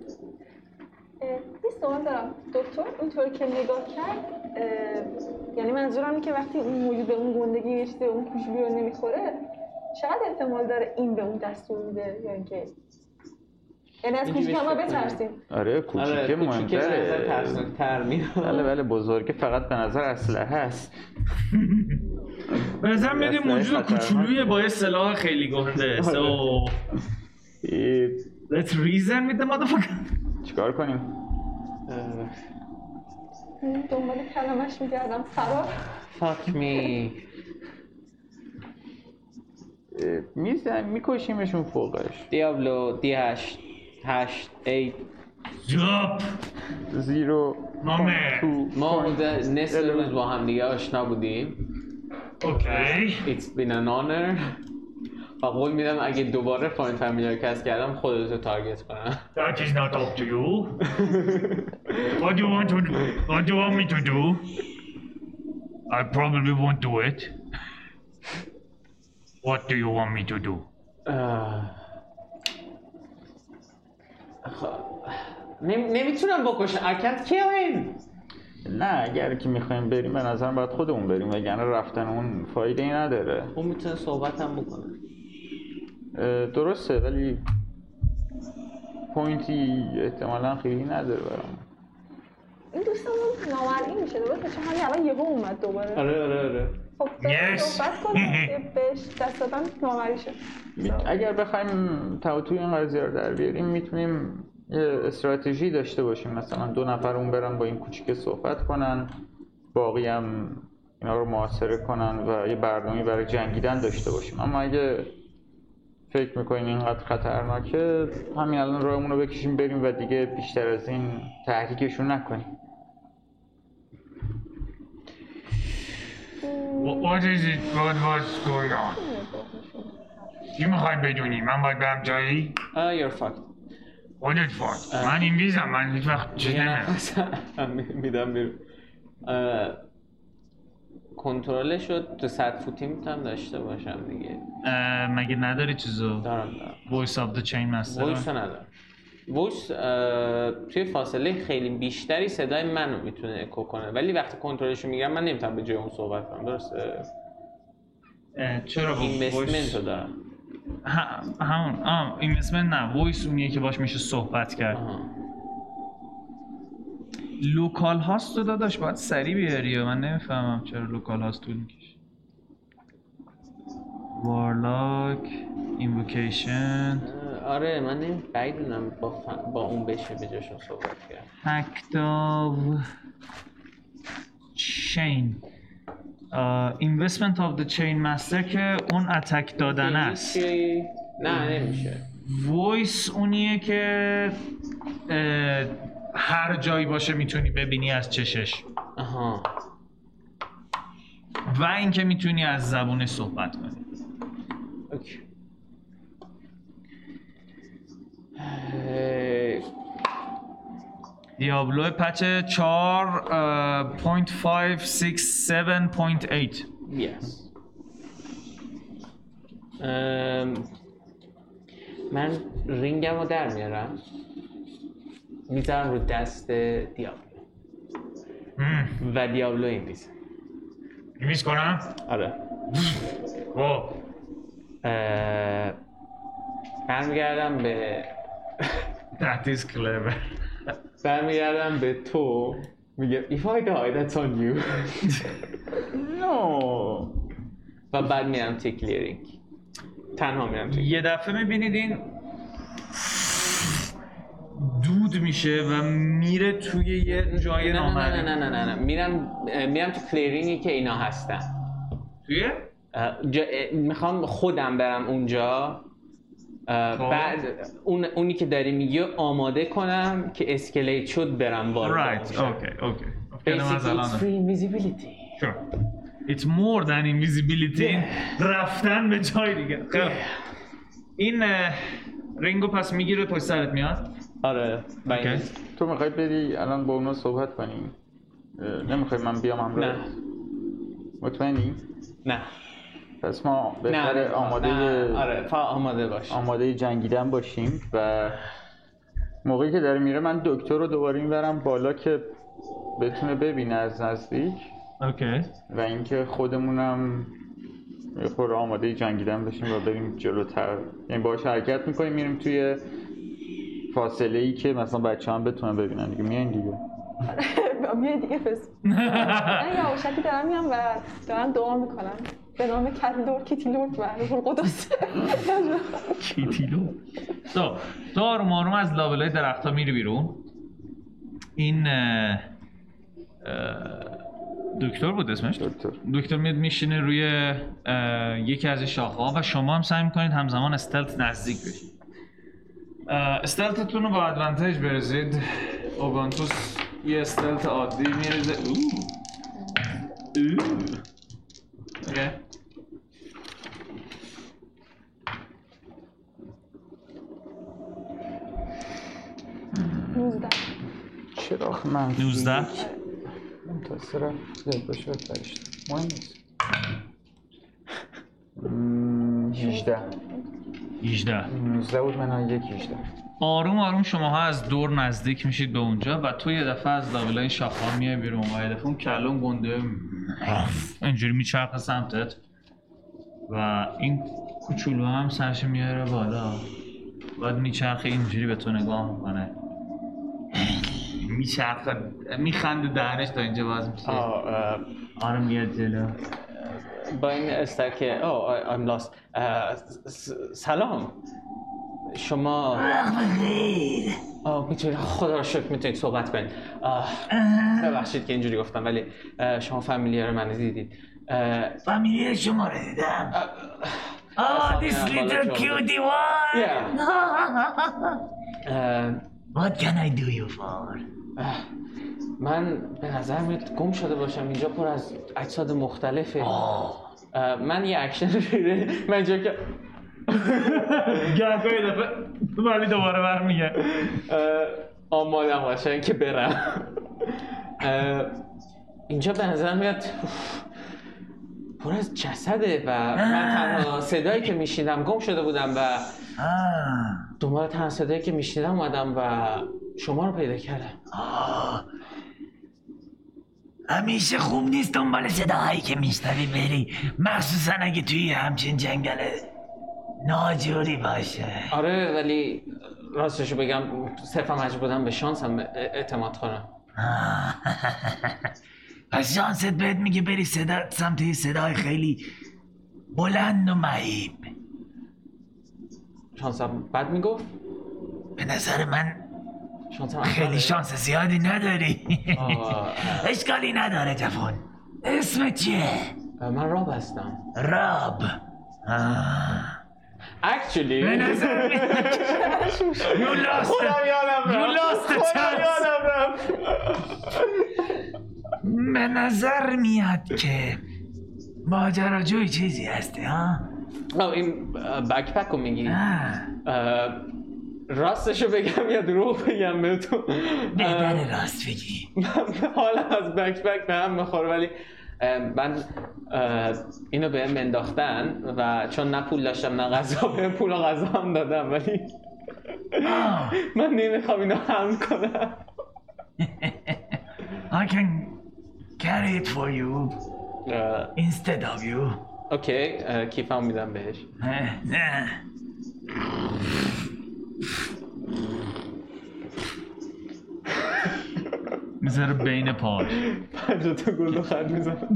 یه سوال دارم دکتر، اونطور که نگاه کرد یعنی منظورم اینه که وقتی اون موجود به اون گندگی یه چیزی اون کوچولو رو نمیخوره چقدر احتمال داره این به اون دستور میده یا اینکه یعنی از کوچیک هم ما بترسیم؟ آره کوچیکه مهمتره. ترسناک‌تر میاد. بله بله بزرگه فقط به نظر اسلحه هست. به نظر میاد این موجود کوچولویه با یه سلاح خیلی گنده. سو Let's reason with the motherfucker. چیکار کنیم؟ دنبال کلمش میگردم فرار. Fuck me. میزن میکشیمشون فوقش. دیابلو دی هشت هشت هشت جاب زیرو نامه ما نصف روز با هم دیگه آشنا بودیم. اوکی It's been an honor. و قول میدم اگه دوباره فاین فامیلیار کست کردم خودتو تارگت کنم. That is not up to you. What do you want to do? What do you want me to do? I probably won't do it. What do you want me to do? نمیتونم بکشم. I can't kill him. نه اگر که میخوایم بریم به نظرم باید خودمون بریم وگرنه رفتن اون فایده ای نداره. اون میتونه صحبت هم بکنه. درسته ولی پوینتی احتمالا خیلی نداره برام. این دوستمون نامرئی میشه درسته چون همین الان یهو اومد دوباره. آره آره آره. خب Yes. صحبت کنیم که بهش دست دادن نامرئی شه. اگر بخوایم توی این قضیه رو در بیاریم میتونیم یه استراتژی داشته باشیم، مثلا دو نفر اون برن با این کوچیک صحبت کنن، باقی هم اینا رو محاصره کنن و یه برنامه‌ای برای جنگیدن داشته باشیم. اما اگه فکر میکنین اینقدر خطرناکه همین الان راهمون رو بکشیم بریم و دیگه بیشتر از این تحریکشون نکنیم. What, what is it? What was going on? چی میخوای بدونی؟ من باید برم جایی؟ آه you're fucked. خودت فاکت. من این ویزم، من هیچ وقت چیز نمیدم. میدم بیرون. کنترلش رو تو صد فوتی میتونم داشته باشم دیگه. مگه نداری چیزو؟ دارم دارم. Voice of the Chain Master. وایس رو ندارم. وایس توی فاصله خیلی بیشتری صدای منو میتونه اکو کنه ولی وقتی کنترلش رو میگیرم من نمیتونم به جای اون صحبت کنم. درسته؟ چرا اینوستمنت رو دارم. همون آم اینوستمنت نه، وایس اونیه که باش میشه صحبت کرد. لوکال هاست رو داداش باید سریع بیاری و من نمیفهمم چرا لوکال هاست طول میکشه. وارلاک اینوکیشن. آره من نمی بعیدونم با, ف... با اون بشه به جاشون صحبت کرد. اکت آف چین اینوستمنت آف د چین مستر که اون اتک دادن است. نه نمیشه. وایس اونیه که هر جایی باشه میتونی ببینی از چشش. آها. و اینکه میتونی از زبون صحبت کنی. اوکی. دیابلو پچ چهار پوینت پنج شش هفت پوینت هشت. یس. من رینگم رو در میارم میذارم رو دست دیابلو و دیابلو این بیزه میز کنم؟ آره. خب اه... برمیگردم به That is clever. برمیگردم به تو میگم if I die that's on you No. و بعد میرم تی کلیرینگ تنها میرم تی یه دفعه میبینید این دود میشه و میره توی یه جای نه نه نه نامعلوم. نه نه نه نه میرم میرم تو کلیرینگی که اینا هستن توی؟ جا... میخوام خودم برم اونجا بعد اون اونی که داری میگه آماده کنم که اسکلیت شد برم وارد Right, بشم. okay, okay. Basically it's free invisibility. Sure. It's more than invisibility. این رفتن به جای دیگه. خیلی. این اه، رینگو پس میگیره پشت سرت میاد. آره باید Okay. تو میخوای بری الان با اونا صحبت کنی؟ اه، نمیخوای من بیام همراه؟ نه مطمئنی؟ نه پس ما نه بهتره آماده نه. آره فا آماده باش آماده جنگیدن باشیم و موقعی که داره میره من دکتر رو دوباره میبرم بالا که بتونه ببینه از نزدیک اوکی. و اینکه خودمونم یه خورده آماده جنگیدن باشیم و بریم جلوتر، یعنی باهاش حرکت میکنیم میریم توی فاصله ای که مثلا بچه هم بتونن ببینن دیگه. میایین دیگه میای دیگه پس من یواشکی دارم میام و دارم دعا میکنم به نام کتلور کیتیلورد و روح القدس. کیتیلو. تو تو آروم آروم از لابلای درخت‌ها میری بیرون. این اه، اه، دکتر بود اسمش؟ دکتر دکتر میاد میشینه روی اه، یکی از این شاخه‌ها و شما هم سعی میکنید همزمان استلت نزدیک بشید. اه، استلتتون رو با ادوانتیج برزید. اوگانتوس یه استلت عادی میریزه. اوه اوه اوکی. نوزده. چراغ من نوزده. منتصرم زد باشه فرشته مهم نیست. مم، هجده هجده. نوزده بود من یک هجده. آروم آروم شماها از دور نزدیک میشید به اونجا و تو یه دفعه از لابلای شاخه‌ها میای بیرون و یه دفعه اون کلون گنده اینجوری میچرخه سمتت و این کوچولو هم سرش میاره بالا، بعد میچرخه اینجوری به تو نگاه میکنه، میچرخه میخنده دهنش تا اینجا باز میشه. آره میاد جلو. با این استر که oh I'm lost سلام شما آه میتونید خدا رو شکر میتونید صحبت کنید. ببخشید که اینجوری گفتم ولی شما فامیلیار من دیدید. فامیلی شما رو دیدم. آه this little cutie one. Yeah. What can I do you for? من به نظر میاد گم شده باشم اینجا پر از اجساد مختلفه. من یه اکشن ریره من اینجا که گرگاه یه دفعه ولی دوباره برمیگه آمادم باشن که برم. اینجا به نظر میاد پر از جسده و من تنها صدایی که میشنیدم گم شده بودم و دنبال تنها صدایی که میشنیدم اومدم و شما رو پیدا کردم. همیشه خوب نیست دنبال صداهایی که میشنوی بری، مخصوصا اگه توی همچین جنگل ناجوری باشه. آره ولی راستشو بگم صرفا مجبور بودم به شانسم اعتماد کنم. پس شانست بهت میگه بری صدا سمت یه صدای خیلی بلند و مهیب. شانسم بد میگفت؟ به نظر من شانسم خیلی شانس زیادی نداری. اشکالی نداره جوان. اسمت چیه؟ من راب هستم. راب. Actually به نظر میاد You lost خودم یادم رفت. You lost the خودم chance. یادم رفت. به نظر میاد که ماجراجوی چیزی هستی ها؟ آه این بکپک رو میگی؟ آه. راستشو بگم یا دروغ بگم بهتون؟ بهتره راست بگی. حالا از بکپک به هم میخوره ولی من اینو بهم انداختن و چون نه پول داشتم نه غذا بهم پول و غذا هم دادم ولی من نمیخوام اینو حمل کنم. I can carry it for you instead of you. اوکی کیفم میدم بهش. نه میذاره بین پاش. پنجاه تا گل و خط میزنم. اون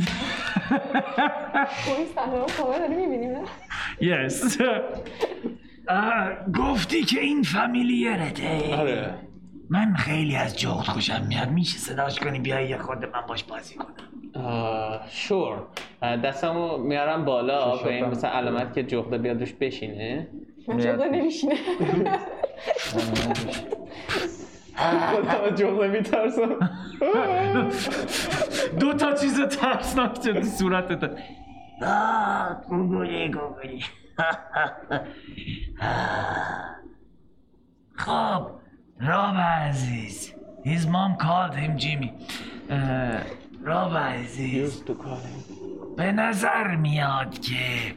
صحنه رو کامل داری میبینیم نه؟ یس. گفتی که این فامیلیرته. آره. من خیلی از جغد خوشم میاد. میشه صداش کنی بیایی یه خورده من باش بازی کنم؟ شور. دستمو میارم بالا به این مثل علامت که جغده بیاد روش بشینه. من جغده نمیشینه. خودم جغده میترسم. دو تا چیز ترسناک شد صورتت. آه گوگلی گوگلی. خب راب عزیز. His mom called him Jimmy. راب عزیز به نظر میاد که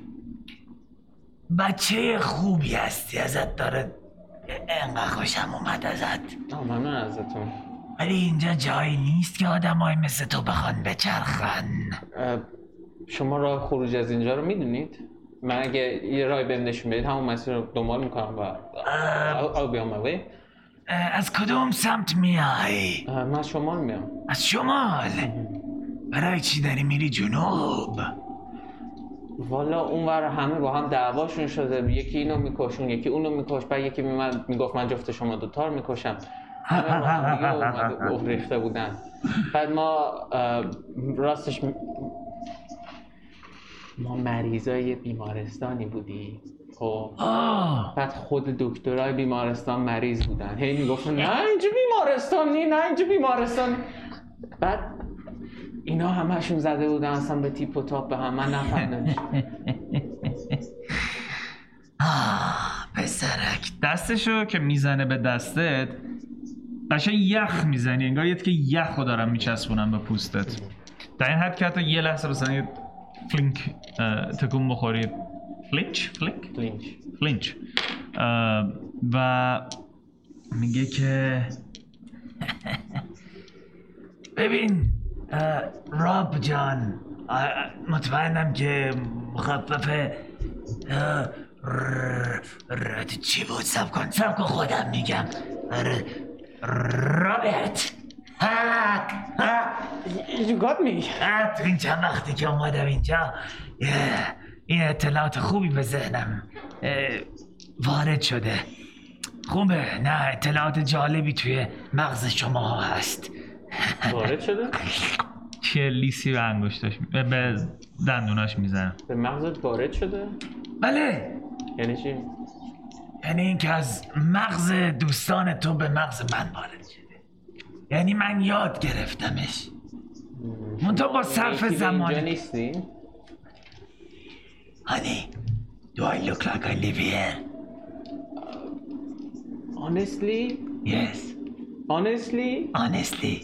بچه خوبی هستی. ازت داره انقدر خوشم اومد ازت. ممنون ازتون. ولی اینجا جایی نیست که آدم های مثل تو بخوان بچرخن. شما راه خروج از اینجا رو میدونید؟ من اگه یه راه بهم نشون بدید همون مسیر رو دنبال میکنم و I'll be on my way. از کدوم سمت میای؟ من از شمال میام. از شمال؟ برای چی داری میری جنوب؟ والا اونور همه با هم دعواشون شده. یکی اینو میکشون یکی اونو میکش. بعد یکی من میگفت من جفت شما دوتا رو میکشم. همه با هم دیگه اومده ریخته بودن. بعد ما راستش ما مریضای بیمارستانی بودیم. خب بعد خود دکترای بیمارستان مریض بودن. هی میگفتن نه اینجا بیمارستان نی نه اینجا بیمارستان. بعد اینا همه‌شون زده بودن اصلا به تیپ و تاپ به هم. من نفهمیدم. آه پسرک. دستشو که میزنه به دستت قشنگ یخ میزنی. انگار یه که یخو دارم میچسبونم به پوستت. در این حد که حتی یه لحظه مثلا یه فلینک تکون بخوری. فلینچ؟ فلینک؟ فلینچ فلینچ. و میگه که ببین راب جان مطمئنم که مخفف چی بود؟ سب کن سب کن خودم میگم. رابرت. You got me. تو این چند وقتی که اومدم اینجا این اطلاعات خوبی به ذهنم وارد شده. خوبه نه اطلاعات جالبی توی مغز شما هست. وارد شده؟ چیه لیسی به انگشتاش به دندوناش میزنه. به مغزت وارد شده؟ بله. یعنی چی؟ یعنی این که از مغز دوستان تو به مغز من وارد شده. یعنی من یاد گرفتمش. منطقه با صرف زمانی. اینجا نیستی؟ Honey, do I look like I live here? Honestly? Yes. Honestly? Honestly.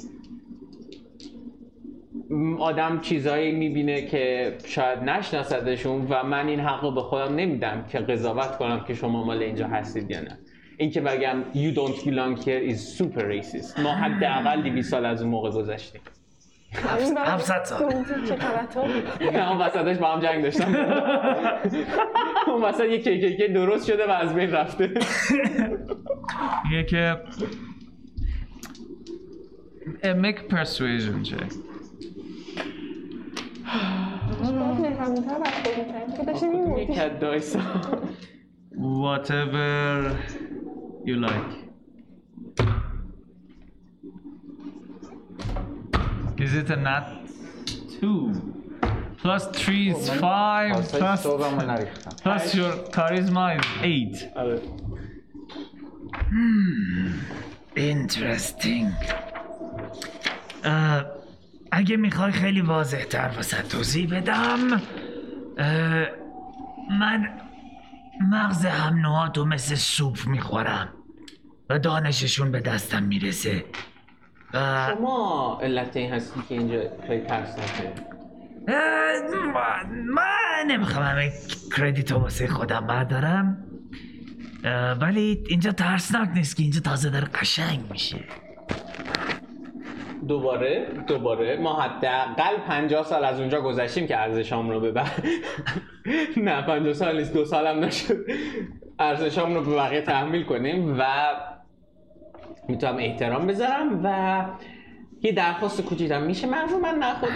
آدم چیزایی میبینه که شاید نشناسدشون و من این حق رو به خودم نمیدم که قضاوت کنم که شما مال اینجا هستید یا نه. این که بگم you don't belong here is super racist. ما حداقل دویست سال از اون موقع گذشتیم. هفتصد سال. چه غلطا. اون وسطش با هم جنگ داشتم. اون وسط یک کیکیکی درست شده و از بین رفته. میگه که make persuasion check. نفهمیدم وقت بگیتن که داشتی میموندی. یک از دایسا. Whatever you like. Is it a nat two? Plus three is five. Plus, plus your charisma is eight. Hmm. Interesting. uh, اگه میخوای خیلی واضح تر واسه توضیح بدم من مغز هم نوعاتو مثل سوپ میخورم و دانششون به دستم میرسه. شما علت این هستی که اینجا خیلی ترسناکه. من نمیخوام همه کردیتو واسه خودم بردارم ولی اینجا ترسناک نیست که اینجا تازه داره قشنگ میشه. دوباره دوباره ما حداقل پنجاه سال از اونجا گذشتیم که ارزشام رو ببر نه پنجاه سال نیست، دو سالم نشد ارزشام رو به بقیه تحمیل کنیم و میتونم احترام بذارم و یه درخواست کوچیکم میشه مغزو من نخوری؟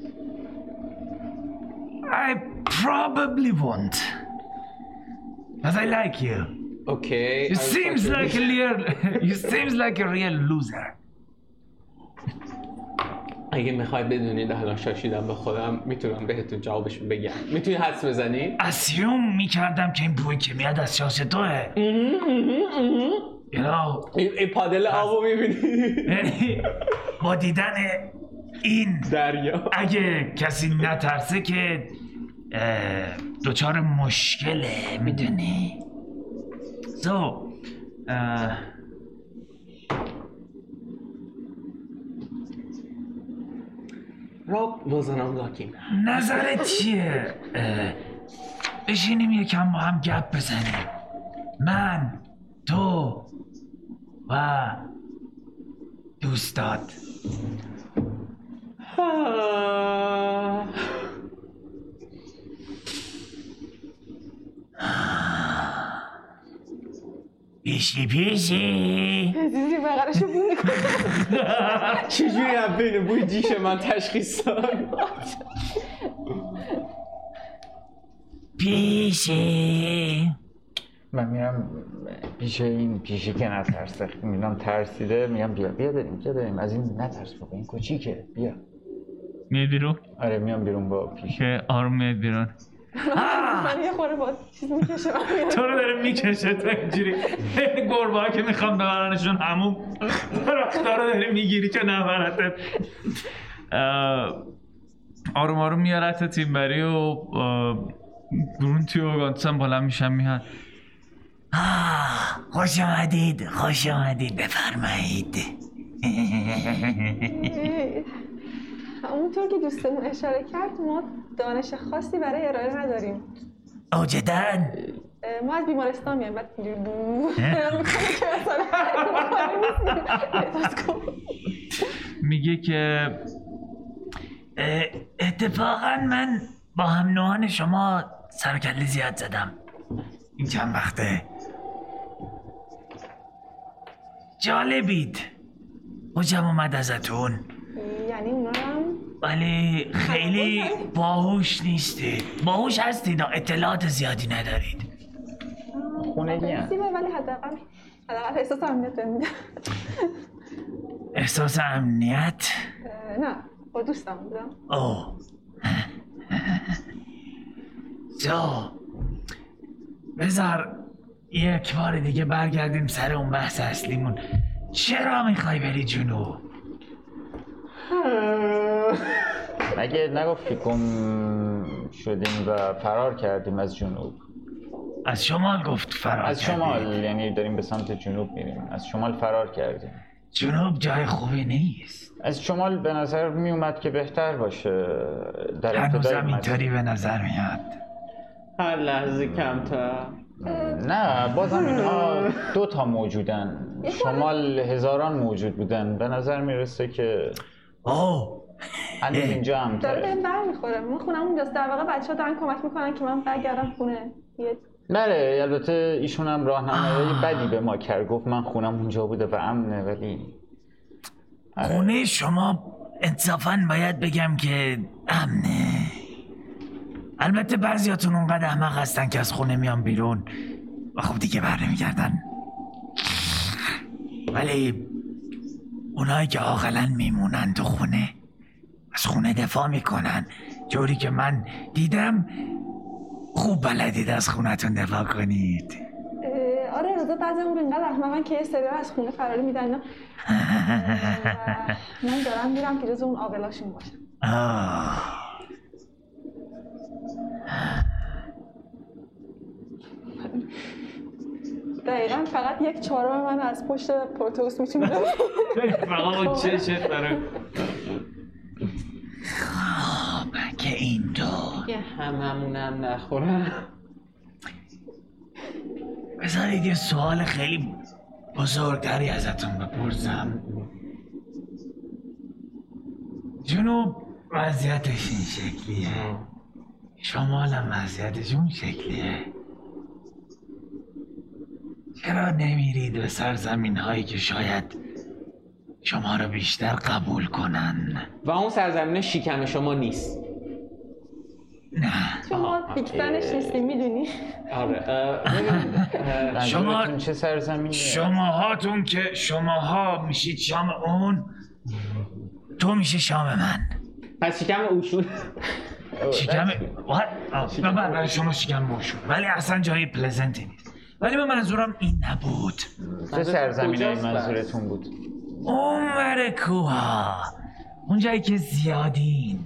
I probably won't. But I like you. Okay. You seems like a real, you seems like a real loser. اگه میخوای بدونید الان شاشیدم به خودم میتونم بهتون جوابشو بگم. میتونی حدس بزنی؟ اسیوم میکردم که این بوی که میاد از شاش توه. You know. این پادل آبو میبینی؟ با دیدن این دریا اگه کسی نترسه که دوچار مشکله میدونی. So راب وزنم لاکیم نظرت چیه؟ بشینیم یکم با هم گپ بزنیم، من تو و دوستات. پیشی پیشی زیزی بغرشو بو میکنه. چجوری هم بین بوی جیش من تشخیص داد؟ پیشی من میرم پیش این پیشی که نترسه، میرم ترسیده میگم بیا بیا بریم بیا بریم از این نترس بابا، این کوچیکه بیا. میاد بیرون؟ آره میام بیرون با پیشی که آروم میاد بیرون. من یه خوره با چیز میکشه تو رو داره میکشه تو اینجوری گربه ها که میخوام ببرنشون همون رفتار رو داره میگیری که نبرتت. آروم آروم میارت تیمبری و برون توی اوگانتسم بلند میشم میاد. خوش آمدید خوش آمدید بفرمایید. اونطور که دوستمون اشاره کرد ما دانش خاصی برای ارائه نداریم. او جدن ما از بیمارستان میایم بعد اینجوری بو میگه که اتفاقا من با هم نوعان شما سرکله زیاد زدم این چند وقته. جالبید، خوشم اومد ازتون، یعنی اونا هم ولی خیلی باهوش نیستید. باهوش هستید اطلاعات زیادی ندارید. خونگی هم ولی حداقل حداقل احساس امنیت بهم میده. احساس امنیت؟ نه با دوستم بودم. اوه تو بذار یک بار دیگه برگردیم سر اون بحث اصلیمون. چرا میخوای بری جنوب؟ مگه نگفتی گم شدیم و فرار کردیم از جنوب؟ از شمال گفت فرار از کردیم. شمال، یعنی داریم به سمت جنوب میریم. از شمال فرار کردیم. جنوب جای خوبی نیست. از شمال به نظر می اومد که بهتر باشه. در ابتدای هنوزم اینطوری به نظر میاد. هر لحظه کمتر. نه بازم اینها دو تا موجودن. شمال هزاران موجود بودن. به نظر میرسه که اوه هنوز اینجا هم داره تره. بهم برمیخوره. من خونم اونجاست. در واقع بچه‌ها دارن کمک میکنن که من برگردم خونه. یه بله البته ایشون هم راهنمایی بدی به ما کرد، گفت من خونم اونجا بوده و امنه، ولی خونه شما انصافاً باید بگم که امنه. البته بعضیاتون اونقدر احمق هستن که از خونه میان بیرون و خب دیگه بر نمیگردن، ولی اونایی که عاقلاً میمونن تو خونه از خونه دفاع میکنن، جوری که من دیدم خوب بلدید از خونتون دفاع کنید. آره روزا بعضیمون اینقدر احمقن که یه سری از خونه فراری میدن اینا. من دارم میرم که جز اون عاقلاشون باشم. آه. دقیقا فقط یک چهارم من از پشت پروتئوس میتونم فقط اون چشت داره. خب که این دو یه هممونم نخورم. بذارید یه سوال خیلی بزرگتری ازتون بپرسم. جنوب وضعیتش این شکلیه، شمال هم وضعیتش اون شکلیه. چرا نمیرید به سرزمین هایی که شاید شما رو بیشتر قبول کنن؟ و اون سرزمین شکم شما نیست. نه چون ما بیکتنش نیستیم میدونی. آره اه، شما منظورتون چه سرزمینیه؟ شماهاتون که شماها میشید شام اون، تو میشه شام من. پس شکم اوشون. شکم What؟ آه، برای شما شکم موشون، ولی اصلا جای پلزنتی نیست. ولی من منظورم این نبود. چه سرزمینی کجاست منظورتون بود؟ اونور کوها، اون جایی که زیادین.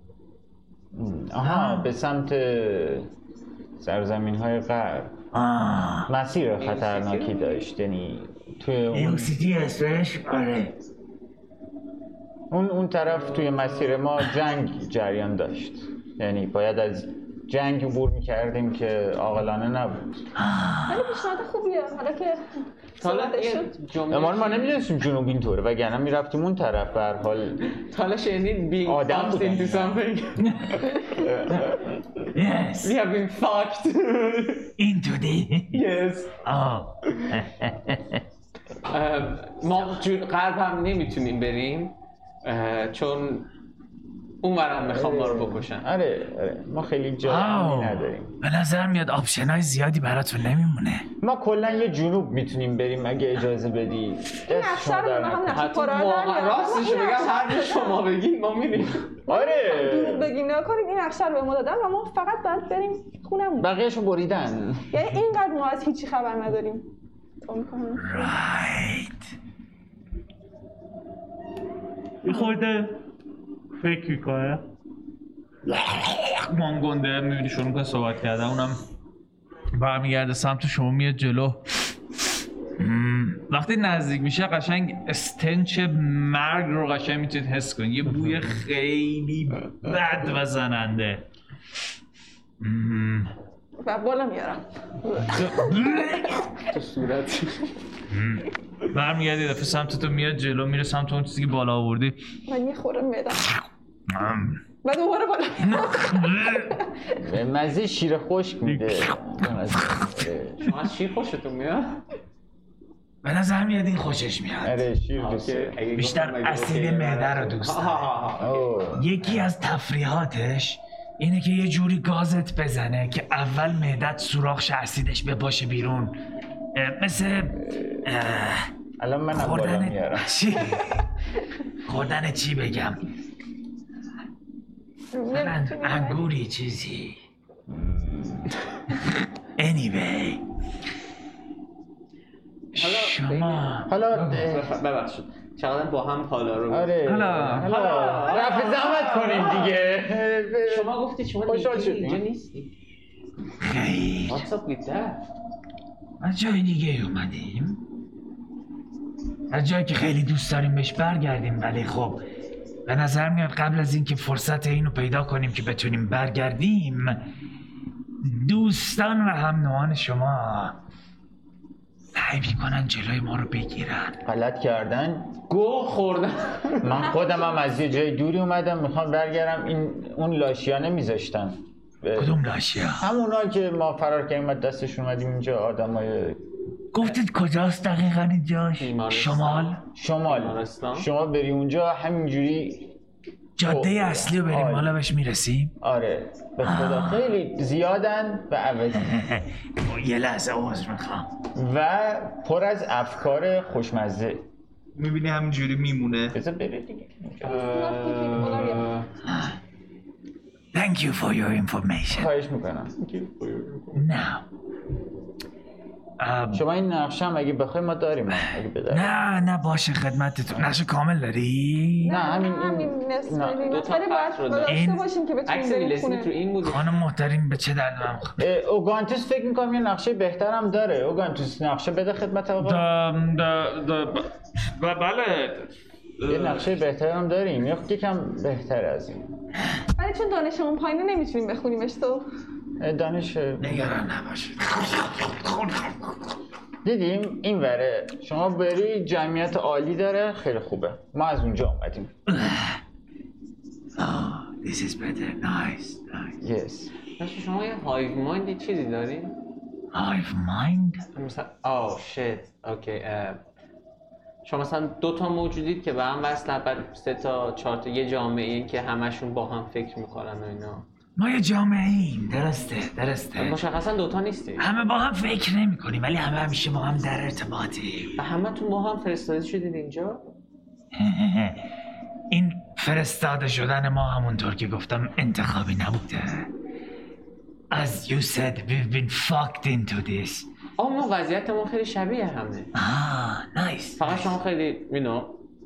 آها به سمت سرزمین های غرب. آه مسیر خطرناکی داشت، یعنی توی اون ایوسیتی اسمش؟ آره. اون اون طرف توی مسیر ما جنگ جریان داشت، یعنی باید از جنگ عبور میکردیم که عاقلانه نبود. ولی پیشنهاد خوبیه حالا که حالا صحبتش یه شد. جمله اما ما نمیدونستیم جنوب اینطوره، وگرنه میرفتیم اون طرف. به هر حال حالا شنیدین being آدم fucked بودن into اینا. something. Yes. We have been fucked. into the Yes. آه اه، ما جون غرب هم نمیتونیم بریم اه، چون اون ورم میخوام ما رو بکشن. آره آره ما خیلی جای آه. امنی نداریم. به نظر میاد آپشنای زیادی براتون نمیمونه. ما کلا یه جنوب میتونیم بریم اگه اجازه بدی. این دست نقشه رو شما در به هم نکنه. نقشه حتی پاره در واقعا میارم. راستش رو این بگم نقشه- هر جا شما بگید ما میریم. آره دروغ بگیم نگاه کنید این نقشه رو به ما دادن و ما فقط باید بریم خونمون. بقیهشو بریدن. یعنی اینقدر ما از هیچی خبر نداریم. تو می‌کنم. رایت. یه خورده فکر میکنه مانگونده میبینی شروع میکنه صحبت کرده، اونم برمیگرده سمت شما میاد جلو. مم. وقتی نزدیک میشه قشنگ استنچ مرگ رو قشنگ میتونید حس کنید، یه بوی خیلی بد و زننده. مم. و بالا میارم. تو صورت برمیگرده یه دفعه سمت تو میاد جلو، میره سمت اون چیزی که بالا آوردی. من یه خورم میدم. مم. و دوباره بالا. مزه شیر خشک میده. شما از چی خوشتون میاد؟ به نظر میاد این خوشش میاد. آره شیر دوست داره. بیشتر اصیل معده رو دوست داره. اوه. یکی از تفریحاتش اینه که یه جوری گازت بزنه که اول معدت سوراخ شه اسیدش بپاشه بیرون. اه، مثل اه، الان منم بالا خوردن میارم. چی؟ خوردن چی بگم؟ مثلا انگوری چیزی. anyway شما حالا ببخشید چقدر با هم حالا رو آره حالا. حالا رفع زحمت کنیم دیگه. شما گفتید شما خوشحال دیگه شدیم. اینجا نیستی. خیر What's up with that؟ از جای دیگه اومدیم، از جایی که خیلی دوست داریم بهش برگردیم، ولی خب به نظر میاد قبل از اینکه فرصت اینو پیدا کنیم که بتونیم برگردیم، دوستان و هم نوعان شما سعی میکنن جلوی ما رو بگیرن. غلط کردن. گو خوردن. من خودم هم از یه جای دوری اومدم میخوام برگردم، این اون لاشیا نمیذاشتن. کدوم لاشیا؟ همونا که ما فرار کردیم از دستشون اومدیم اینجا، آدمای گفتید کجاست دقیقا اینجاش؟ بیمارستان. شمال؟ شمال. بیمارستان. شما بری اونجا همینجوری. جاده اوه. اصلی رو بریم آره. بالا بهش میرسیم؟ آره به خدا خیلی زیادن و عوضی یه لحظه عذر میخوام. و پر از افکار خوشمزه. میبینی همینجوری میمونه. بذار بره دیگه. Thank you for your information. خواهش میکنم. Now ام، شما این نقشه هم اگه بخوای ما داریم اگه بداریم. نه نه باشه خدمتتون. نقشه کامل داری؟ نه همین همین این نصف نه. نیمه دو تا ولی باید خط رو داشته این باشیم که بتونیم عکس بریم ویلسمیت رو خونه. این بود. خانم محترم به چه درد من می‌خوره؟ اه، اوگانتوس فکر میکنم یه نقشه بهتر هم داره. اوگانتوس نقشه بده خدمت آقا. دم د د ب- بله یه نقشه بهتر هم داریم، یه یکم بهتر از این. ولی چون دانشمون پایینه نمیتونیم بخونیمش تو. اه، دانش نگران نباشید. دیدیم این وره شما بری جمعیت عالی داره، خیلی خوبه. ما از اونجا اومدیم. Oh, this is better. Nice, nice. Yes. بچه شما یه هایو مایند یه چیزی دارین؟ Hive mind? مثلا آه شیت اوکی شما مثلا دو تا موجودید که به هم وصلن بعد سه تا چهار تا یه جامعه این که همشون با هم فکر میکنن و اینا ما یه جامعه ایم. درسته درسته. مشخصا دوتا نیستیم همه با هم فکر نمی کنیم ولی همه همیشه با هم در ارتباطیم. و همه تون با هم فرستاده شدید اینجا؟ این فرستاده شدن ما همونطور که گفتم انتخابی نبوده. As you said, we've been fucked into this. آه ما وضعیتمون خیلی شبیه همه Ah, nice. فقط شما خیلی you know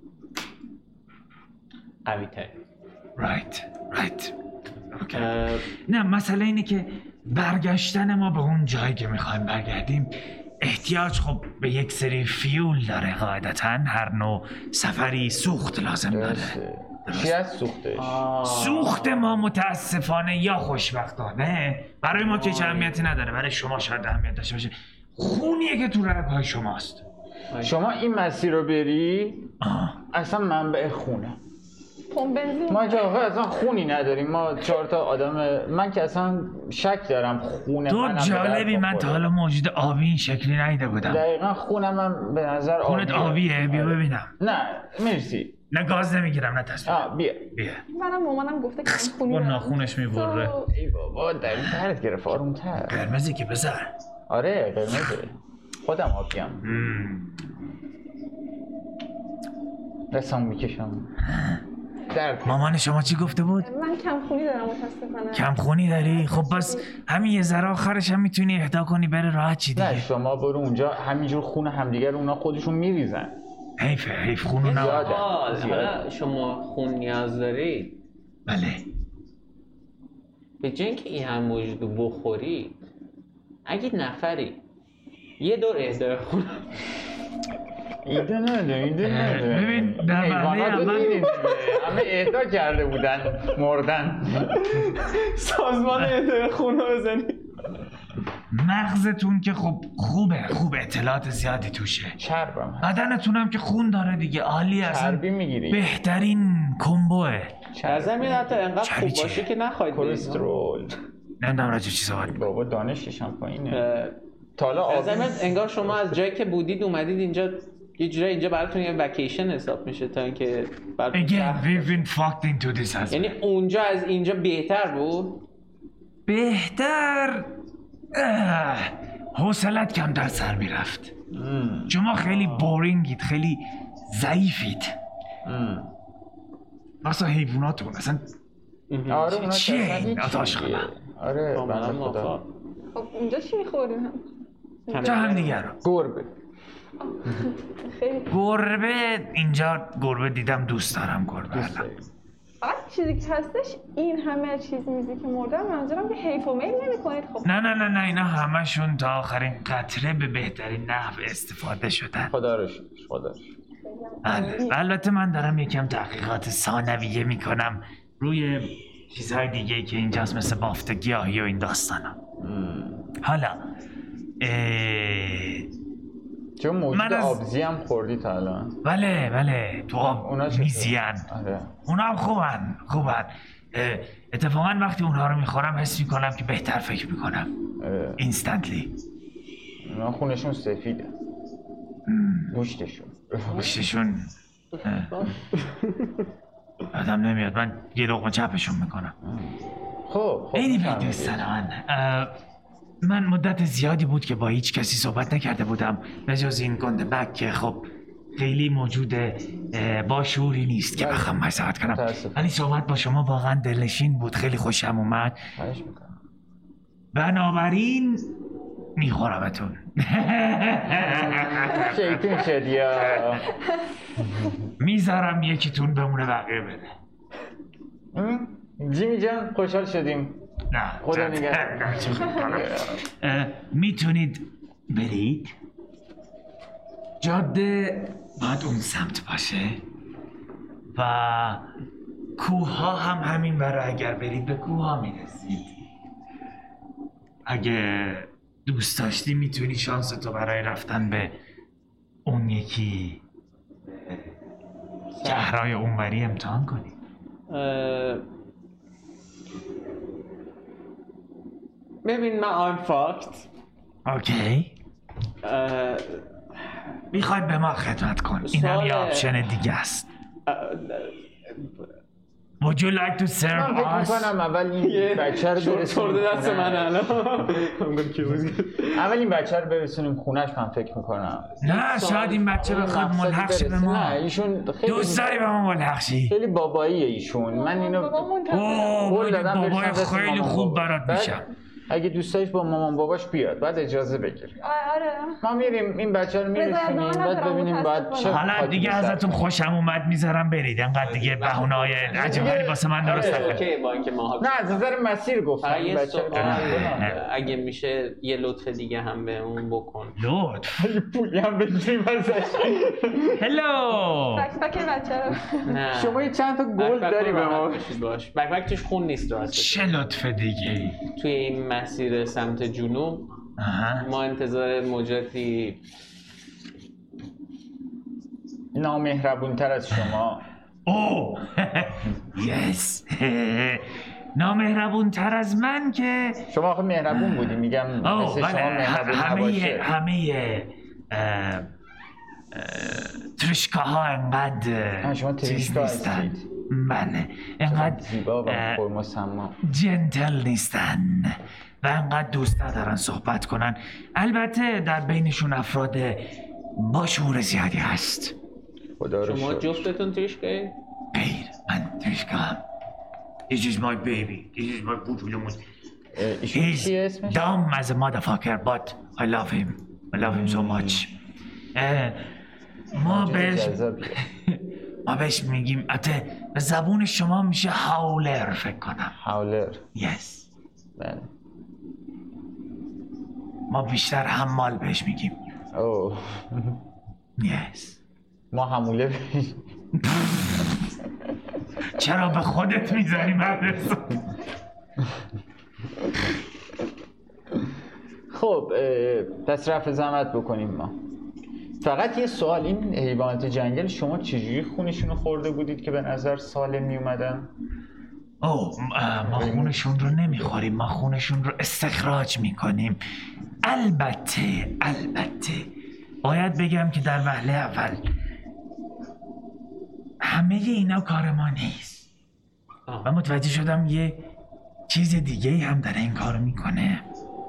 قوی تری Right, right. Okay. نه مسئله اینه که برگشتن ما به اون جایی که میخوایم برگردیم احتیاج خب به یک سری فیول داره. قاعدتا هر نوع سفری سوخت لازم داره. درسته. چی از سوختش؟ سوخت ما متاسفانه یا خوشبختانه برای ما که هیچ اهمیتی نداره، برای شما شاید اهمیت داشته باشه، خونیه که تو رگ‌های شماست. شما این مسیر رو بری آه. اصلا منبع خونه. پمپ بنزین ما اینجا آقا اصلا خونی نداریم. ما چهار تا آدم، من که اصلا شک دارم خونه تو منم به جالبی، درد من تا بخوره. حالا موجود آبی این شکلی ندیده بودم. دقیقا خونم هم به نظر خونت آبیه؟ بیا آره. ببینم. نه مرسی. نه گاز نمیگیرم، نه تصویر. آه بیا بیا. منم مامانم گفته که من خونی با ندارم. ناخونش میبره. تو- ای بابا در این درد گرفت آروم‌تر. قرمزی که بذار. آره قرمزه. خودم آبیم. رسام میکشم. درد. مامان شما چی گفته بود؟ من کم خونی دارم متاسفانه. کم خونی داری؟ خب بس همین یه ذره آخرش هم میتونی اهدا کنی بره راحت چی نه دیگه. شما برو اونجا همینجور خون همدیگر اونا خودشون میریزن. حیفه، حیف خونو نبا. زیاده. حال زیاده. حالا شما خون نیاز دارید بله. به جای اینکه این هم موجود بخورید اگه نفری یه دور اهدای خون ایده نده ایده نده. ببین، در حیوانات مرحله رو اول- دیدین دیگه. همه اهدا کرده بودن مردن. سازمان اهدای خون رو بزنید مغزتون که خب خوبه، خوب اطلاعات زیادی توشه. چربم هست. بدنتون هم که خون داره دیگه، عالی. اصلا چربی میگیری. بهترین کمبوه. نظر میاد حتی انقدر چربی خوب چیه؟ باشه که نخواهید برید. کلسترول. نمیدونم راجع چی صحبت. بابا دانشش هم پایینه. اه، تا حالا نظر آبی میاد انگار شما از جایی که بودید اومدید اینجا یه جورایی اینجا براتون یه وکیشن حساب میشه تا اینکه براتون Again, سخت we've باشه. been fucked into this as یعنی اونجا از اینجا بهتر بود بهتر. اه، حوصلت کم در سر میرفت. شما خیلی بورینگید، خیلی ضعیفید. اصلا حیواناتون اصلا آره اونا چیه اصلا این هیچی آتاش دیگه. خودم؟ آره کاملا بنده خدا. موافق. خب اونجا چی میخوریم؟ چه هم دیگر رو گربه. خیلی گربه اینجا گربه دیدم، دوست دارم گربه. الان. فقط چیزی که هستش این همه چیز میزی که مردم، منظورم که حیف و میل نمی کنید. خب نه نه نه نه اینا همشون تا آخرین قطره به بهترین نحو استفاده شدن. خدا رو شکر خدا رو شکر. بله. البته من دارم یکم تحقیقات ثانویه میکنم روی چیزهای دیگه که اینجاست، مثل بافت گیاهی و این داستانا. حالا اه... چون موجود من از- آبزی هم خوردی تا الان. بله بله تو آب اونا چطور؟ میزین. آره. اونا هم خوبن خوبن. اه، اتفاقا وقتی اونها رو میخورم حس میکنم که بهتر فکر میکنم. آره. اینستنتلی. اونا خونشون سفیده. گوشتشون. گوشتشون آدم نمیاد، من یه لقمه چپشون میکنم. خب خب اینی می‌فهمیدی. دوستان من اه، من مدت زیادی بود که با هیچ کسی صحبت نکرده بودم به جز این گنده بک که خب خیلی موجود اه، با شعوری نیست که بله. بخوام مزاحمت کنم، متاسفم. ولی صحبت با شما واقعا دلنشین بود، خیلی خوشم اومد. خواهش میکنم. بنابراین میخورمتون. شیطون شد یا میذارم یکیتون بمونه بقیه بده. ام؟ جیمی جان خوشحال شدیم. نه خدا نگهدار. اه، میتونید برید. جاده باید اون سمت باشه و کوه ها هم همین برای اگر برید به کوه ها میرسید. اگه دوست داشتی میتونی شانس تو برای رفتن به اون یکی شهرهای اونوری امتحان کنی. ببین من I'm fucked. اوکی میخوای به ما خدمت کن، اینم یه آپشن دیگه است. Would you like to serve من فکر us? میکنم اول این بچه رو برسونیم دست من الان. اول این بچه رو برسونیم خونش. من فکر میکنم نه شاید این بچه بخواد ملحق شه به ما. نه ایشون خیلی دوست داری به ما ملحق شی؟ خیلی باباییه ایشون. من اینو بابا منتظر. اوه قول باید دادم بابای برسم دست خیلی مامان خوب بابا. برات بعد میشم. اگه دوست داشت با مامان باباش بیاد بعد اجازه بگیر. آره. ما میریم این بچه رو میرسونیم بعد ببینیم بعد چه حالا خاکی دیگه به سر ازتون خوشم اومد میذارم برید. انقدر دیگه بهونه‌های عجیب غریب واسه من درست نکنید. اوکی با اینکه ما نه از نظر مسیر گفتم فقط این یه بچه رو سوال برسونیم. اگه میشه یه لطف دیگه هم بهمون بکن. لطف. اگه پولی هم بگیریم ازش. هلو. بک بک بچه رو. نه شما یه چند تا گل داری به ما. باش. بک بک توش خون نیست راستش. چه لطف دیگه. توی این مسیر سمت جنوب آها. ما انتظار موجودی نامهربونتر از شما. اوه یس نامهربون تر از من که شما آخه مهربون بودی میگم اوه مثل بله شما مهربون همه نباشه. همه اه، اه، ترشکاها انقدر آه، شما چیز تریشکا نیستن. هستید. بله انقدر زیبا و اه، پرمسما. جنتل نیستن و انقدر دوست ندارن صحبت کنن. البته در بینشون افراد با شعور زیادی هست. خدا رو شما شکر. جفتتون تریشکایی؟ غیر من ترشکا This is my baby. This is my بوتولمون. اه، ایشون He's چیه اسمش؟ dumb as a motherfucker but I love him. I love him so much. اه، ما بهش جذابیه. ما بهش میگیم البته به زبون شما میشه هاولر فکر کنم. هاولر. Yes. بله. ما بیشتر حمال بهش میگیم. اوه. Yes. ما هموله بهش. چرا به خودت میزنی مدرسه؟ خب اه، پس رفع زحمت بکنیم ما. فقط یه سوال، این حیوانات جنگل شما چجوری خونشون رو خورده بودید که به نظر سالم می اومدن؟ اوه اه، ما خونشون رو نمیخوریم، ما خونشون رو استخراج میکنیم. البته البته باید بگم که در وهله اول همه اینا کار ما نیست و متوجه شدم یه چیز دیگه هم داره این کارو میکنه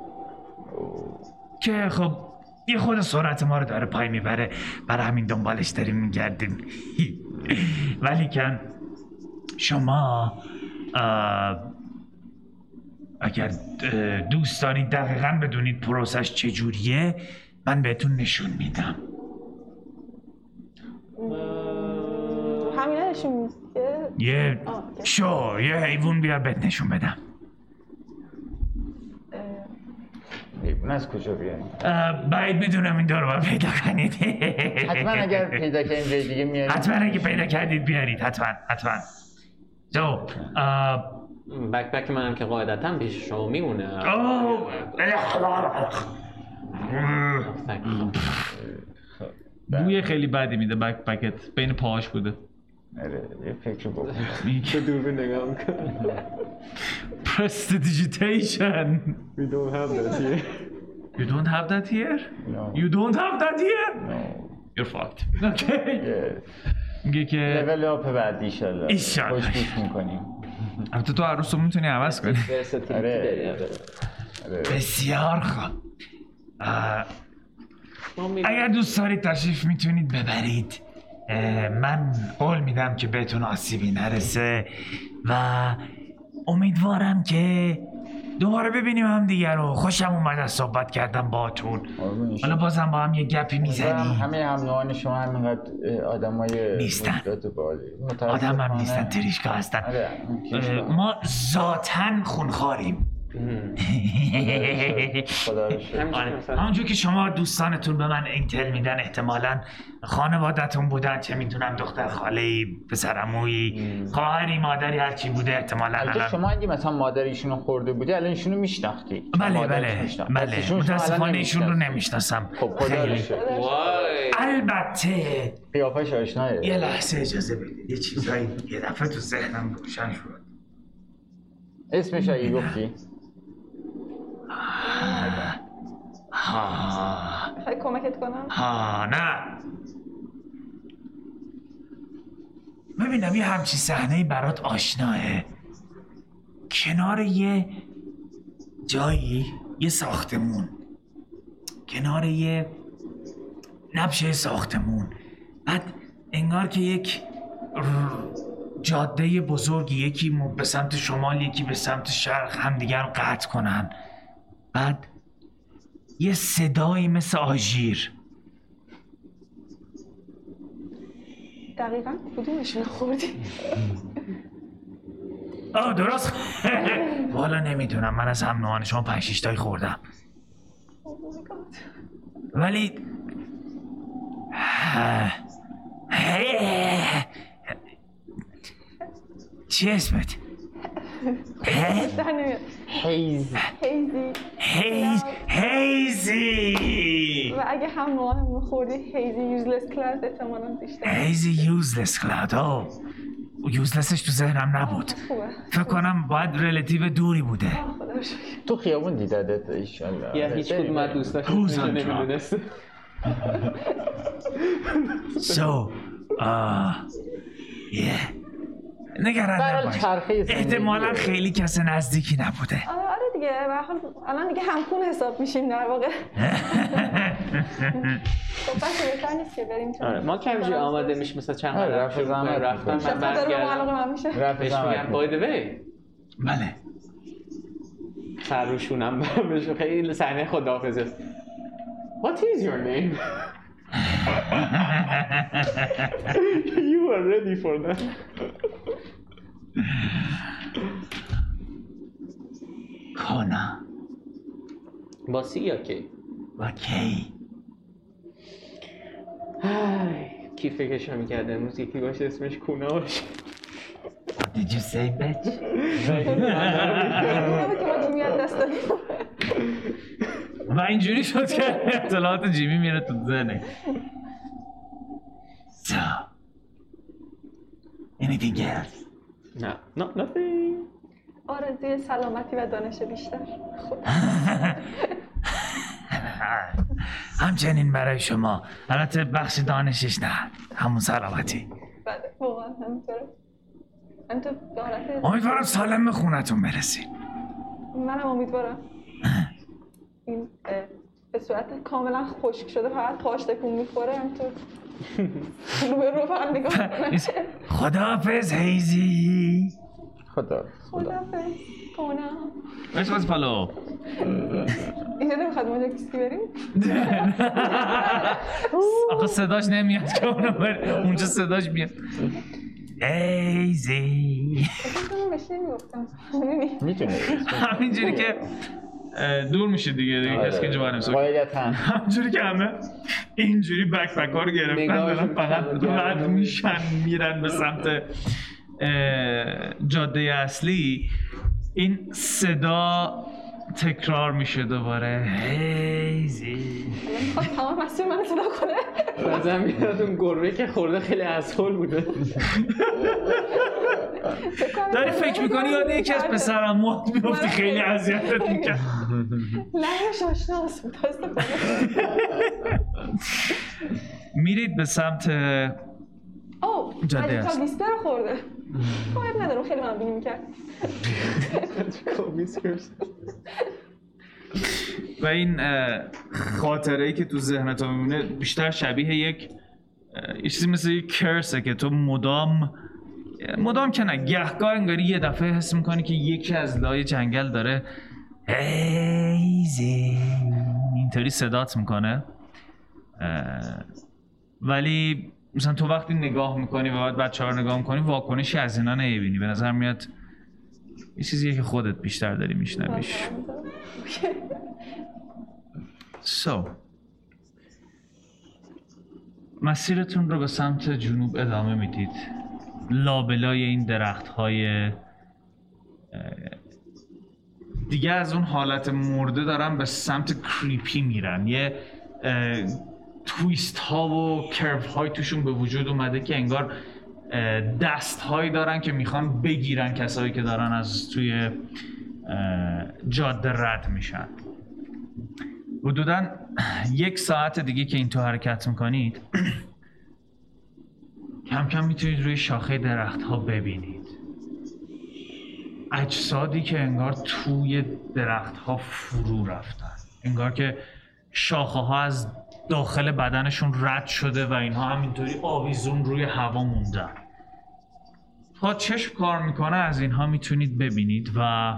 که خب یه خود سرعت ما رو داره پای میبره، برای همین دنبالش داریم میگردیم. ولی کن شما اه، اگر اه، دوست دارید دقیقا بدونید پروسش چجوریه من بهتون نشون میدم. همینه نشون میده. یه آه، اوکی. شو یه حیوان بیار بهت نشون بدم. حیوان از کجا بیاریم؟ اه، باید میدونم این دور رو پیدا کنید. حتما اگر پیدا کردیم جای دیگه میاریم. حتما اگه پیدا کردید بیارید، حتما حتما. تو اه، بک بک منم که قاعدتا پیش شما میمونه. اوه بوی خیلی بدی میده بک پکت، بین پاهاش بوده. آره یه فکر بکن. به دوربین نگاه میکنم. Prestidigitation. We don't have that here. You don't have that here? No. You don't have that here? No. You're fucked. Okay. Yes. میگه که لول آپ بعد ایشالله. ایشالله. خوش گوش میکنیم. البته تو عروس رو میتونی عوض کنی. آره. آره. بسیار خوب. اه، ما میریم. اگر دوست دارید تشریف میتونید ببرید. اه، من قول میدم که بهتون آسیبی نرسه و امیدوارم که دوباره ببینیم هم دیگه رو. خوشم اومد از صحبت کردم باهاتون. قربون حالا بازم با هم یه گپی امیدوارم میزنیم. همه هم نوعان شما همینقدر آدمای نیستن. موجودات بالی. آدم هم متاسفانه- نیستن، تریشکا هستن. آره، اه، ما ذاتن خونخواریم. خدا رو شکر. آره. همونجور که شما دوستانتون به من اینتل میدن احتمالاً خانوادتون بودن، چه میدونم دختر خاله‌ای، پسر عمویی، خواهری، مادری، هرچی بوده احتمالاً. اگه شما اگه مثلا مادر ایشونو خورده بودی الان ایشونو میشناختی؟ بله بله بله متاسفانه ایشون رو نمیشناسم. خب خدا رو شکر. البته قیافش آشنایه. یه لحظه اجازه بدید، یه چیزایی یه دفعه تو ذهنم روشن شد. اسمش اگه گفتی؟ ها میخوای کمکت کنم؟ ها نه ببینم یه همچی صحنه‌ای برات آشناه. کنار یه جایی، یه ساختمون، کنار یه نبشه ساختمون، بعد انگار که یک جاده بزرگی، یکی به سمت شمال یکی به سمت شرق همدیگر قطع کنن، بعد یه صدایی مثل آژیر. دقیقاً کدومشون خوردی؟ آه درست. والا نمیدونم، من از هم نوعان شما پنج شیش تایی خوردم ولی چی اسمت؟ در نمیاد. هیز هیزی. هیز هیزی و اگه هم نوعانمون خوردی هیزی یوزلس کلاود احتمالاً بیشتر. هیزی یوزلس کلاود. آه یوزلسش تو ذهنم نبود. خوبه. فکر کنم باید ریلیتیو دوری بوده. خدا رو شکر. تو خیابون دیدادت ایشالله. یا هیچ کدوم از دوستاش نمیدونست. سو آه یه نگران نباش، احتمالا خیلی کس نزدیکی نبوده. آره آره دیگه به هر حال الان دیگه همخون حساب میشیم در واقع. خب بچه بهتر نیست که بریم چون آره ما که همینجوری آماده میشیم مثلا چند آره، قدم رفت شروع کنیم زحمت رفتن می‌کنیم. من شما داره به علاقه برگردم من میشه. رفت بهش زحمت میگم by the way بله سر روشونم بهش خیلی صحنه خداحافظی است. What is your name? You are ready for that. کانا با سی یا کی؟ با کی؟ کی فکرش میکرده امروز یکی باشه اسمش کونا باشه. What did you say bitch? اینو که ما جیمیت دست دادیم. و اینجوری شد که اطلاعات جیمی میره تو ذهنه. So anything else? نه نه nothing. آرزوی سلامتی و دانش بیشتر. خب همچنین برای شما. البته بخش دانشش نه، همون سلامتی. بله واقعا همینطوره. من تو به حالت امیدوارم سالم به خونتون برسیم. منم امیدوارم. این اه، به صورت کاملا خشک شده فقط پاش تکون میخوره همینطور رو به رو فقط نگاه میکنم. خداحافظ هیزی. خدا خدافظ کنم. Which was follow? اینجا نمیخواد ما جا کسی بریم؟ آخه صداش نمیاد که اونو بر اونجا صداش میاد. هیزی. اصلا بهش نمیگفتم. میتونه همینجوری که اه، دور میشه دیگه دیگه کسی که اینجا باید نمیسه. قاعدتاً همینجوری که همه اینجوری بک بک ها رو گرفتن نگاهشون دارن فقط کنن. رد میشن میرن به سمت اه، جاده اصلی. این صدا تکرار میشه دوباره. هیزی. الان میخواد تمام مسیر من صدا کنه. بازم میاد اون گربه که خورده خیلی اسهول بوده. داری فکر میکنی یاد یکی از پسرعموات میفتی خیلی اذیتت میکرد. لحنش آشناست متاسفانه. میرید به سمت اوه جاده ماجیکال است. ویسپر خورده. باید ندارم خیلی من بینی میکرد. و این خاطره ای که تو ذهنت میمونه بیشتر شبیه یک اه، یه چیزی مثل یک کرسه که تو مدام مدام که نه گهگاه انگاری یه دفعه حس میکنی که یکی از لای جنگل داره هیزی. اینطوری صدات میکنه. ولی مثلا تو وقتی نگاه میکنی و بعد بچه ها رو نگاه میکنی واکنشی از اینا نمیبینی. به نظر میاد یه چیزیه که خودت بیشتر داری میشنویش. سو so. مسیرتون رو به سمت جنوب ادامه میدید. لابلای این درخت های دیگه از اون حالت مرده دارن به سمت کریپی میرن. یه تویست ها و کرف های توشون به وجود اومده که انگار دست هایی دارن که میخوان بگیرن کسایی که دارن از توی جاده رد میشن. حدوداً یک ساعت دیگه که این تو حرکت میکنید کم کم میتونید روی شاخه درخت ها ببینید اجسادی که انگار توی درخت ها فرو رفتن، انگار که شاخه ها از داخل بدنشون رد شده و اینها همینطوری آویزون روی هوا موندن. تا چشم کار میکنه از اینها میتونید ببینید و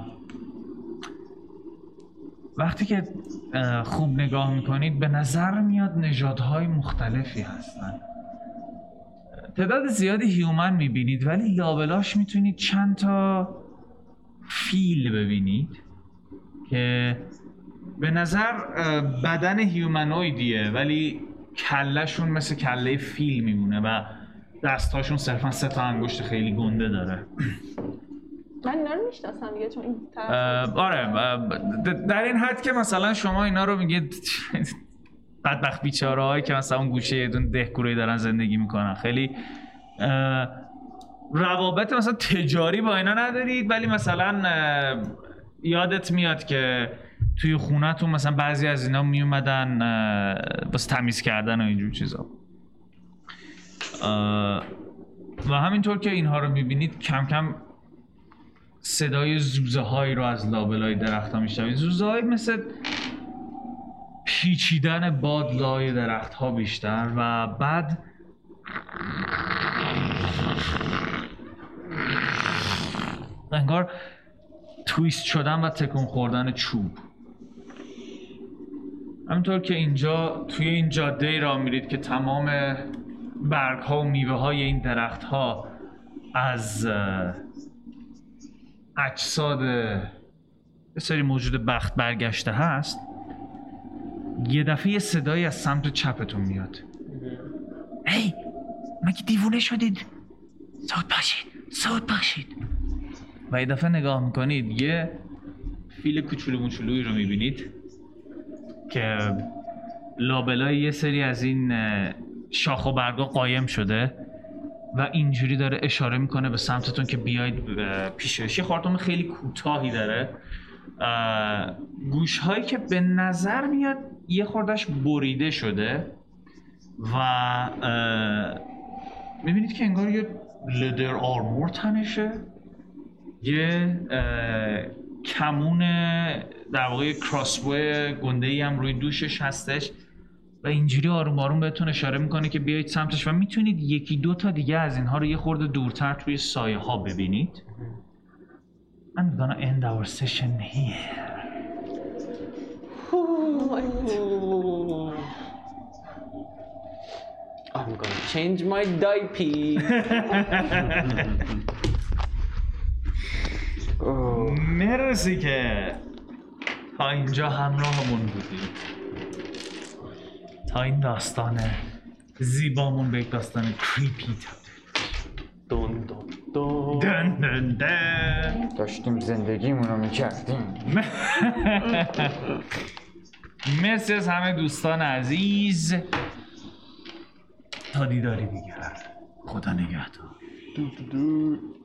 وقتی که خوب نگاه میکنید به نظر میاد نژادهای مختلفی هستن. تعداد زیادی هیومن میبینید ولی لابلاش میتونید چند تا فیل ببینید که به نظر بدن هیومنویدیه ولی کلهشون مثل کله فیل میمونه و دستهاشون صرفا سه تا انگشت خیلی گنده داره. من اینا رو میشناسم دیگه چون این طرف آره در این حد که مثلا شما اینا رو میگید بدبخت بیچاره هایی که مثلا اون گوشه یه دون دهکوره دارن زندگی میکنن، خیلی روابط مثلا تجاری با اینا ندارید ولی مثلا یادت میاد که توی خونه‌تون مثلا بعضی از اینا میومدن واسه تمیز کردن و اینجور چیزا و همینطور که اینها رو میبینید کم کم صدای زوزه هایی رو از لابلای درخت ها میشنوید. زوزه هایی مثل پیچیدن باد لای درخت ها بیشتر و بعد انگار تویست شدن و تکون خوردن چوب. همینطور که اینجا توی این جاده ای را میرید که تمام برگ ها و میوه های این درخت ها از اجساد یه سری موجود بخت برگشته هست، یه دفعه یه صدایی از سمت چپتون میاد. هی مگه دیوونه شدید؟ صوت باشید صوت باشید. و یه دفعه نگاه میکنید یه فیل کوچولو موچولویی رو میبینید که لابلای یه سری از این شاخ و برگا قایم شده و اینجوری داره اشاره میکنه به سمتتون که بیاید پیشش. یه خرطوم خیلی کوتاهی داره، گوش هایی که به نظر میاد یه خوردش بریده شده و میبینید که انگار یه لدر آرمور تنشه، یه کمون در واقع کراسبوی گنده ای هم روی دوشش هستش و اینجوری آروم آروم بهتون اشاره میکنه که بیایید سمتش و میتونید یکی دو تا دیگه از اینها رو یه خورده دورتر توی سایه ها ببینید. I'm gonna end our session here. I'm gonna change my diaper. مرسی که تا اینجا همراهمون بودید. تا این داستان زیبامون به یک داستان کریپی تبدیل دون دون دون دن دن دن. داشتیم زندگیمون رو میکردیم. مرسی از همه دوستان عزیز. تا دیداری دیگر، خدا نگهدار. دو دو دو.